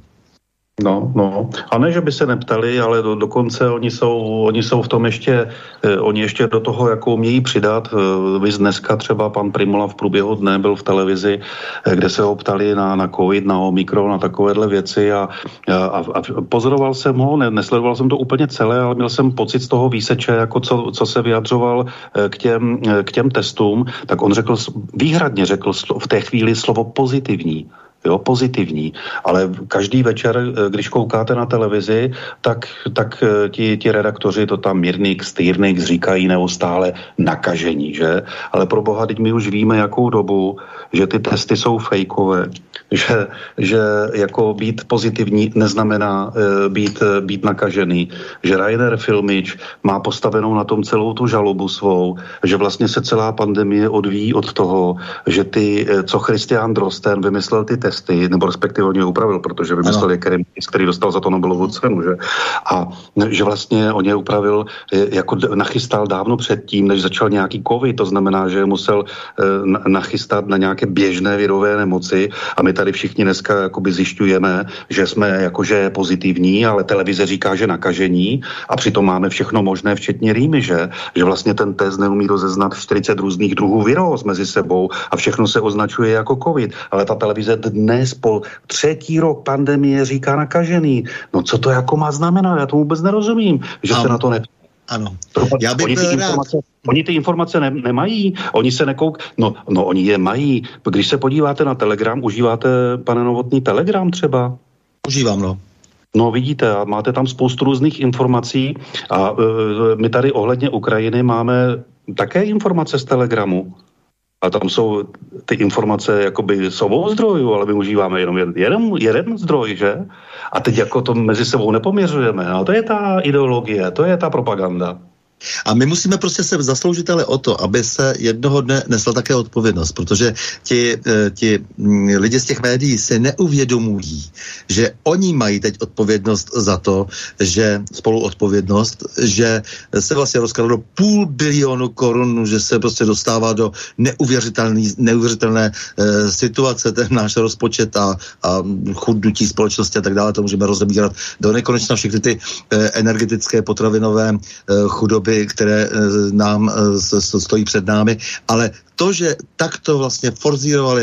Speaker 3: No, no. A ne, že by se neptali, ale do, dokonce oni jsou, oni jsou v tom ještě, eh, oni ještě do toho jako umějí přidat. Eh, vy dneska třeba pan Primola v průběhu dne byl v televizi, eh, kde se ho ptali na, na covid, na omikron, na takovéhle věci a, a, a pozoroval jsem ho, ne, nesledoval jsem to úplně celé, ale měl jsem pocit z toho výseče, jako co, co se vyjadřoval eh, k, těm, eh, k těm testům, tak on řekl, výhradně řekl v té chvíli slovo pozitivní. Jo, pozitivní, ale každý večer, když koukáte na televizi, tak, tak ti, ti redaktoři to tam Mirnik, Stýrnik říkají neustále nakažení, že? Ale pro boha, teď my už víme, jakou dobu, že ty testy jsou fejkové, že, že jako být pozitivní neznamená e, být, být nakažený, že Rainer Filmič má postavenou na tom celou tu žalobu svou, že vlastně se celá pandemie odvíjí od toho, že ty, co Christian Drosten vymyslel ty testy, nebo respektive on je upravil, protože vymyslel je Keremix, který dostal za to Nobelovu cenu, že? A že vlastně on je upravil, jako nachystal dávno předtím, než začal nějaký covid, to znamená, že musel e, nachystat na nějaké běžné virové nemoci a my tady všichni dneska jakoby zjišťujeme, že jsme jakože pozitivní, ale televize říká, že nakažení a přitom máme všechno možné, včetně rýmy, že? Že vlastně ten test neumí rozeznat čtyřicet různých druhů viróz mezi sebou a všechno se označuje jako covid, ale ta televize dnes po třetí rok pandemie říká nakažený. No co to jako má znamenat? Já tomu vůbec nerozumím, že
Speaker 2: Am.
Speaker 3: se na to ne...
Speaker 2: Ano.
Speaker 3: Já bych oni, ty informace, oni ty informace ne, nemají, oni se nekouk... No, no, oni je mají. Když se podíváte na Telegram, užíváte, pane Novotný, Telegram třeba?
Speaker 2: Užívám, no.
Speaker 3: No vidíte, a máte tam spoustu různých informací a uh, my tady ohledně Ukrajiny máme také informace z Telegramu. A tam jsou ty informace jakoby z obou zdrojů, ale my užíváme jenom jeden, jeden, jeden zdroj, že? A teď jako to mezi sebou nepoměřujeme. A to je ta ideologie, to je ta propaganda.
Speaker 2: A my musíme prostě se zasloužit ale o to, aby se jednoho dne nesla také odpovědnost, protože ti, ti lidi z těch médií si neuvědomují, že oni mají teď odpovědnost za to, že spoluodpovědnost, že se vlastně rozkradlo půl bilionu korun, že se prostě dostává do neuvěřitelné, neuvěřitelné e, situace, ten náš rozpočet a, a chudnutí společnosti a tak dále, to můžeme rozebírat do nekonečna všechny ty e, energetické, potravinové e, chudoby, které nám stojí před námi, ale to, že takto vlastně forzírovali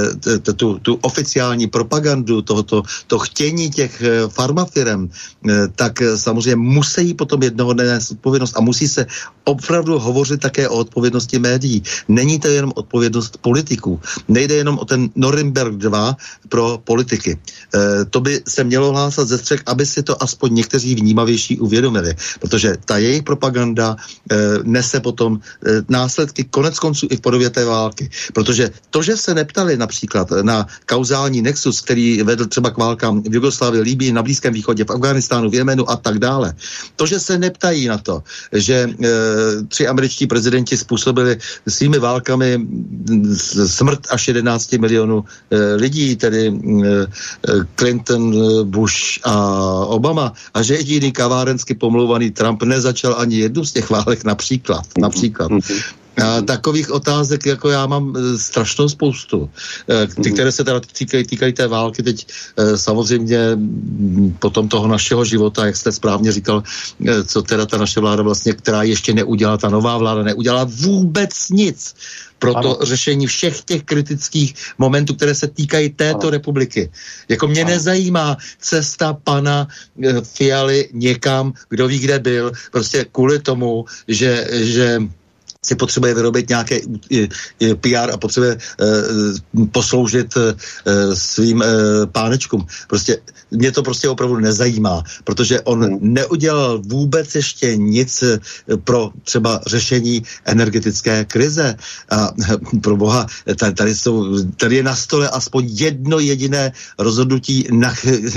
Speaker 2: tu, tu oficiální propagandu, tohoto, to chtění těch farmafirem, tak samozřejmě musí potom jednoho dne nést odpovědnost a musí se opravdu hovořit také o odpovědnosti médií. Není to jenom odpovědnost politiků. Nejde jenom o ten Norimberg dva pro politiky. To by se mělo hlásat ze střech, aby si to aspoň někteří vnímavější uvědomili, protože ta jejich propaganda nese potom následky konec konců i v podobě té války. Protože to, že se neptali například na kauzální nexus, který vedl třeba k válkám v Jugoslávii, Libyi, na Blízkém východě, v Afghánistánu, v Jemenu a tak dále. To, že se neptají na to, že e, tři američtí prezidenti způsobili svými válkami smrt až jedenáct milionů e, lidí, tedy e, Clinton, Bush a Obama, a že jediný kavárensky pomlouvaný Trump nezačal ani jednu z těch válek například. například. A takových otázek, jako já mám e, strašnou spoustu. E, ty, které se teda týkají, týkají té války, teď e, samozřejmě potom toho našeho života, jak jste správně říkal, e, co teda ta naše vláda vlastně, která ještě neudělala, ta nová vláda neudělala vůbec nic pro to ano. řešení všech těch kritických momentů, které se týkají této ano. republiky. Jako mě ano. nezajímá cesta pana e, Fialy někam, kdo ví, kde byl, prostě kvůli tomu, že, že si potřebuje vyrobit nějaké P R a potřebuje posloužit svým pánečkům. Prostě mě to prostě opravdu nezajímá, protože on neudělal vůbec ještě nic pro třeba řešení energetické krize. A pro boha, tady, jsou, tady je na stole aspoň jedno jediné rozhodnutí, na,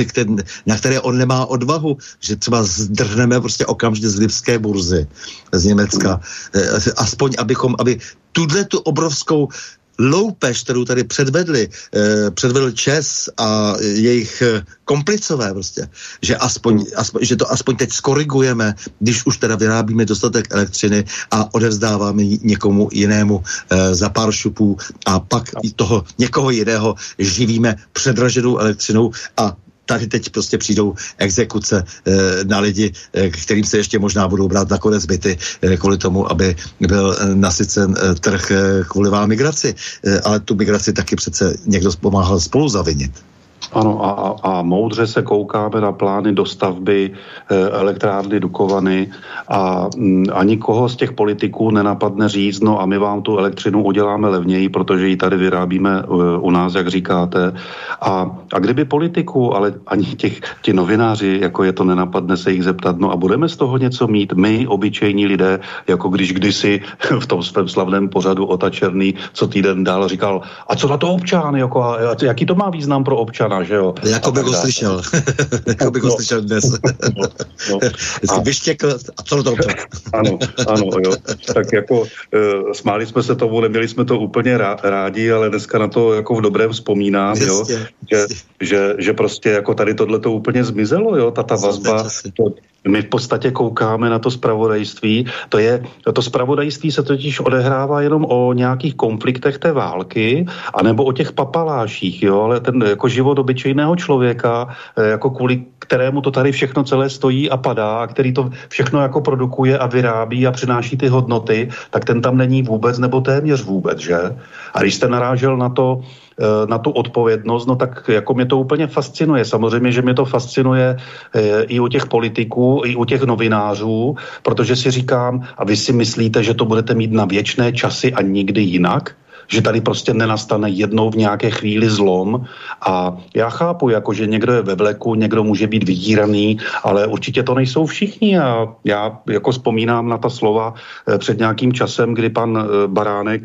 Speaker 2: na které on nemá odvahu, že třeba zdrhneme prostě okamžitě z lipské burzy z Německa. Aspoň, abychom, aby tuhle tu obrovskou loupež, kterou tady předvedli, eh, předvedl ČEZ a jejich komplicové prostě, že, aspoň, aspoň, že to aspoň teď skorigujeme, když už teda vyrábíme dostatek elektřiny a odevzdáváme ji někomu jinému eh, za pár šupů a pak i toho někoho jiného živíme předraženou elektřinou a tady teď prostě přijdou exekuce e, na lidi, e, kterým se ještě možná budou brát nakonec byty e, kvůli tomu, aby byl e, nasycen e, trh e, kvůli migraci. E, ale tu migraci taky přece někdo pomáhal spolu zavinit.
Speaker 3: Ano, a, a moudře se koukáme na plány dostavby e, elektrárny Dukovany a m, ani koho z těch politiků nenapadne říct, no a my vám tu elektřinu uděláme levněji, protože ji tady vyrábíme e, u nás, jak říkáte. A, a kdyby politiků, ale ani těch, ti novináři, jako je to nenapadne se jich zeptat, no a budeme z toho něco mít, my, obyčejní lidé, jako když kdysi v tom svém slavném pořadu Ota Černý, co týden dál říkal, a co na to občan, jako, a, a jaký to má význam pro občana, že jo?
Speaker 2: Jako bych ho slyšel. Jako bych ho slyšel dnes.
Speaker 3: No, no.
Speaker 2: A vyštěkl, a co to občan?
Speaker 3: Ano, ano, jo. Tak jako uh, smáli jsme se tomu, neměli jsme to úplně rádi, ale dneska na to jako v dobrém vzpomínám, jo? Že, že, že prostě jako tady tohle to úplně zmizelo, jo? Ta, ta vazba, to, my v podstatě koukáme na to zpravodajství, to je, to zpravodajství se totiž odehrává jenom o nějakých konfliktech té války, anebo o těch papaláších, jo, ale ten jako život obyčejného člověka, jako kvůli kterému to tady všechno celé stojí a padá, a který to všechno jako produkuje a vyrábí a přináší ty hodnoty, tak ten tam není vůbec nebo téměř vůbec, že? A když jste narážel na to, na tu odpovědnost, no tak jako mě to úplně fascinuje. Samozřejmě, že mě to fascinuje e, i u těch politiků, i u těch novinářů, protože si říkám, a vy si myslíte, že to budete mít na věčné časy a nikdy jinak? Že tady prostě nenastane jednou v nějaké chvíli zlom a já chápu, jako, že někdo je ve vleku, někdo může být vydíraný, ale určitě to nejsou všichni a já jako vzpomínám na ta slova e, před nějakým časem, kdy pan e, Baránek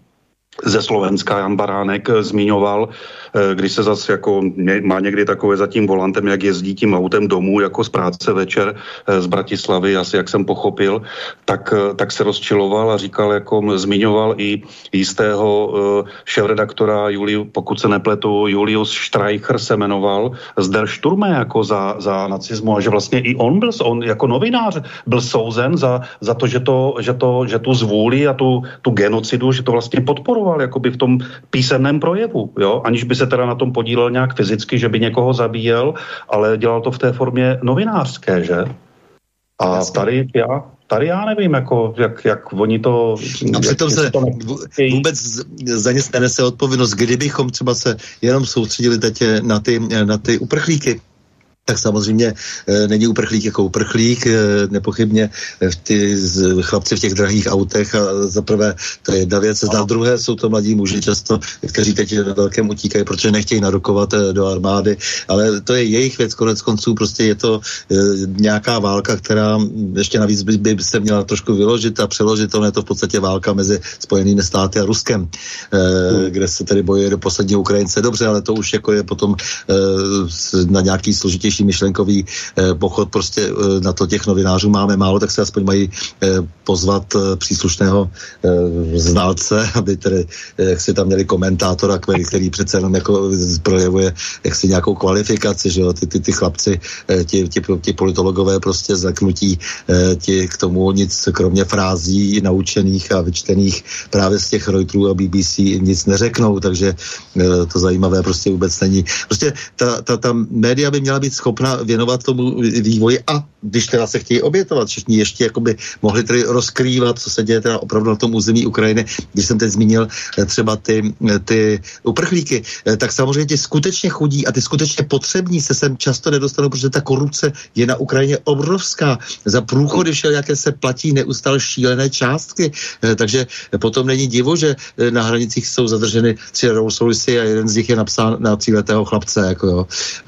Speaker 3: ze Slovenska, Jan Baránek, zmiňoval, když se zase jako má někdy takové za tím volantem, jak jezdí tím autem domů jako z práce večer z Bratislavy, asi jak jsem pochopil, tak, tak se rozčiloval a říkal, jako zmiňoval i jistého šéfredaktora, Juliu, pokud se nepletu, Julius Streicher se jmenoval, z Der Sturme jako za, za nacismu a že vlastně i on byl, on jako novinář byl souzen za, za to, že, to, že, to, že tu zvůli a tu, tu genocidu, že to vlastně podporoval jakoby v tom písemném projevu, jo? Aniž by se teda na tom podílel nějak fyzicky, že by někoho zabíjel, ale dělal to v té formě novinářské, že? A Jasně. tady já, tady já nevím, jako, jak, jak oni to...
Speaker 2: A přitom se to vůbec za ně nenese odpovědnost, kdybychom třeba se jenom soustředili teď na ty, na ty uprchlíky. Tak samozřejmě e, není uprchlík jako uprchlík, e, nepochybně e, ty z, chlapci v těch drahých autech a za prvé to je jedna věc, za druhé jsou to mladí muži často, kteří teď ve velkém utíkají, protože nechtějí narukovat e, do armády, ale to je jejich věc, konec konců prostě je to e, nějaká válka, která ještě navíc by, by se měla trošku vyložit a přeložit, to je to v podstatě válka mezi Spojenými státy a Ruskem, e, hmm. kde se tedy bojuje do posledního Ukrajince, dobře, ale to už jako je potom e, na nějaký složitější myšlenkový eh, pochod, prostě eh, na to těch novinářů máme málo, tak se aspoň mají eh, pozvat eh, příslušného eh, znalce, aby tedy, eh, jak si tam měli komentátora, který, který přece jenom jako projevuje jaksi nějakou kvalifikaci, že jo, ty, ty, ty chlapci, eh, ti, ti, ti politologové prostě zaknutí eh, ti k tomu nic kromě frází naučených a vyčtených právě z těch Reuterů a B B C nic neřeknou, takže eh, to zajímavé prostě vůbec není. Prostě ta, ta, ta média by měla být schopna věnovat tomu vývoji a když teda se chtějí obětovat, všichni ještě jakoby mohli tedy rozkrývat, co se děje teda opravdu na tom území Ukrajiny, když jsem teď zmínil třeba ty, ty uprchlíky, tak samozřejmě ti skutečně chudí a ty skutečně potřební se sem často nedostanou, protože ta korupce je na Ukrajině obrovská. Za průchody všelijaké se platí neustále šílené částky, takže potom není divu, že na hranicích jsou zadrženy tři Rolls Royce a jeden z nich je napsán na tříletého chlapce, jako jo.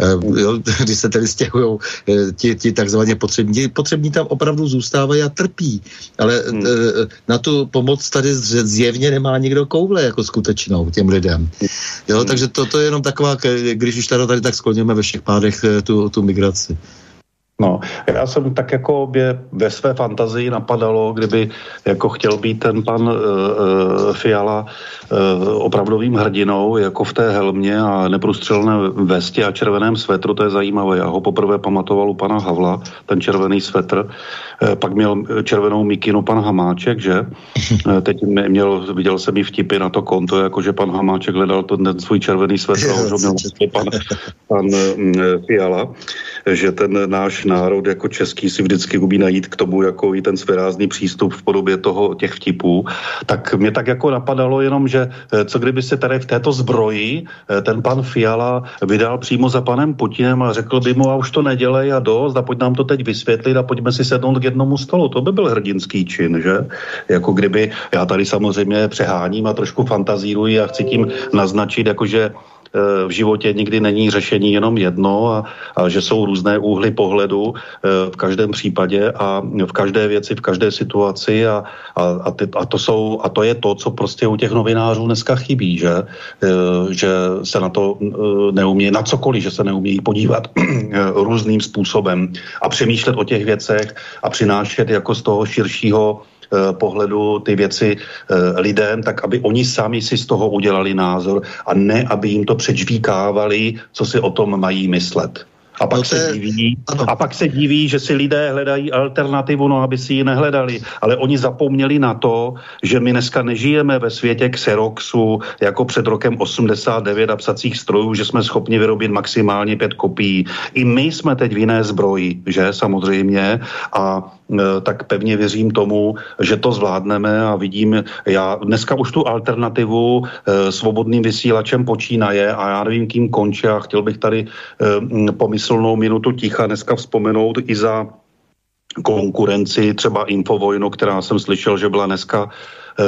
Speaker 2: jo když se tedy stěhujou ti, ti takzvaně potřební. Potřební tam opravdu zůstávají a trpí, ale hmm. na tu pomoc tady zjevně nemá nikdo koule jako skutečnou těm lidem. Jo, hmm. takže to, to je jenom taková, když už tady, tady tak skloněme ve všech pádech tu, tu migraci.
Speaker 3: No, já jsem tak jako by ve své fantazii napadalo, kdyby jako chtěl být ten pan uh, uh, Fiala uh, opravdovým hrdinou, jako v té helmě a neprůstřelné vesti a červeném svetru, to je zajímavé. Já ho poprvé pamatoval u pana Havla, ten červený svetr, uh, pak měl červenou mikinu pan Hamáček, že? Uh, teď měl, viděl jsem i vtipy na to konto, jakože pan Hamáček hledal to, ten svůj červený svetr, a už ho měl pan, pan uh, Fiala, že ten náš národ jako český si vždycky umí najít k tomu jako i ten svérázný přístup v podobě toho těch vtipů, tak mě tak jako napadalo jenom, že co kdyby se tady v této zbroji ten pan Fiala vydal přímo za panem Putinem a řekl by mu, a už to nedělej a dost a pojď nám to teď vysvětlit a pojďme si sednout k jednomu stolu. To by byl hrdinský čin, že? Jako kdyby, já tady samozřejmě přeháním a trošku fantazíruji a chci tím naznačit, jakože v životě nikdy není řešení jenom jedno a, a že jsou různé úhly pohledu v každém případě a v každé věci, v každé situaci a, a, a, ty, a, to, jsou, a to je to, co prostě u těch novinářů dneska chybí, že, že se na to neumí, na cokoliv, že se neumějí podívat různým způsobem a přemýšlet o těch věcech a přinášet jako z toho širšího pohledu ty věci lidem, tak aby oni sami si z toho udělali názor a ne, aby jim to předžvíkávali, co si o tom mají myslet. A pak, no se je... diví, a pak se diví, že si lidé hledají alternativu, no aby si ji nehledali. Ale oni zapomněli na to, že my dneska nežijeme ve světě Xeroxu jako před rokem osmdesát devět a psacích strojů, že jsme schopni vyrobit maximálně pět kopií. I my jsme teď v jiné zbroji, že samozřejmě. A tak pevně věřím tomu, že to zvládneme a vidím, já dneska už tu alternativu e, svobodným vysílačem počínaje a já nevím, kým končí a chtěl bych tady e, pomyslnou minutu ticha dneska vzpomenout i za konkurenci, třeba Infovojnu, která jsem slyšel, že byla dneska e,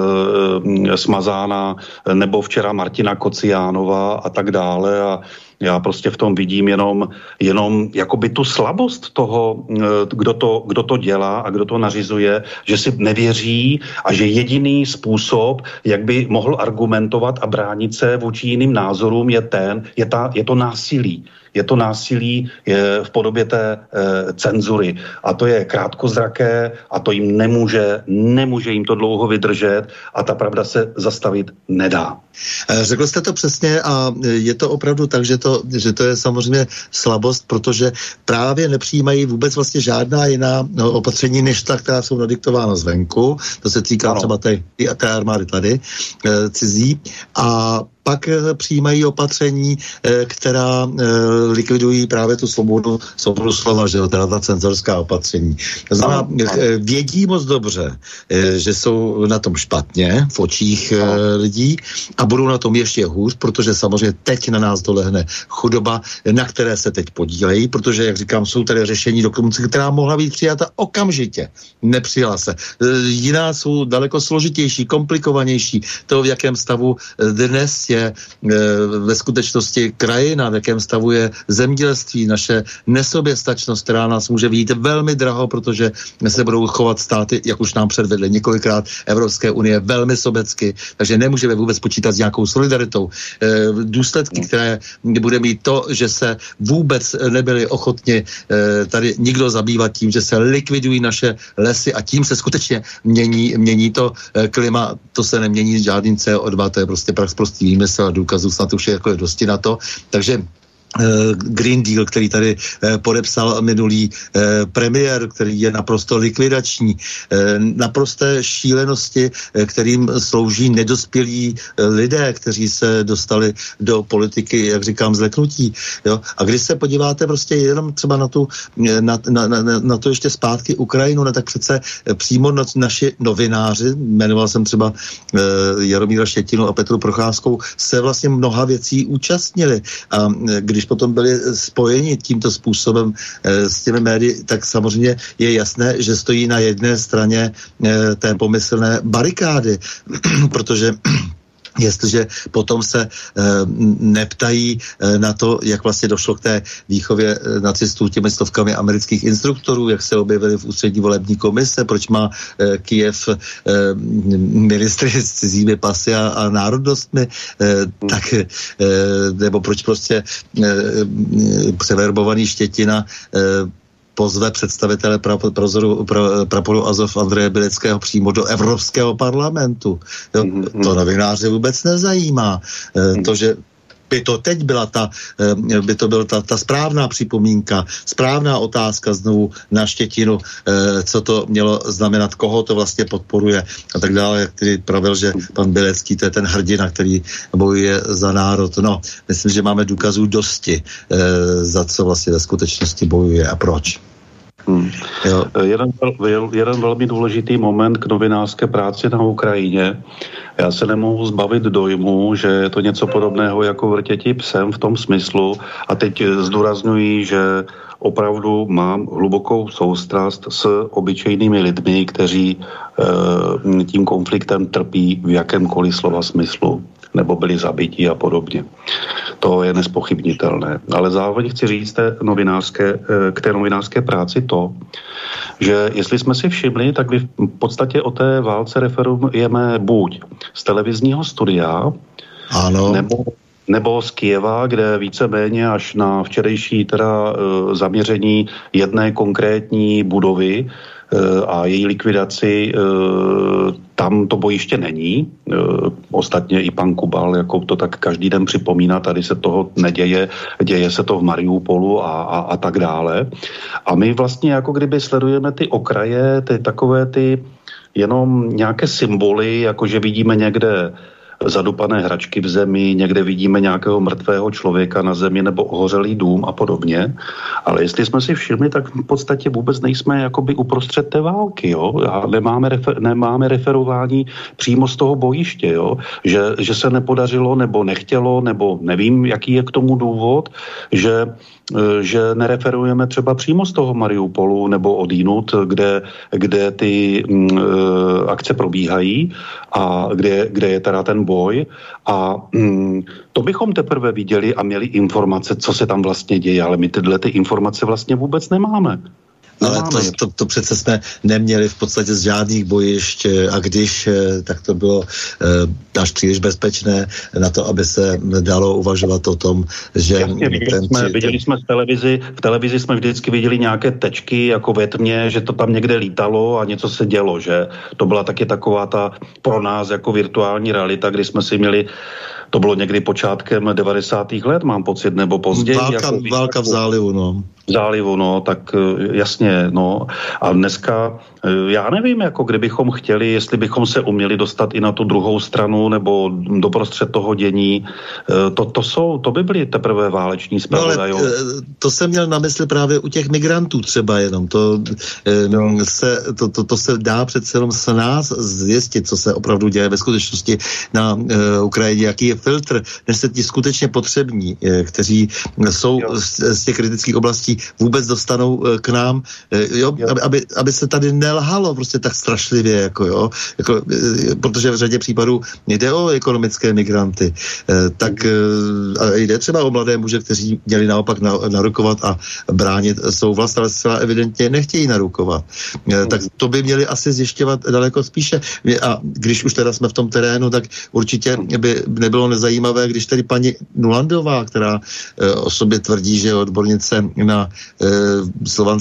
Speaker 3: e, smazána, nebo včera Martina Kociánová a tak dále a já prostě v tom vidím jenom, jenom jakoby tu slabost toho, kdo to, kdo to dělá a kdo to nařizuje, že si nevěří a že jediný způsob, jak by mohl argumentovat a bránit se vůči jiným názorům, je ten, je, ta, je to násilí. Je to násilí je v podobě té e, cenzury. A to je krátkozraké a to jim nemůže, nemůže jim to dlouho vydržet a ta pravda se zastavit nedá.
Speaker 2: Řekl jste to přesně a je to opravdu tak, že to, že to je samozřejmě slabost, protože právě nepřijímají vůbec vlastně žádná jiná no, opatření, než ta, která jsou nadiktována zvenku. To se týká ano. třeba té, té armády tady, e, cizí. A pak přijímají opatření, která likvidují právě tu svobodu, svobodu slova, že jo, teda ta cenzorská opatření. To znamená, vědí moc dobře, že jsou na tom špatně v očích no. lidí a budou na tom ještě hůř, protože samozřejmě teď na nás dolehne chudoba, na které se teď podílejí, protože, jak říkám, jsou tady řešení dokonce, která mohla být přijata okamžitě. Nepřijala se. Jiná jsou daleko složitější, komplikovanější. To, v jakém stavu dnes je ve skutečnosti krajina, v jakém stavu je zemědělství, naše nesoběstačnost, která nás může vyjít velmi draho, protože se budou chovat státy, jak už nám předvedli několikrát Evropské unie, velmi sobecky, takže nemůžeme vůbec počítat s nějakou solidaritou. Důsledky, které bude mít to, že se vůbec nebyli ochotni tady nikdo zabývat tím, že se likvidují naše lesy a tím se skutečně mění, mění to klima, to se nemění žádným C O dva, to je prostě prach prostý výmysl a důkazů snad už je jako je dosti na to. Takže Green Deal, který tady eh, podepsal minulý eh, premiér, který je naprosto likvidační, eh, naprosté šílenosti, eh, kterým slouží nedospělí eh, lidé, kteří se dostali do politiky, jak říkám, zleknutí. Jo? A když se podíváte prostě jenom třeba na tu, na, na, na, na to ještě zpátky Ukrajinu, no tak přece přímo na, naši novináři, jmenoval jsem třeba eh, Jaromíra Štětinu a Petru Procházkou, se vlastně mnoha věcí účastnili. A když potom byli spojeni tímto způsobem e, s těmi médii, tak samozřejmě je jasné, že stojí na jedné straně e, té pomyslné barikády, protože jestliže potom se e, neptají e, na to, jak vlastně došlo k té výchově e, nacistů těmi stovkami amerických instruktorů, jak se objevili v ústřední volební komise, proč má e, Kyjev e, ministry s cizími pasy a, a národnostmi, e, tak e, nebo proč prostě e, převerbovaný Štětina e, pozve představitele praporu, pra, praporu Azov Andreje Bileckého přímo do Evropského parlamentu. Jo, mm-hmm. To novináře vůbec nezajímá. Mm-hmm. To, že by to teď byla ta, by to byla ta, ta správná připomínka, správná otázka znovu na Štětinu, co to mělo znamenat, koho to vlastně podporuje a tak dále, jak tedy pravil, že pan Bilecký, to je ten hrdina, který bojuje za národ. No, myslím, že máme důkazů dosti, za co vlastně ve skutečnosti bojuje a proč.
Speaker 3: Hmm. Jeden, jeden velmi důležitý moment k novinářské práci na Ukrajině. Já se nemohu zbavit dojmu, že je to něco podobného jako vrtěti psem v tom smyslu, a teď zdůrazňuji, že opravdu mám hlubokou soustrast s obyčejnými lidmi, kteří e, tím konfliktem trpí v jakémkoliv slova smyslu, nebo byli zabiti a podobně. To je nespochybnitelné. Ale zároveň chci říct té novinářské, k té novinářské práci to, že jestli jsme si všimli, tak my v podstatě o té válce referujeme buď z televizního studia,
Speaker 2: ano.
Speaker 3: nebo nebo z Kyjeva, kde víceméně až na včerejší teda e, zaměření jedné konkrétní budovy e, a její likvidaci, e, tam to bojiště není. E, ostatně i pan Kubal, jako to tak každý den připomíná, tady se toho neděje, děje se to v Mariupolu a, a, a tak dále. A my vlastně jako kdyby sledujeme ty okraje, ty takové ty jenom nějaké symboly, jako že vidíme někde zadupané hračky v zemi, někde vidíme nějakého mrtvého člověka na zemi nebo ohořelý dům a podobně. Ale jestli jsme si všimli, tak v podstatě vůbec nejsme jakoby uprostřed té války, jo? A nemáme, refer, nemáme referování přímo z toho bojiště, jo? Že, že se nepodařilo nebo nechtělo, nebo nevím, jaký je k tomu důvod, že že nereferujeme třeba přímo z toho Mariupolu nebo odinut, kde, kde ty mm, akce probíhají a kde, kde je teda ten boj. A mm, to bychom teprve viděli a měli informace, co se tam vlastně děje, ale my tyhle ty informace vlastně vůbec nemáme.
Speaker 2: Ale to, to, to přece jsme neměli v podstatě z žádných bojišť a když, tak to bylo e, až příliš bezpečné na to, aby se dalo uvažovat o tom, že...
Speaker 3: Jasně, viděli, ten, jsme, viděli jsme v televizi, v televizi jsme vždycky viděli nějaké tečky jako ve tmě, že to tam někde lítalo a něco se dělo, že? To byla taky taková ta pro nás jako virtuální realita, kdy jsme si měli, to bylo někdy počátkem devadesátých let, mám pocit, nebo později.
Speaker 2: Válka,
Speaker 3: jako,
Speaker 2: válka v zálivu, no.
Speaker 3: zálivu, no, tak jasně, no. A dneska, já nevím, jako kdybychom chtěli, jestli bychom se uměli dostat i na tu druhou stranu, nebo doprostřed toho dění, to, to jsou, to by byly teprve váleční zpravodajové.
Speaker 2: No, ale to jsem měl na mysli právě u těch migrantů třeba jenom, to, no. se, to, to, to se dá přece jenom s nás zjistit, co se opravdu děje ve skutečnosti na uh, Ukrajině, jaký je filtr, než se ti skutečně potřební, kteří jsou z, z těch kritických oblastí vůbec dostanou k nám, jo, jo. Aby, aby, aby se tady nelhalo prostě tak strašlivě, jako jo, jako, protože v řadě případů jde o ekonomické migranty, tak a jde třeba o mladé muže, kteří měli naopak narukovat a bránit svou vlast, ale zcela evidentně nechtějí narukovat. Tak to by měli asi zjišťovat daleko spíše. A když už teda jsme v tom terénu, tak určitě by nebylo nezajímavé, když tady paní Nulandová, která o sobě tvrdí, že je odbornice na e, slovanský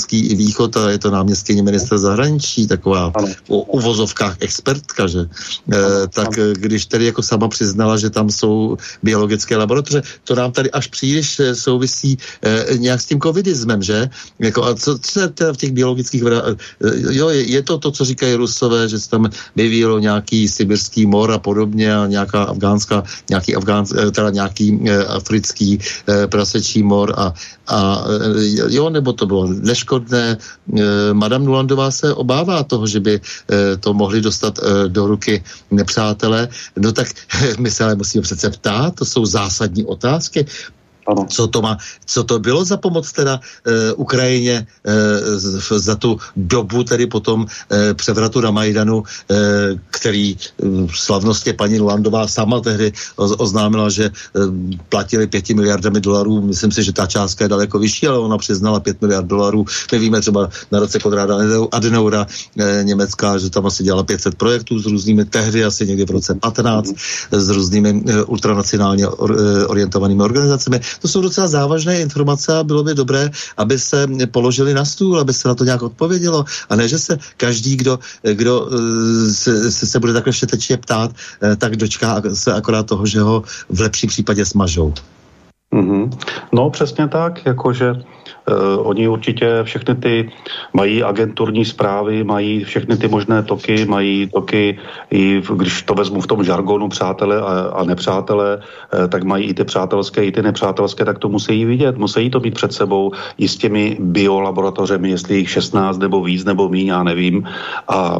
Speaker 2: východ a je to náměstkyně ministra zahraničí, taková o uvozovkách expertka, že? E, tak ano. Když tedy jako sama přiznala, že tam jsou biologické laboratoře, to nám tady až příliš souvisí e, nějak s tím covidismem, že? Jako, a co, co je v těch biologických vra- jo, je, je to to, co říkají Rusové, že se tam vyvíjelo nějaký sibirský mor a podobně a nějaká afgánská, nějaký afgánsk, teda nějaký e, africký e, prasečí mor a, a jo, nebo to bylo neškodné. E, Madame Nulandová se obává toho, že by e, to mohli dostat e, do ruky nepřátelé. No tak my se ale musíme přece ptát, to jsou zásadní otázky. Ano. Co to má, co to bylo za pomoc teda e, Ukrajině e, za tu dobu, tedy potom e, převratu na Majdanu, e, který e, slavnostně paní Nulandová sama tehdy o, oznámila, že e, platili pěti miliardami dolarů. Myslím si, že ta částka je daleko vyšší, ale ona přiznala pět miliard dolarů. My víme třeba na roce Konráda Adenaura e, německá, že tam asi dělala pět set projektů s různými tehdy, asi někdy v roce patnáct, mm. s různými e, ultranacionálně or, e, orientovanými organizacemi. To jsou docela závažné informace a bylo by dobré, aby se položili na stůl, aby se na to nějak odpovědělo. A ne, že se každý, kdo, kdo se, se bude takhle všetečně ptát, tak dočká se akorát toho, že ho v lepším případě smažou.
Speaker 3: Mm-hmm. No přesně tak, jakože Uh, oni určitě všechny ty mají agenturní zprávy, mají všechny ty možné toky, mají toky, i v, když to vezmu v tom žargonu přátelé a, a nepřátelé, uh, tak mají i ty přátelské, i ty nepřátelské, tak to musí vidět, musí to mít před sebou i s těmi biolaboratořemi, jestli jich šestnáct nebo víc nebo míň, já nevím. A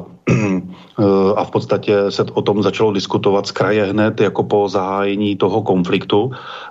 Speaker 3: a v podstatě se o tom začalo diskutovat z kraje hned jako po zahájení toho konfliktu,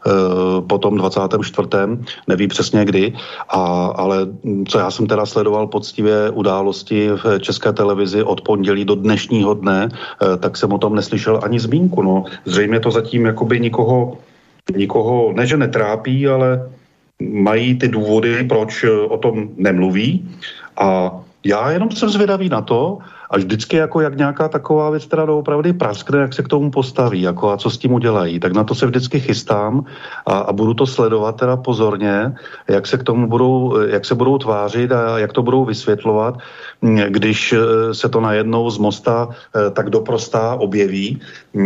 Speaker 3: po tom dvacátém čtvrtém Neví přesně kdy, a, ale co já jsem teda sledoval poctivě události v České televizi od pondělí do dnešního dne, tak jsem o tom neslyšel ani zmínku. No. Zřejmě to zatím jakoby nikoho, nikoho ne, že netrápí, ale mají ty důvody, proč o tom nemluví. A já jenom jsem zvědavý na to, až vždycky jako jak nějaká taková věc teda doopravdy praskne, jak se k tomu postaví, jako a co s tím udělají. Tak na to se vždycky chystám a, a budu to sledovat teda pozorně, jak se k tomu budou, jak se budou tvářit a jak to budou vysvětlovat, když se to najednou z mosta tak doprostá objeví,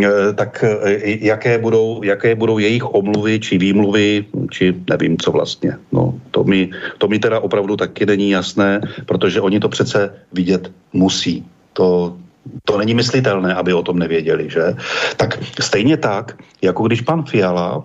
Speaker 3: tak jaké budou, jaké budou jejich omluvy, či výmluvy, či nevím co vlastně. No, to mi, to mi teda opravdu taky není jasné, protože oni to přece vidět musí. To, to není myslitelné, aby o tom nevěděli, že? Tak stejně tak, jako když pan Fiala,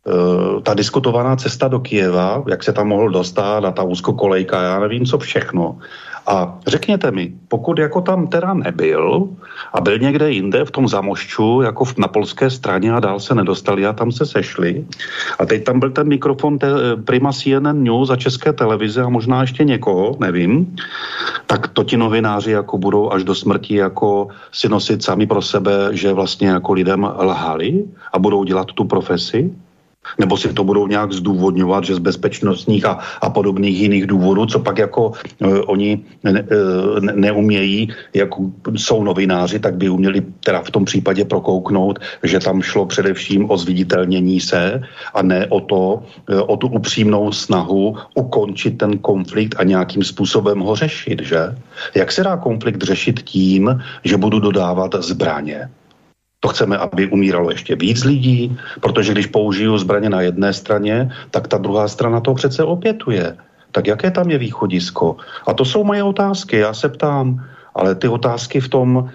Speaker 3: e, ta diskutovaná cesta do Kyjeva, jak se tam mohl dostat a ta úzkokolejka, já nevím co všechno. A řekněte mi, pokud jako tam teda nebyl a byl někde jinde v tom Zamošču, jako na polské straně a dál se nedostali a tam se sešli a teď tam byl ten mikrofon te, Prima C N N News a České televize a možná ještě někoho, nevím, tak to ti novináři jako budou až do smrti jako si nosit sami pro sebe, že vlastně jako lidem lhali a budou dělat tu profesi? Nebo si to budou nějak zdůvodňovat, že z bezpečnostních a, a podobných jiných důvodů, co pak jako e, oni ne, ne, neumějí, jako jsou novináři, tak by uměli teda v tom případě prokouknout, že tam šlo především o zviditelnění se a ne o to, e, o tu upřímnou snahu ukončit ten konflikt a nějakým způsobem ho řešit, že? Jak se dá konflikt řešit tím, že budu dodávat zbraně? To chceme, aby umíralo ještě víc lidí, protože když použiju zbraně na jedné straně, tak ta druhá strana to přece opětuje. Tak jaké tam je východisko? A to jsou moje otázky, já se ptám, ale ty otázky v tom,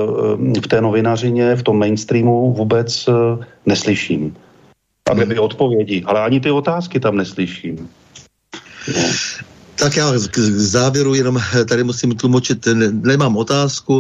Speaker 3: v té novinařině, v tom mainstreamu vůbec neslyším. A kdyby odpovědi, ale ani ty otázky tam neslyším. No.
Speaker 2: Tak já k závěru jenom tady musím tlumočit, nemám otázku,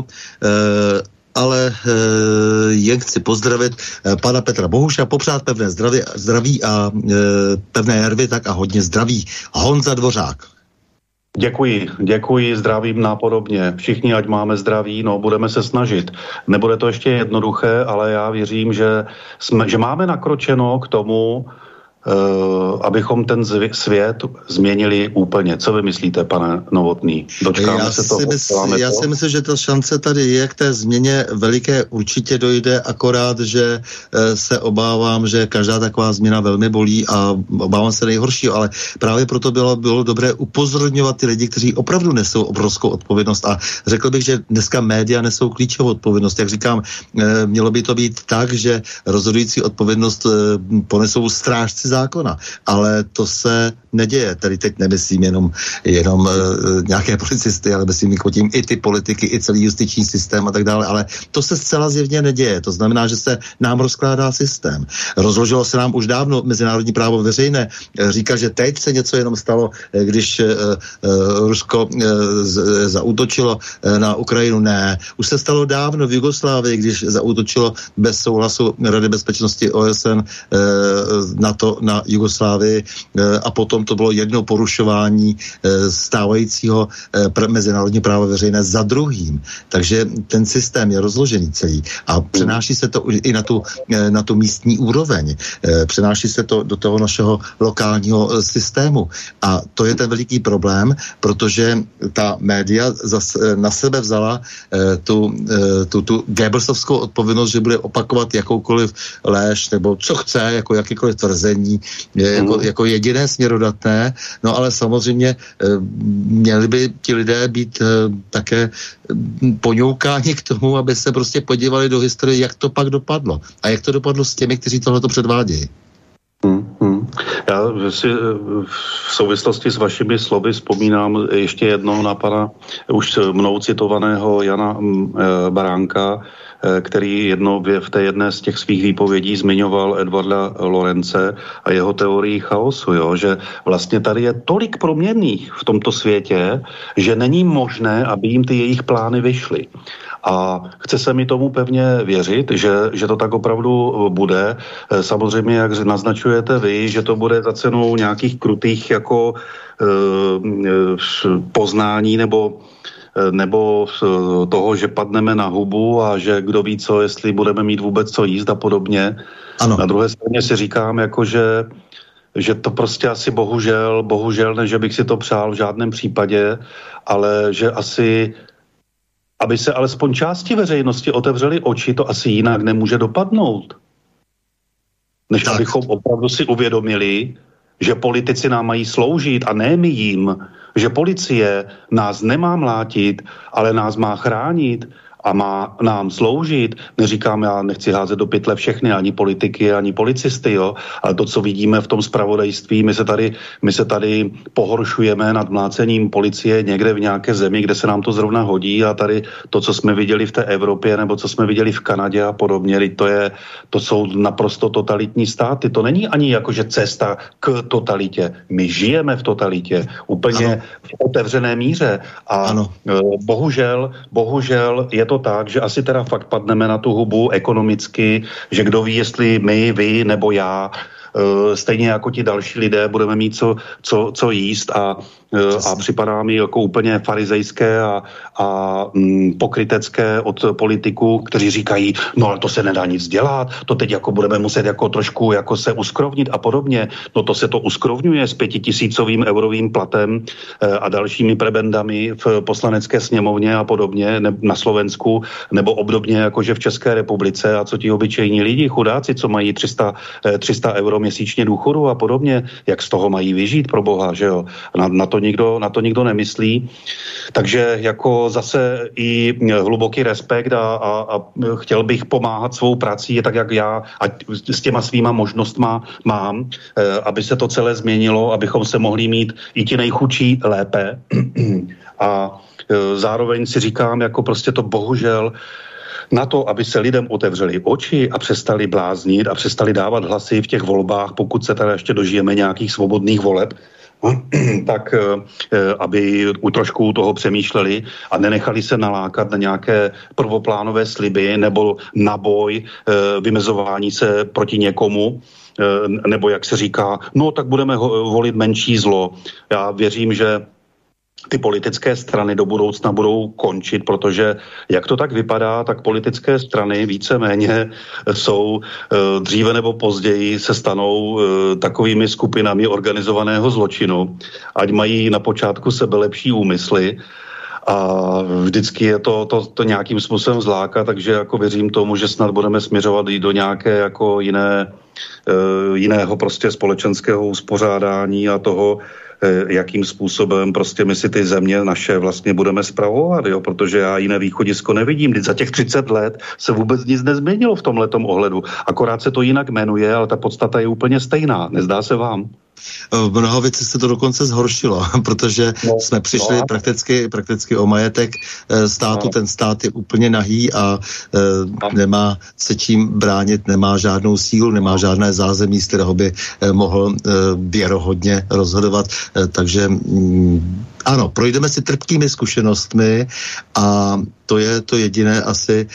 Speaker 2: ale e, jen chci pozdravit e, pana Petra Bohuša, popřát pevné zdraví, zdraví a e, pevné nervy, tak a hodně zdraví. Honza Dvořák.
Speaker 3: Děkuji, děkuji, zdravím nápodobně. Všichni, ať máme zdraví, no budeme se snažit. Nebude to ještě jednoduché, ale já věřím, že, jsme, že máme nakročeno k tomu, abychom ten zv- svět změnili úplně. Co vy myslíte, pane Novotný? Dočkáme
Speaker 2: já
Speaker 3: se toho?
Speaker 2: Si mysl, já to? si myslím, že ta šance tady je, k té změně veliké určitě dojde, akorát, že se obávám, že každá taková změna velmi bolí a obávám se nejhoršího, ale právě proto bylo, bylo dobré upozorňovat ty lidi, kteří opravdu nesou obrovskou odpovědnost a řekl bych, že dneska média nesou klíčovou odpovědnost. Jak říkám, mělo by to být tak, že rozhodující odpovědnost ponesou strážci zákona, ale to se neděje. Tady teď nemyslím jenom, jenom uh, nějaké policisty, ale myslím tím i ty politiky, i celý justiční systém a tak dále, ale to se zcela zjevně neděje. To znamená, že se nám rozkládá systém. Rozložilo se nám už dávno mezinárodní právo veřejné. Říká, že teď se něco jenom stalo, když uh, uh, Rusko uh, z, zaútočilo uh, na Ukrajinu. Ne. Už se stalo dávno v Jugoslávii, když zaútočilo bez souhlasu Rady bezpečnosti O S N uh, NATO na Jugoslávii uh, a potom to bylo jedno porušování e, stávajícího e, pr- mezinárodní práva veřejné za druhým. Takže ten systém je rozložený celý a přenáší se to i na tu, e, na tu místní úroveň. E, přenáší se to do toho našeho lokálního e, systému. A to je ten veliký problém, protože ta média zas, e, na sebe vzala e, tu, e, tu, tu Goebbelsovskou odpovědnost, že bude opakovat jakoukoliv léž nebo co chce, jako jakýkoliv tvrzení, je, jako, jako jediné směrodatné. No ale samozřejmě měli by ti lidé být také poňoukáni k tomu, aby se prostě podívali do historie, jak to pak dopadlo. A jak to dopadlo s těmi, kteří tohleto předvádějí.
Speaker 3: Hmm, hmm. Já si v souvislosti s vašimi slovy vzpomínám ještě jednou na pana už mnou citovaného Jana Baránka, který jedno v té jedné z těch svých výpovědí zmiňoval Edvarda Lorence a jeho teorii chaosu, jo? Že vlastně tady je tolik proměnných v tomto světě, že není možné, aby jim ty jejich plány vyšly. A chce se mi tomu pevně věřit, že, že to tak opravdu bude. Samozřejmě, jak naznačujete vy, že to bude za cenu nějakých krutých jako e, poznání nebo nebo toho, že padneme na hubu a že kdo ví co, jestli budeme mít vůbec co jíst a podobně. Ano. Na druhé straně si říkám, jako že, že to prostě asi bohužel, bohužel, ne, že bych si to přál v žádném případě, ale že asi, aby se alespoň části veřejnosti otevřely oči, to asi jinak nemůže dopadnout. Než tak. Abychom opravdu si uvědomili, že politici nám mají sloužit a ne my jim, že policie nás nemá mlátit, ale nás má chránit a má nám sloužit. Neříkám, já nechci házet do pytle všechny, ani politiky, ani policisty, jo, ale to, co vidíme v tom zpravodajství, my se tady, my se tady pohoršujeme nad mlácením policie někde v nějaké zemi, kde se nám to zrovna hodí a tady to, co jsme viděli v té Evropě nebo co jsme viděli v Kanadě a podobně, to, je, to jsou naprosto totalitní státy. To není ani jakože cesta k totalitě. My žijeme v totalitě, úplně ano. v otevřené míře a ano. bohužel, bohužel je to tak, že asi teda fakt padneme na tu hubu ekonomicky, že kdo ví, jestli my, vy nebo já, stejně jako ti další lidé, budeme mít co, co, co jíst a, a připadá mi jako úplně farizejské a, a mm, pokrytecké od politiků, kteří říkají, no ale to se nedá nic dělat, to teď jako budeme muset jako trošku jako se uskrovnit a podobně. No to se to uskrovňuje s pětitisícovým eurovým platem a dalšími prebendami v poslanecké sněmovně a podobně ne, na Slovensku, nebo obdobně jakože v České republice a co ti obyčejní lidi, chudáci, co mají tři sta euro měsíčně důchodu a podobně, jak z toho mají vyžít pro boha, že jo. Na, na, to nikdo, na to nikdo nemyslí. Takže jako zase i hluboký respekt a, a, a chtěl bych pomáhat svou prací, tak jak já a s těma svýma možnostma mám, aby se to celé změnilo, abychom se mohli mít i ti nejchudší lépe. A zároveň si říkám, jako prostě to bohužel na to, aby se lidem otevřeli oči a přestali bláznit a přestali dávat hlasy v těch volbách, pokud se teda ještě dožijeme nějakých svobodných voleb, tak aby u trošku toho přemýšleli a nenechali se nalákat na nějaké prvoplánové sliby nebo na boj, vymezování se proti někomu, nebo jak se říká, no tak budeme volit menší zlo. Já věřím, že ty politické strany do budoucna budou končit, protože jak to tak vypadá, tak politické strany víceméně jsou dříve nebo později se stanou takovými skupinami organizovaného zločinu, ať mají na počátku sebe lepší úmysly, a vždycky je to, to, to nějakým způsobem zláka, takže jako věřím tomu, že snad budeme směřovat i do nějaké jako jiné, uh, jiného prostě společenského uspořádání a toho, uh, jakým způsobem prostě my si ty země naše vlastně budeme spravovat, jo, protože já jiné východisko nevidím. Vždyť za těch třicet let se vůbec nic nezměnilo v tomhletom ohledu. Akorát se to jinak jmenuje, ale ta podstata je úplně stejná. Nezdá se vám?
Speaker 2: V mnoha věci se to dokonce zhoršilo, protože no, jsme přišli no. prakticky, prakticky o majetek státu, no. Ten stát je úplně nahý a e, no. nemá se čím bránit, nemá žádnou sílu, nemá žádné zázemí, z kterého by e, mohl e, věrohodně rozhodovat, e, takže mm, ano, projdeme si trpkými zkušenostmi a to je to jediné asi,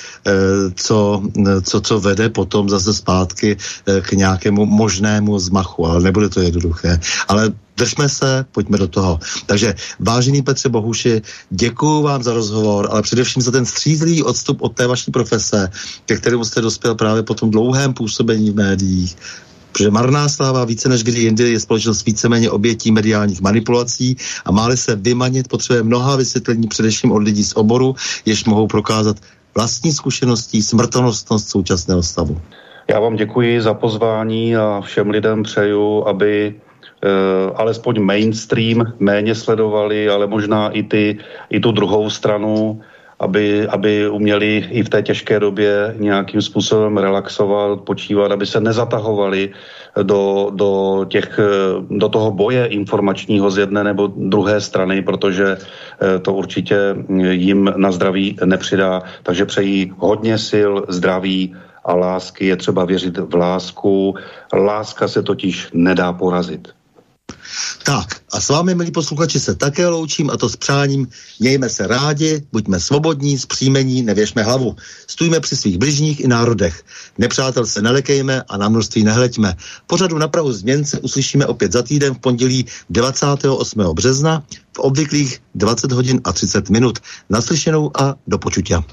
Speaker 2: co, co, co vede potom zase zpátky k nějakému možnému zmachu, ale nebude to jednoduché. Ale držme se, pojďme do toho. Takže vážený Petře Bohuši, děkuju vám za rozhovor, ale především za ten střízlivý odstup od té vaší profese, ke kterému jste dospěl právě po tom dlouhém působení v médiích. Protože marná sláva více než kdy jindy je společnost víceméně obětí mediálních manipulací a máli se vymanit, potřebuje mnoha vysvětlení především od lidí z oboru, jež mohou prokázat vlastní zkušeností smrtonosnost současného stavu.
Speaker 3: Já vám děkuji za pozvání a všem lidem přeju, aby Uh, alespoň mainstream méně sledovali, ale možná i, ty, i tu druhou stranu, aby, aby uměli i v té těžké době nějakým způsobem relaxovat, počívat, aby se nezatahovali do, do, těch, do toho boje informačního z jedné nebo druhé strany, protože to určitě jim na zdraví nepřidá. Takže přeji hodně sil, zdraví a lásky. Je třeba věřit v lásku. Láska se totiž nedá porazit.
Speaker 2: Tak a s vámi, milí posluchači, se také loučím a to s přáním: mějme se rádi, buďme svobodní, zpříjmení, nevěšme hlavu. Stůjme při svých bližních i národech. Nepřátel se nelekejme a na množství nehleďme. Pořadu Na prahu změn se uslyšíme opět za týden v pondělí dvacátého osmého března v obvyklých dvacet hodin a třicet minut. Naslyšenou a do počutia.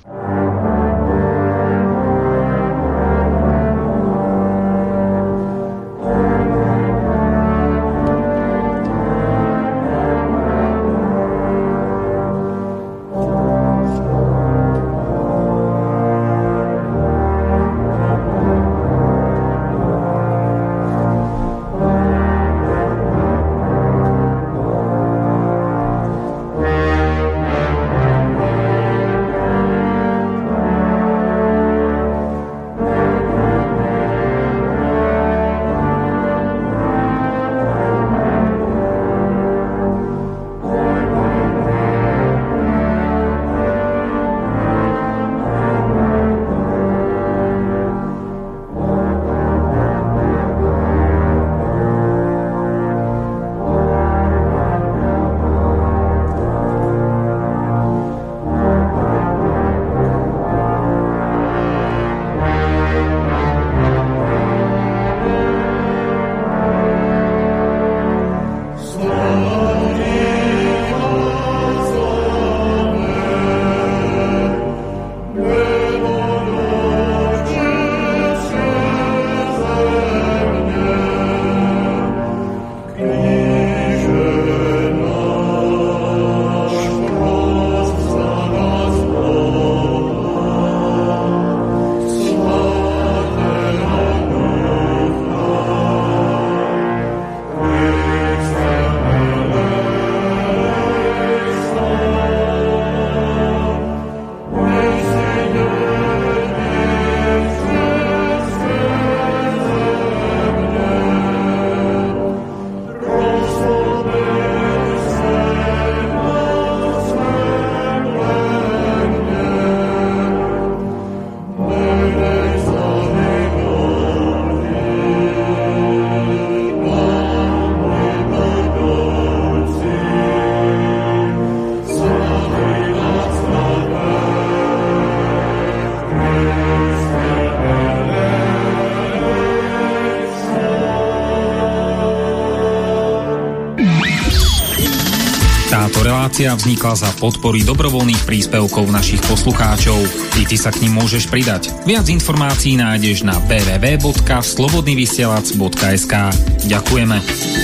Speaker 4: relácia vznikla za podpory dobrovoľných príspevkov našich poslucháčov. I ty sa k nim môžeš pridať. Viac informácií nájdeš na w w w bodka slobodnyvysielac bodka es ka. Ďakujeme.